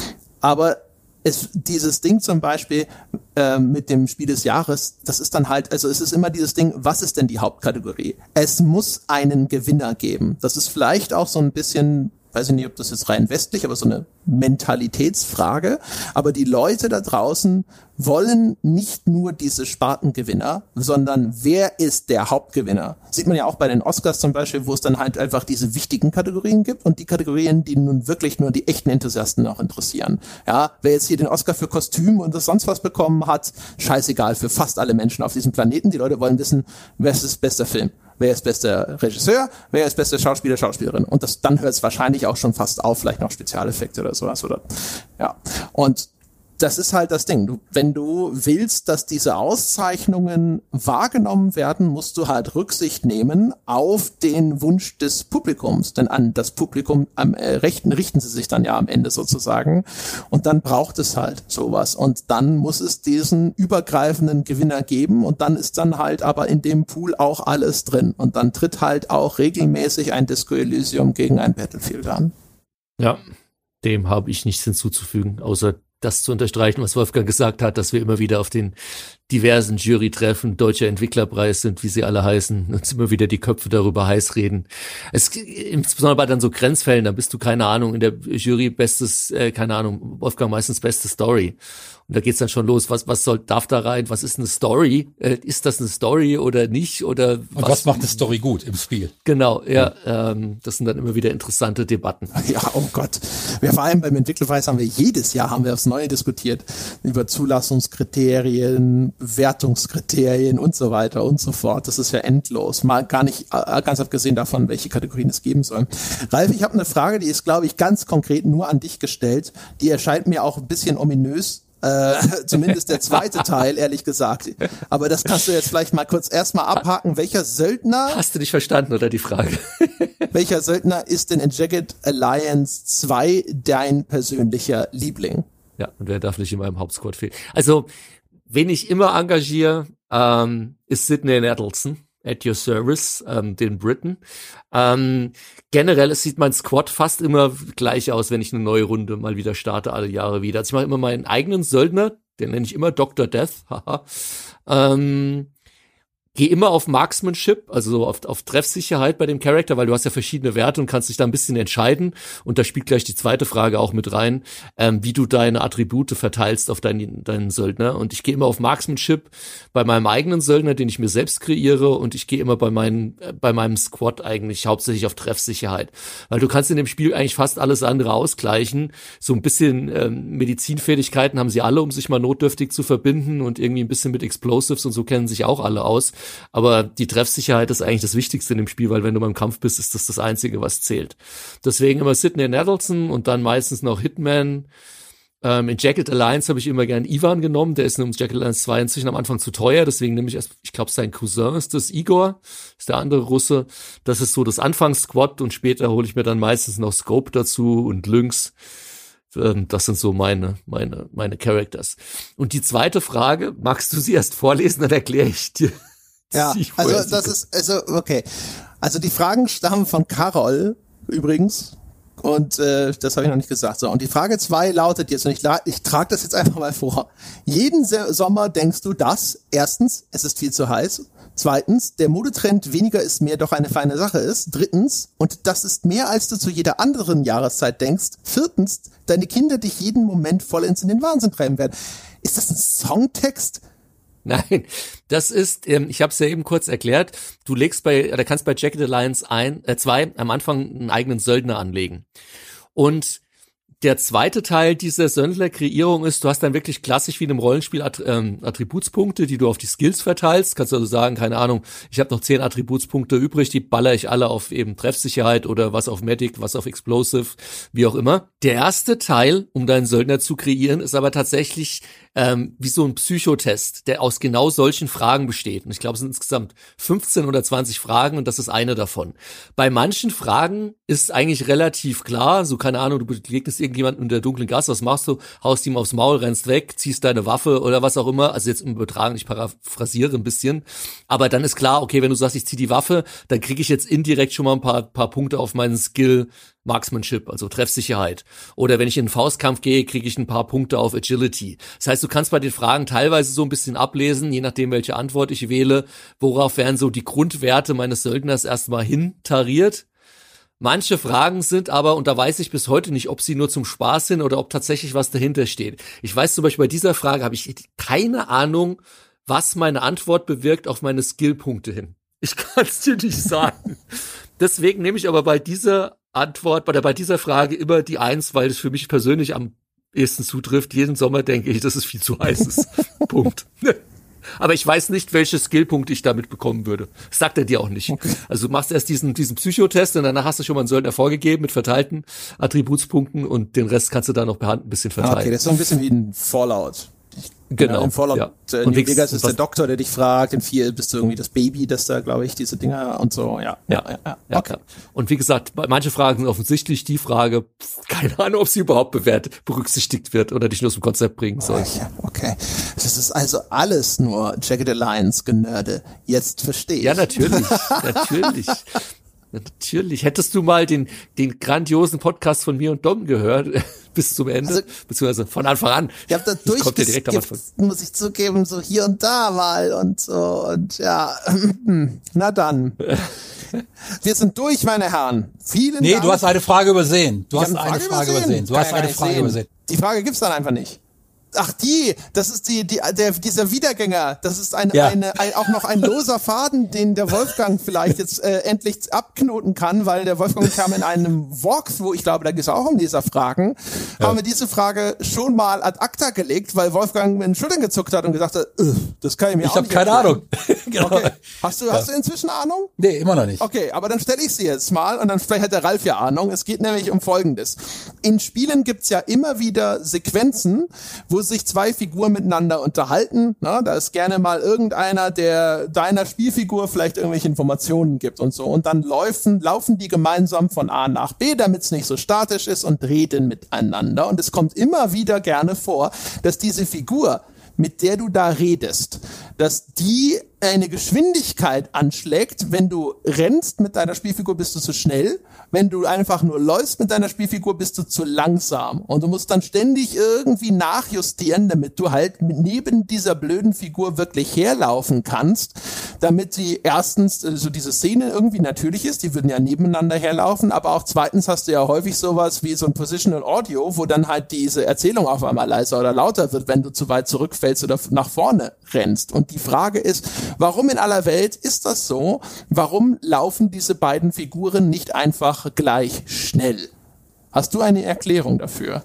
Aber es, dieses Ding zum Beispiel äh, mit dem Spiel des Jahres, das ist dann halt, also es ist immer dieses Ding, was ist denn die Hauptkategorie? Es muss einen Gewinner geben. Das ist vielleicht auch so ein bisschen, weiß ich nicht, ob das jetzt rein westlich, aber so eine Mentalitätsfrage. Aber die Leute da draußen wollen nicht nur diese Spartengewinner, sondern wer ist der Hauptgewinner? Sieht man ja auch bei den Oscars zum Beispiel, wo es dann halt einfach diese wichtigen Kategorien gibt und die Kategorien, die nun wirklich nur die echten Enthusiasten auch interessieren. Ja, wer jetzt hier den Oscar für Kostüm und das sonst was bekommen hat, scheißegal für fast alle Menschen auf diesem Planeten. Die Leute wollen wissen, wer ist das beste Film? Wer ist bester Regisseur? Wer ist beste Schauspieler, Schauspielerin? Und das, dann hört es wahrscheinlich auch schon fast auf, vielleicht noch Spezialeffekte oder sowas, oder, ja. Und das ist halt das Ding. Du, wenn du willst, dass diese Auszeichnungen wahrgenommen werden, musst du halt Rücksicht nehmen auf den Wunsch des Publikums. Denn an das Publikum am äh, Rechten richten sie sich dann ja am Ende sozusagen. Und dann braucht es halt sowas. Und dann muss es diesen übergreifenden Gewinner geben. Und dann ist dann halt aber in dem Pool auch alles drin. Und dann tritt halt auch regelmäßig ein Disco Elysium gegen ein Battlefield an. Ja, dem habe ich nichts hinzuzufügen, außer das zu unterstreichen, was Wolfgang gesagt hat, dass wir immer wieder auf den diversen Jurytreffen, Deutscher Entwicklerpreis sind, wie sie alle heißen, uns immer wieder die Köpfe darüber heiß reden. Es, insbesondere bei dann so Grenzfällen, da bist du, keine Ahnung, in der Jury bestes, äh, keine Ahnung, Wolfgang meistens beste Story. Und da geht's dann schon los, was was soll darf da rein, was ist eine Story? Äh, ist das eine Story oder nicht? Oder Und was, was macht eine Story gut im Spiel? Genau, ja, ja. Ähm, das sind dann immer wieder interessante Debatten. Ja, oh Gott. Wir vor allem beim Entwicklerpreis haben wir jedes Jahr haben wir aufs Neue diskutiert über Zulassungskriterien, Bewertungskriterien und so weiter und so fort. Das ist ja endlos. Mal gar nicht, ganz abgesehen davon, welche Kategorien es geben soll. Ralf, ich habe eine Frage, die ist, glaube ich, ganz konkret nur an dich gestellt. Die erscheint mir auch ein bisschen ominös. Äh, zumindest der zweite Teil, ehrlich gesagt. Aber das kannst du jetzt vielleicht mal kurz erstmal abhaken. Welcher Söldner... Hast du nicht verstanden, oder die Frage? Welcher Söldner ist in Jagged Alliance zwei dein persönlicher Liebling? Ja, und wer darf nicht in meinem Hauptsquad fehlen? Also, wen ich immer engagiere, ähm, ist Sidney Nettleson. At your service, ähm, den Briten. Ähm, generell sieht mein Squad fast immer gleich aus, wenn ich eine neue Runde mal wieder starte, alle Jahre wieder. Also ich mache immer meinen eigenen Söldner, den nenne ich immer Doktor Death, haha. ähm, Geh immer auf Marksmanship, also auf, auf Treffsicherheit bei dem Charakter, weil du hast ja verschiedene Werte und kannst dich da ein bisschen entscheiden. Und da spielt gleich die zweite Frage auch mit rein, ähm, wie du deine Attribute verteilst auf deinen, deinen Söldner. Und ich gehe immer auf Marksmanship bei meinem eigenen Söldner, den ich mir selbst kreiere. Und ich gehe immer bei meinen, äh, bei meinem Squad eigentlich hauptsächlich auf Treffsicherheit. Weil du kannst in dem Spiel eigentlich fast alles andere ausgleichen. So ein bisschen ähm, Medizinfähigkeiten haben sie alle, um sich mal notdürftig zu verbinden. Und irgendwie ein bisschen mit Explosives und so kennen sich auch alle aus. Aber die Treffsicherheit ist eigentlich das Wichtigste in dem Spiel, weil wenn du beim Kampf bist, ist das das Einzige, was zählt. Deswegen immer Sidney Nettleson und dann meistens noch Hitman, Ähm, in Jacket Alliance habe ich immer gern Ivan genommen, der ist in Jacket Alliance zwei inzwischen am Anfang zu teuer, deswegen nehme ich erst, ich glaube sein Cousin ist das, Igor, ist der andere Russe. Das ist so das Anfangssquad und später hole ich mir dann meistens noch Scope dazu und Lynx. Ähm, das sind so meine, meine, meine Characters. Und die zweite Frage, magst du sie erst vorlesen, dann erkläre ich dir. Ja, also das ist, also okay. Also die Fragen stammen von Carol übrigens. Und äh, das habe ich noch nicht gesagt. So, und die Frage zwei lautet jetzt, und ich, ich trage das jetzt einfach mal vor. Jeden Sommer denkst du, dass erstens, es ist viel zu heiß. Zweitens, der Modetrend weniger ist mehr doch eine feine Sache ist. Drittens, und das ist mehr, als du zu jeder anderen Jahreszeit denkst. Viertens, deine Kinder dich jeden Moment vollends in den Wahnsinn treiben werden. Ist das ein Songtext? Nein, das ist, ähm, ich habe es ja eben kurz erklärt, du legst bei, oder kannst bei Jacket Alliance ein, äh, zwei am Anfang einen eigenen Söldner anlegen. Und der zweite Teil dieser Söldnerkreierung ist, du hast dann wirklich klassisch wie in einem Rollenspiel Att- ähm, Attributspunkte, die du auf die Skills verteilst. Kannst also sagen, keine Ahnung, ich habe noch zehn Attributspunkte übrig, die baller ich alle auf eben Treffsicherheit oder was auf Medic, was auf Explosive, wie auch immer. Der erste Teil, um deinen Söldner zu kreieren, ist aber tatsächlich ähm, wie so ein Psychotest, der aus genau solchen Fragen besteht. Und ich glaube, es sind insgesamt fünfzehn oder zwanzig Fragen und das ist eine davon. Bei manchen Fragen ist eigentlich relativ klar, so keine Ahnung, du begegnest irgendjemanden in der dunklen Gasse, was machst du? Haust ihm aufs Maul, rennst weg, ziehst deine Waffe oder was auch immer. Also jetzt im Übertragen, ich paraphrasiere ein bisschen. Aber dann ist klar, okay, wenn du sagst, ich zieh die Waffe, dann kriege ich jetzt indirekt schon mal ein paar, paar Punkte auf meinen Skill Marksmanship, also Treffsicherheit. Oder wenn ich in den Faustkampf gehe, kriege ich ein paar Punkte auf Agility. Das heißt, du kannst bei den Fragen teilweise so ein bisschen ablesen, je nachdem, welche Antwort ich wähle, worauf werden so die Grundwerte meines Söldners erstmal hintariert. Manche Fragen sind aber, und da weiß ich bis heute nicht, ob sie nur zum Spaß sind oder ob tatsächlich was dahinter steht. Ich weiß zum Beispiel, bei dieser Frage habe ich keine Ahnung, was meine Antwort bewirkt auf meine Skillpunkte hin. Ich kann es dir nicht sagen. Deswegen nehme ich aber bei dieser Antwort, bei, der, bei dieser Frage immer die Eins, weil es für mich persönlich am ehesten zutrifft. Jeden Sommer denke ich, dass es viel zu heiß ist. Punkt. Aber ich weiß nicht, welche Skillpunkte ich damit bekommen würde. Das sagt er dir auch nicht. Okay. Also du machst erst diesen, diesen Psychotest und danach hast du schon mal einen Söldner vorgegeben mit verteilten Attributspunkten und den Rest kannst du dann noch per Hand ein bisschen verteilen. Okay, das ist so ein bisschen wie ein Fallout. Genau. Ja, im Fallout ja. äh, New Vegas ist der Doktor, der dich fragt, in vier bist du irgendwie das Baby, das da, glaube ich, diese Dinger und so, ja. Ja, ja, ja, ja okay. Und wie gesagt, manche Fragen sind offensichtlich die Frage, pff, keine Ahnung, ob sie überhaupt bewertet, berücksichtigt wird oder dich nur zum Konzept bringen soll. Okay, okay. Das ist also alles nur Jagged Alliance Genörde. Jetzt verstehe ich. Ja, natürlich, natürlich. Natürlich. Hättest du mal den, den grandiosen Podcast von mir und Dom gehört, bis zum Ende, also, beziehungsweise von Anfang an. Ich habe da durchgeskippt, muss ich zugeben, so hier und da mal und so und ja, na dann. Wir sind durch, meine Herren. Vielen nee, Dank. Nee, du hast eine Frage übersehen. Du ich hast eine Frage, Frage übersehen. übersehen. Du Kann hast eine Frage sehen. übersehen. Die Frage gibt's dann einfach nicht. Ach, die, das ist die, die, der, dieser Wiedergänger. Das ist ein, ja. eine, ein, auch noch ein loser Faden, den der Wolfgang vielleicht jetzt äh, endlich abknoten kann, weil der Wolfgang kam in einem Walkthrough, ich glaube, da geht es auch um Leserfragen, ja. haben wir diese Frage schon mal ad acta gelegt, weil Wolfgang mit den Schultern gezuckt hat und gesagt hat, das kann ich mir ich auch nicht Ich habe keine Ahnung. Genau. Okay. Hast du, ja. hast du inzwischen Ahnung? Nee, immer noch nicht. Okay, aber dann stelle ich sie jetzt mal und dann vielleicht hat der Ralf ja Ahnung. Es geht nämlich um Folgendes. In Spielen gibt's ja immer wieder Sequenzen, wo sich zwei Figuren miteinander unterhalten. Na, da ist gerne mal irgendeiner, der deiner Spielfigur vielleicht irgendwelche Informationen gibt und so. Und dann laufen, laufen die gemeinsam von A nach B, damit es nicht so statisch ist und reden miteinander. Und es kommt immer wieder gerne vor, dass diese Figur, mit der du da redest, dass die eine Geschwindigkeit anschlägt. Wenn du rennst mit deiner Spielfigur, bist du zu schnell. Wenn du einfach nur läufst mit deiner Spielfigur, bist du zu langsam. Und du musst dann ständig irgendwie nachjustieren, damit du halt neben dieser blöden Figur wirklich herlaufen kannst, damit sie erstens so also diese Szene irgendwie natürlich ist, die würden ja nebeneinander herlaufen, aber auch zweitens hast du ja häufig sowas wie so ein Positional Audio, wo dann halt diese Erzählung auf einmal leiser oder lauter wird, wenn du zu weit zurückfällst oder nach vorne rennst. Und die Frage ist, warum in aller Welt ist das so? Warum laufen diese beiden Figuren nicht einfach gleich schnell? Hast du eine Erklärung dafür?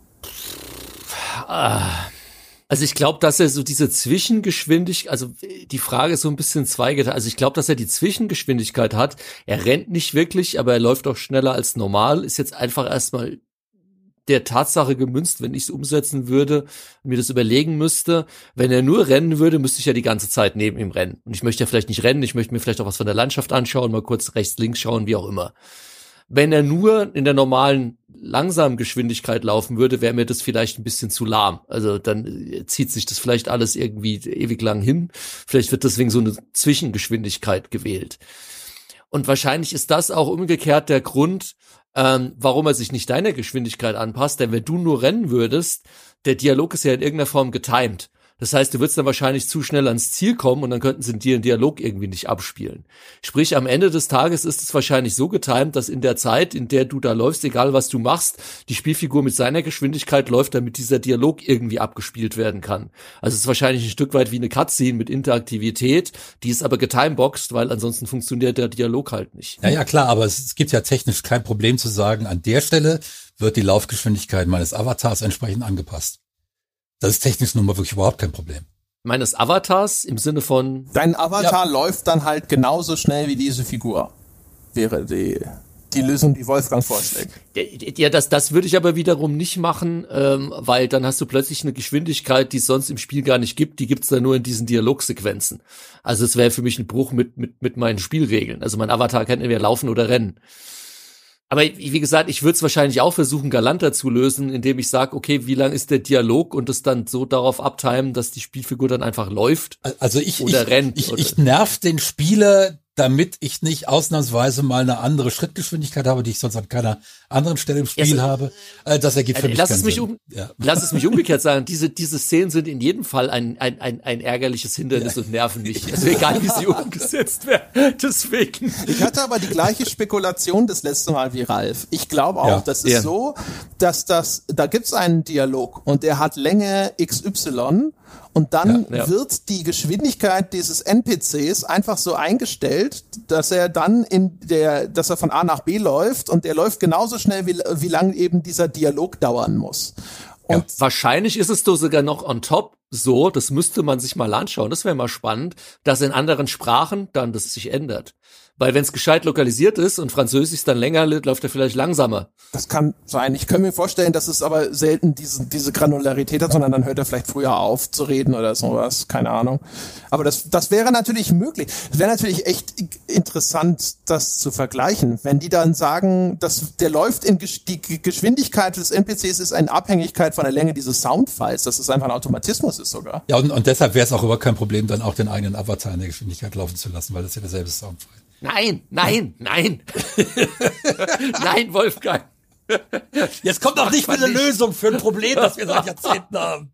Also ich glaube, dass er so diese Zwischengeschwindigkeit, also die Frage ist so ein bisschen zweigeteilt. Also ich glaube, dass er die Zwischengeschwindigkeit hat. Er rennt nicht wirklich, aber er läuft auch schneller als normal. Ist jetzt einfach erstmal der Tatsache gemünzt, wenn ich es umsetzen würde, mir das überlegen müsste. Wenn er nur rennen würde, müsste ich ja die ganze Zeit neben ihm rennen. Und ich möchte ja vielleicht nicht rennen, ich möchte mir vielleicht auch was von der Landschaft anschauen, mal kurz rechts, links schauen, wie auch immer. Wenn er nur in der normalen, langsamen Geschwindigkeit laufen würde, wäre mir das vielleicht ein bisschen zu lahm. Also dann zieht sich das vielleicht alles irgendwie ewig lang hin. Vielleicht wird deswegen so eine Zwischengeschwindigkeit gewählt. Und wahrscheinlich ist das auch umgekehrt der Grund, ähm, warum er sich nicht deiner Geschwindigkeit anpasst. Denn wenn du nur rennen würdest, der Dialog ist ja in irgendeiner Form getimed. Das heißt, du würdest dann wahrscheinlich zu schnell ans Ziel kommen und dann könnten sie dir einen Dialog irgendwie nicht abspielen. Sprich, am Ende des Tages ist es wahrscheinlich so getimt, dass in der Zeit, in der du da läufst, egal was du machst, die Spielfigur mit seiner Geschwindigkeit läuft, damit dieser Dialog irgendwie abgespielt werden kann. Also es ist wahrscheinlich ein Stück weit wie eine Cutscene mit Interaktivität, die ist aber getimeboxt, weil ansonsten funktioniert der Dialog halt nicht. Ja, ja, klar, aber es, es gibt ja technisch kein Problem zu sagen, an der Stelle wird die Laufgeschwindigkeit meines Avatars entsprechend angepasst. Das ist technisch nun mal wirklich überhaupt kein Problem. Meines Avatars im Sinne von... Dein Avatar ja. läuft dann halt genauso schnell wie diese Figur. Wäre die, die Lösung, die Wolfgang vorschlägt. Ja, das, das würde ich aber wiederum nicht machen, ähm, weil dann hast du plötzlich eine Geschwindigkeit, die es sonst im Spiel gar nicht gibt. Die gibt's dann nur in diesen Dialogsequenzen. Also es wäre für mich ein Bruch mit, mit, mit meinen Spielregeln. Also mein Avatar kann entweder laufen oder rennen. Aber wie gesagt, ich würde es wahrscheinlich auch versuchen, galanter zu lösen, indem ich sage, okay, wie lang ist der Dialog und es dann so darauf abtimen, dass die Spielfigur dann einfach läuft also ich, oder ich, rennt. Ich, oder ich nerv den Spieler, damit ich nicht ausnahmsweise mal eine andere Schrittgeschwindigkeit habe, die ich sonst an keiner anderen Stelle im Spiel ja, habe. Äh, das ergibt für äh, mich lass keinen es mich Sinn. um, ja. Lass es mich umgekehrt sagen, diese diese Szenen sind in jedem Fall ein ein ein, ein ärgerliches Hindernis ja. und nerven mich. Also egal, wie sie umgesetzt werden. Deswegen. Ich hatte aber die gleiche Spekulation das letzte Mal wie Ralf. Ich glaube auch, ja. das ist ja. so, dass das, da gibt's einen Dialog und der hat Länge X Y. Und dann ja, ja. wird die Geschwindigkeit dieses N P Cs einfach so eingestellt, dass er dann in der, dass er von A nach B läuft und der läuft genauso schnell, wie, wie lang eben dieser Dialog dauern muss. Und ja, wahrscheinlich ist es doch sogar noch on top so, das müsste man sich mal anschauen, das wäre mal spannend, dass in anderen Sprachen dann das sich ändert. Weil wenn es gescheit lokalisiert ist und Französisch dann länger läuft er vielleicht langsamer. Das kann sein. Ich kann mir vorstellen, dass es aber selten diese, diese Granularität hat, sondern dann hört er vielleicht früher auf zu reden oder sowas. Keine Ahnung. Aber das, das wäre natürlich möglich. Es wäre natürlich echt interessant, das zu vergleichen. Wenn die dann sagen, dass der läuft in Gesch- die Geschwindigkeit des N P Cs ist in Abhängigkeit von der Länge dieses Soundfiles, dass es einfach ein Automatismus ist sogar. Ja, und, und deshalb wäre es auch überhaupt kein Problem, dann auch den eigenen Avatar in der Geschwindigkeit laufen zu lassen, weil das ja derselbe Soundfile. Nein, nein, nein. Nein, Wolfgang. Jetzt kommt doch nicht mit einer Lösung für ein Problem, das wir seit Jahrzehnten haben.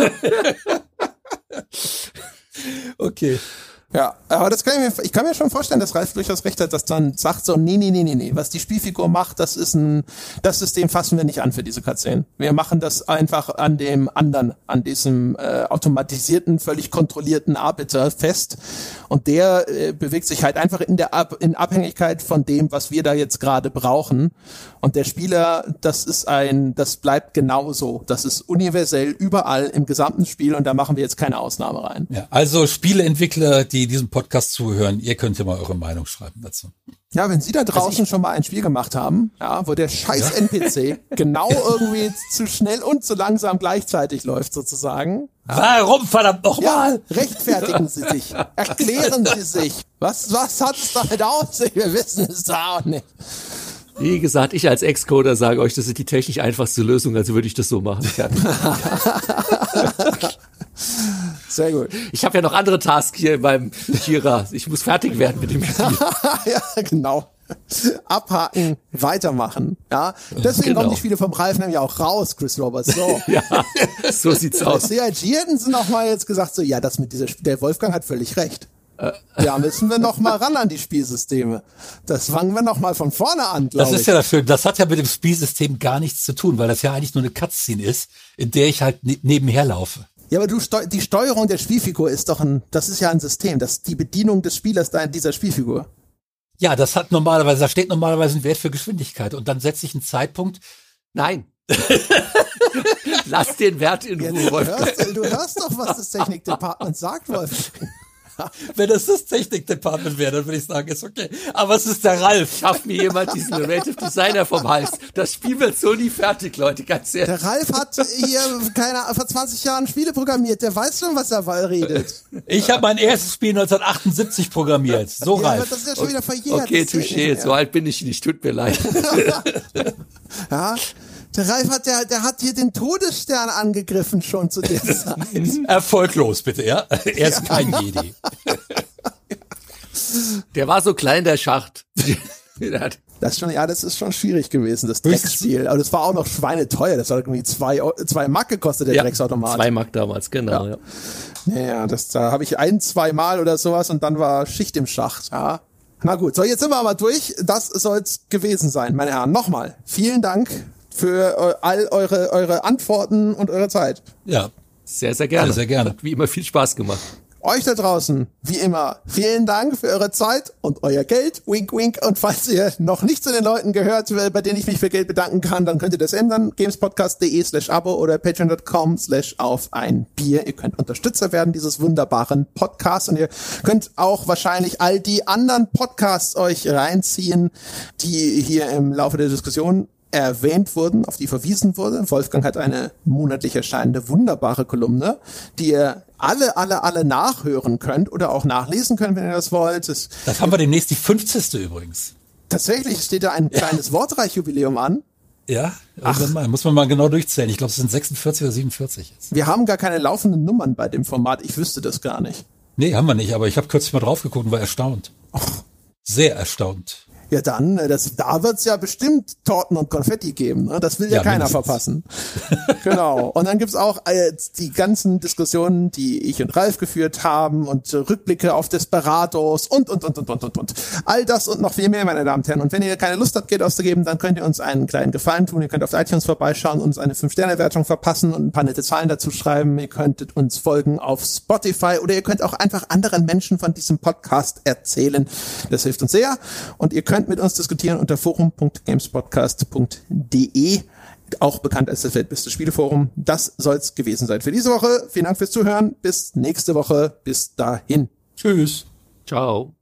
Okay. Ja, aber das kann ich mir, ich kann mir schon vorstellen, dass Ralf durchaus recht hat, dass dann sagt so, nee, nee, nee, nee, nee, was die Spielfigur macht, das ist ein, das System fassen wir nicht an für diese Cutscene. Wir machen das einfach an dem anderen, an diesem äh, automatisierten, völlig kontrollierten Arbiter fest und der äh, bewegt sich halt einfach in der Ab- in Abhängigkeit von dem, was wir da jetzt gerade brauchen und der Spieler, das ist ein, das bleibt genauso, das ist universell überall im gesamten Spiel und da machen wir jetzt keine Ausnahme rein. Ja, also Spieleentwickler, die diesem Podcast zuhören, ihr könnt ja mal eure Meinung schreiben dazu. Ja, wenn Sie da draußen schon mal ein Spiel gemacht haben, ja, wo der scheiß ja. N P C genau irgendwie zu schnell und zu langsam gleichzeitig läuft sozusagen. Warum, verdammt nochmal? Ja, rechtfertigen Sie sich. Erklären Sie sich. Was, was hat es damit auf sich? Wir wissen es da auch nicht. Wie gesagt, ich als Ex-Coder sage euch, das ist die technisch einfachste Lösung, also würde ich das so machen. Sehr gut. Ich habe ja noch andere Tasks hier beim Jira. Ich muss fertig werden mit dem Spiel. Ja, genau. Abhaken, weitermachen. Ja, deswegen genau. kommen die Spiele vom Ralf nämlich auch raus, Chris Roberts. So. Ja, so sieht's aus. C I G hätten sie noch mal jetzt gesagt, so, ja, das mit dieser, der Wolfgang hat völlig recht. Ja, müssen wir noch mal ran an die Spielsysteme. Das fangen wir noch mal von vorne an, glaube ich. Das ist ja das Schöne. Das hat ja mit dem Spielsystem gar nichts zu tun, weil das ja eigentlich nur eine Cutscene ist, in der ich halt ne- nebenher laufe. Ja, aber du steu- die Steuerung der Spielfigur ist doch ein, das ist ja ein System, das ist die Bedienung des Spielers da in dieser Spielfigur. Ja, das hat normalerweise, da steht normalerweise ein Wert für Geschwindigkeit und dann setze ich einen Zeitpunkt. Nein. Lass den Wert in Ruhe, Ja, du, Wolfgang. hörst, du hörst doch, was das Technikdepartment sagt, Wolf. Wenn das das Technik-Department wäre, dann würde ich sagen, ist okay. Aber es ist der Ralf. Schafft mir jemand diesen Narrative Designer vom Hals. Das Spiel wird so nie fertig, Leute, ganz ehrlich. Der Ralf hat hier keine, vor zwanzig Jahren Spiele programmiert. Der weiß schon, was er redet. Ich habe mein erstes Spiel neunzehnhundertachtundsiebzig programmiert. So, Ja, Ralf. aber das ist ja schon wieder verjährt. Okay, Das geht touché, nicht mehr. so alt bin ich nicht, tut mir leid. Ja, der Ralf hat, der, der hat hier den Todesstern angegriffen schon zu der Zeit. Erfolglos, bitte, ja? Er ist kein Jedi. Der war so klein, der Schacht. Der hat- Das ist schon, ja, das ist schon schwierig gewesen, das Drecksspiel. Aber das war auch noch schweineteuer. Das hat irgendwie zwei, zwei Mark gekostet, der ja, Drecksautomat. zwei Mark damals, genau. Ja. Ja. Naja, das, da habe ich ein, zwei Mal oder sowas und dann war Schicht im Schacht. Ja. Na gut, so jetzt sind wir aber durch. Das soll's gewesen sein, meine Herren. Nochmal, vielen Dank für eu- all eure, eure Antworten und eure Zeit. Ja, Sehr, sehr gerne. Sehr, sehr gerne. Hat wie immer viel Spaß gemacht. Euch da draußen, wie immer, vielen Dank für eure Zeit und euer Geld. Wink, wink. Und falls ihr noch nicht zu den Leuten gehört, bei denen ich mich für Geld bedanken kann, dann könnt ihr das ändern. gamespodcast.de slash abo oder patreon.com slash auf ein Bier. Ihr könnt Unterstützer werden dieses wunderbaren Podcasts und ihr könnt auch wahrscheinlich all die anderen Podcasts euch reinziehen, die hier im Laufe der Diskussion erwähnt wurden, auf die verwiesen wurde. Wolfgang hat eine monatlich erscheinende wunderbare Kolumne, die ihr alle, alle, alle nachhören könnt oder auch nachlesen könnt, wenn ihr das wollt. Es, das haben wir demnächst die fünfzigste übrigens. tatsächlich steht da ein kleines Wortreichjubiläum an. Ja, irgendwann mal. Muss man mal genau durchzählen. Ich glaube, es sind sechsundvierzig oder siebenundvierzig jetzt. Wir haben gar keine laufenden Nummern bei dem Format. Ich wüsste das gar nicht. Nee, haben wir nicht, aber ich habe kürzlich mal drauf geguckt und war erstaunt. Sehr erstaunt. Ja, dann, äh, das, da wird's ja bestimmt Torten und Konfetti geben. Ne? Das will ja, Ja, keiner mindestens. verpassen. Genau. Und dann gibt's auch äh, die ganzen Diskussionen, die ich und Ralf geführt haben und äh, Rückblicke auf Desperados und, und, und, und, und, und, und. All das und noch viel mehr, meine Damen und Herren. Und wenn ihr keine Lust habt, Geld auszugeben, dann könnt ihr uns einen kleinen Gefallen tun. Ihr könnt auf iTunes vorbeischauen, uns eine fünf Sterne Wertung verpassen und ein paar nette Zahlen dazu schreiben. Ihr könntet uns folgen auf Spotify oder ihr könnt auch einfach anderen Menschen von diesem Podcast erzählen. Das hilft uns sehr. Und ihr könnt mit uns diskutieren unter forum punkt gamespodcast punkt de, auch bekannt als das weltbeste Spieleforum. Das soll's gewesen sein für diese Woche. Vielen Dank fürs Zuhören. Bis nächste Woche. Bis dahin. Tschüss. Ciao.